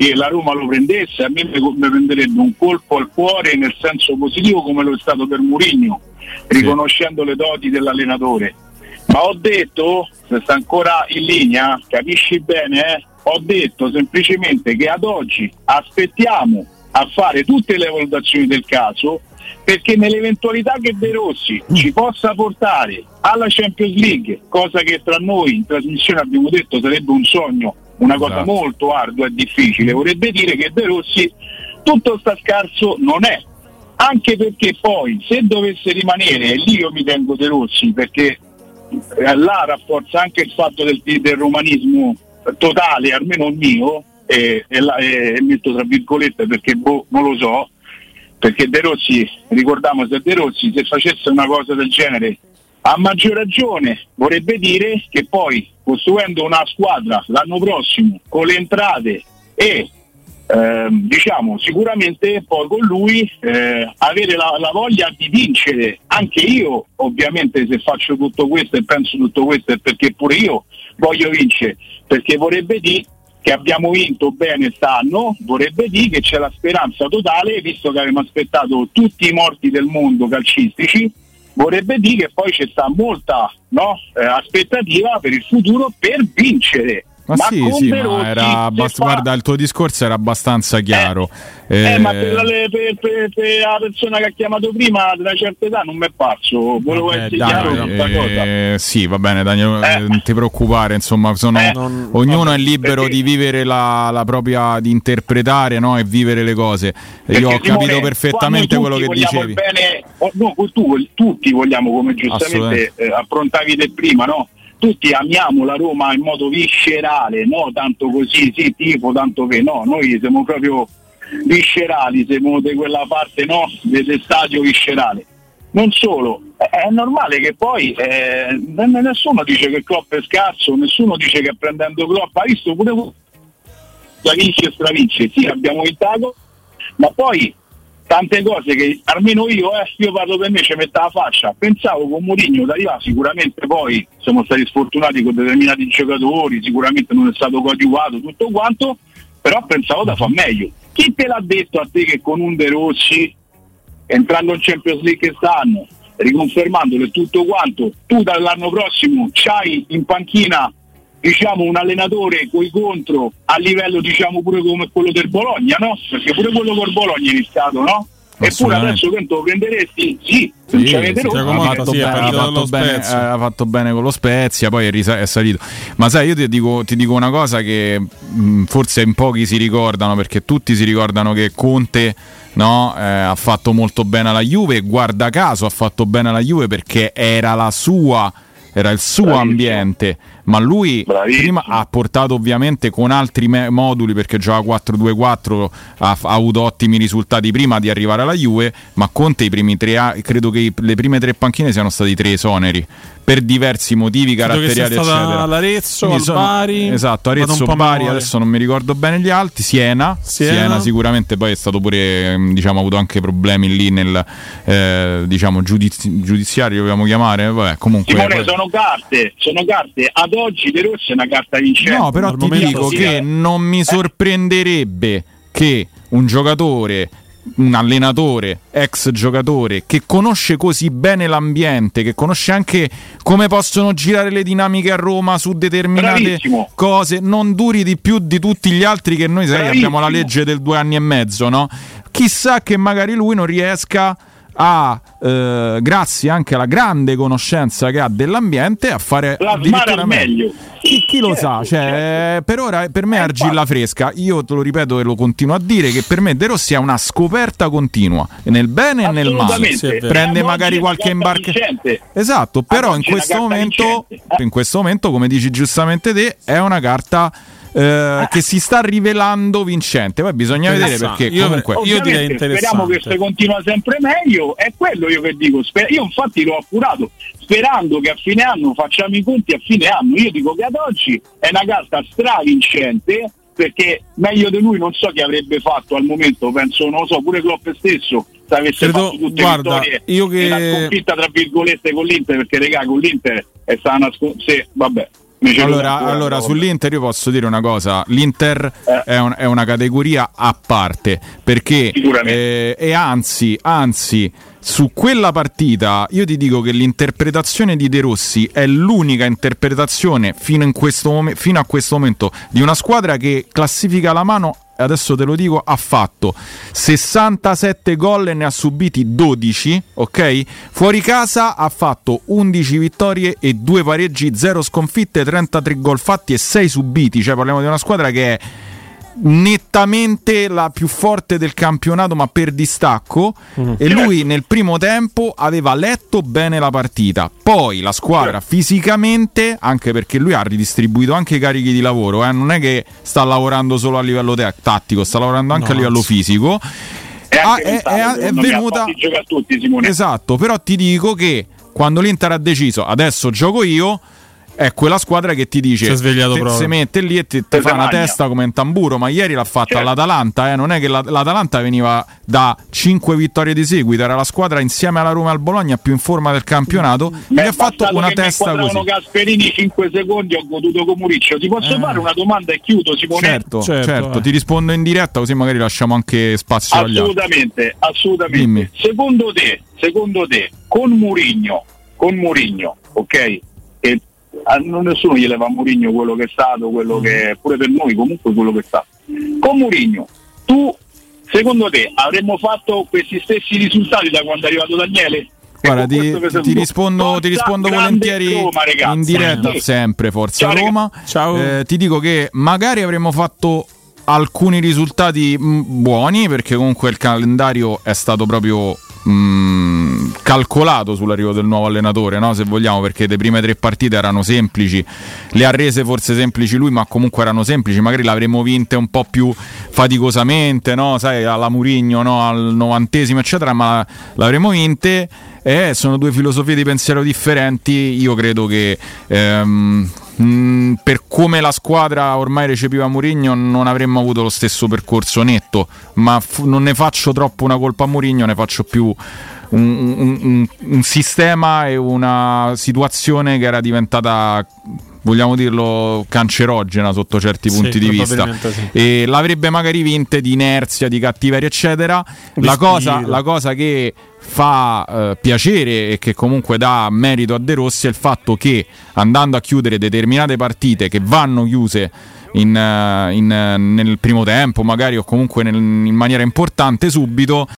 che la Roma lo prendesse, a me mi prenderebbe un colpo al cuore nel senso positivo come lo è stato per Mourinho, riconoscendo le doti dell'allenatore. Ma ho detto, se sta ancora in linea, capisci bene, eh? Ho detto semplicemente che ad oggi aspettiamo a fare tutte le valutazioni del caso, perché nell'eventualità che De Rossi ci possa portare alla Champions League, cosa che tra noi in trasmissione abbiamo detto sarebbe un sogno, una cosa esatto. molto ardua e difficile, vorrebbe dire che De Rossi tutto sta scarso non è, anche perché poi se dovesse rimanere, e lì io mi tengo De Rossi, perché eh, là rafforza anche il fatto del, del romanismo totale, almeno il mio, e, e, la, e metto tra virgolette perché boh, non lo so, perché De Rossi, ricordiamo se De Rossi se facesse una cosa del genere a maggior ragione vorrebbe dire che poi costruendo una squadra l'anno prossimo con le entrate e eh, diciamo sicuramente poi con lui eh, avere la, la voglia di vincere. Anche io ovviamente se faccio tutto questo e penso tutto questo è perché pure io voglio vincere, perché vorrebbe dire che abbiamo vinto bene quest'anno, vorrebbe dire che c'è la speranza totale, visto che abbiamo aspettato tutti i morti del mondo calcistici, vorrebbe dire che poi c'è sta molta no, eh, aspettativa per il futuro per vincere. Ma, ma sì, sì, ma Rossi, era abbast- fa... guarda, il tuo discorso era abbastanza chiaro. Eh, eh, eh, ma per la, per, per, per la persona che ha chiamato prima della certa età non mi è parso, volevo vabbè, essere dai, chiaro questa eh, cosa. Sì, va bene, Daniele, eh. non ti preoccupare, insomma, sono, eh, non, ognuno vabbè, è libero perché... di vivere la, la propria, di interpretare, no, e vivere le cose. Perché io ho Simone, capito perfettamente quello che dicevi. Bene, no, tu, tutti vogliamo, come giustamente eh, approntavi te prima, no? Tutti amiamo la Roma in modo viscerale, no tanto così, sì, tipo, tanto che no, noi siamo proprio viscerali, siamo di quella parte no, del stadio viscerale. Non solo, è normale che poi eh, nessuno dice che Klopp è scarso, nessuno dice che prendendo Klopp, ha visto pure la vince e stravince, sì abbiamo vinto, ma poi tante cose che almeno io, eh, io parlo per me, ci metta la faccia. Pensavo con Mourinho da arrivare, sicuramente poi siamo stati sfortunati con determinati giocatori, sicuramente non è stato coadiuvato tutto quanto, però pensavo da far meglio. Chi te l'ha detto a te che con un De Rossi, entrando in Champions League quest'anno, riconfermandolo e tutto quanto, tu dall'anno prossimo c'hai in panchina diciamo un allenatore coi contro a livello diciamo pure come quello del Bologna, no? Perché pure quello col Bologna è iniziato, no? Eppure adesso quanto lo prenderesti? Sì, sì, non ci avete sì, rotto. Ha fatto, sì, bene, ha, fatto bene, ha fatto bene con lo Spezia, poi è, risa- è salito. Ma sai, io ti dico, ti dico una cosa che mh, forse in pochi si ricordano, perché tutti si ricordano che Conte no, eh, ha fatto molto bene alla Juve, e guarda caso ha fatto bene alla Juve perché era la sua, era il suo Bravissimo. ambiente. Ma lui Bravissimo. prima ha portato ovviamente con altri me- moduli, perché giocava quattro due quattro, ha, ha avuto ottimi risultati prima di arrivare alla Juve, ma Conte i primi tre a- credo che i, le prime tre panchine siano stati tre esoneri per diversi motivi credo caratteriali che sia eccetera. L'Arezzo, sono, Bari, esatto, Arezzo, Bari, adesso non mi ricordo bene gli altri, Siena, Siena, Siena sicuramente poi è stato pure diciamo ha avuto anche problemi lì nel eh, diciamo giudizi- giudiziario dobbiamo chiamare, vabbè, comunque Simone, poi... sono carte, sono carte ad oggi De Rossi è una carta vincente. No, però ti dico sì, che eh. non mi sorprenderebbe che un giocatore, un allenatore, ex giocatore che conosce così bene l'ambiente, che conosce anche come possono girare le dinamiche a Roma su determinate Bravissimo. cose, non duri di più di tutti gli altri che noi sai, abbiamo la legge del due anni e mezzo, no? Chissà che magari lui non riesca a eh, grazie anche alla grande conoscenza che ha dell'ambiente a fare addirittura meglio. Chi, chi lo certo, sa, cioè, certo. per ora per me è eh, argilla fresca. Io te lo ripeto e lo continuo a dire che per me De Rossi è una scoperta continua nel bene e nel male. Sì, prende magari qualche imbarcazione, esatto, però in questo momento in questo momento come dici giustamente te è una carta Eh, che si sta rivelando vincente. Poi bisogna vedere, perché io, comunque io direi interessante. Speriamo che se continua sempre meglio, è quello io che dico. Sper- io infatti l'ho appurato sperando che a fine anno facciamo i conti a fine anno. Io dico che ad oggi è una carta stravincente, perché meglio di lui non so chi avrebbe fatto al momento, penso, non lo so, pure Klopp stesso se avesse Credo, fatto tutte guarda, le vittorie io che... una sconfitta tra virgolette con l'Inter, perché regà con l'Inter è stata una sconfitta, sì, vabbè. Allora, allora sull'Inter io posso dire una cosa, l'Inter eh. è, un, è una categoria a parte, perché eh, e anzi, anzi su quella partita io ti dico che l'interpretazione di De Rossi è l'unica interpretazione fino, in questo mom- fino a questo momento di una squadra che classifica la mano. Adesso te lo dico, ha fatto sessantasette gol e ne ha subiti dodici, ok? Fuori casa ha fatto undici vittorie e due pareggi, zero sconfitte, trentatré gol fatti e sei subiti, cioè parliamo di una squadra che è nettamente la più forte del campionato, ma per distacco, mm. e lui nel primo tempo aveva letto bene la partita. Poi la squadra fisicamente, anche perché lui ha ridistribuito anche i carichi di lavoro, eh? Non è che sta lavorando solo a livello te- tattico, sta lavorando anche no, a livello fisico. È, ah, è, è, è venuta tutti, Simone. Esatto, però ti dico che quando l'Inter ha deciso adesso gioco io, è quella squadra che ti dice si è svegliato te, se mette lì e ti, ti fa una testa come un tamburo, ma ieri l'ha fatta certo. all'Atalanta, eh? Non è che la, l'Atalanta veniva da cinque vittorie di seguito, era la squadra insieme alla Roma e al Bologna più in forma del campionato. Beh, e gli ha fatto una testa così. Gasperini cinque secondi, ho goduto come Muriccio. Ti posso eh. fare una domanda e chiudo, Simone? Certo, certo, certo. Ti rispondo in diretta così magari lasciamo anche spazio agli altri. Assolutamente, assolutamente. Dimmi. Secondo te, secondo te con Mourinho, con Mourinho, ok? E a nessuno gli leva a Mourinho quello che è stato, quello mm. che pure per noi comunque quello che è stato. Con Mourinho, tu secondo te avremmo fatto questi stessi risultati da quando è arrivato Daniele? Guarda, ti, ti rispondo, ti rispondo volentieri Roma, in diretta, sempre Forza Ciao, Roma. Ciao. Eh, ti dico che magari avremmo fatto alcuni risultati mh, buoni, perché comunque il calendario è stato proprio mh, calcolato sull'arrivo del nuovo allenatore, no? Se vogliamo, perché le prime tre partite erano semplici, le ha rese forse semplici lui, ma comunque erano semplici, magari l'avremmo vinte un po' più faticosamente, no? Sai, alla Mourinho, no? Al novantesimo eccetera, ma l'avremmo vinte. Eh, sono due filosofie di pensiero differenti. Io credo che ehm, mh, per come la squadra ormai recepiva Mourinho non avremmo avuto lo stesso percorso netto, ma f- non ne faccio troppo una colpa a Mourinho, ne faccio più un, un, un, un sistema e una situazione che era diventata, vogliamo dirlo, cancerogena sotto certi punti sì, di vista, sì. E l'avrebbe magari vinte di inerzia, di cattiveria eccetera. La cosa, la cosa che fa eh, piacere e che comunque dà merito a De Rossi è il fatto che, andando a chiudere determinate partite che vanno chiuse in, in, nel primo tempo magari, o comunque nel, in maniera importante subito,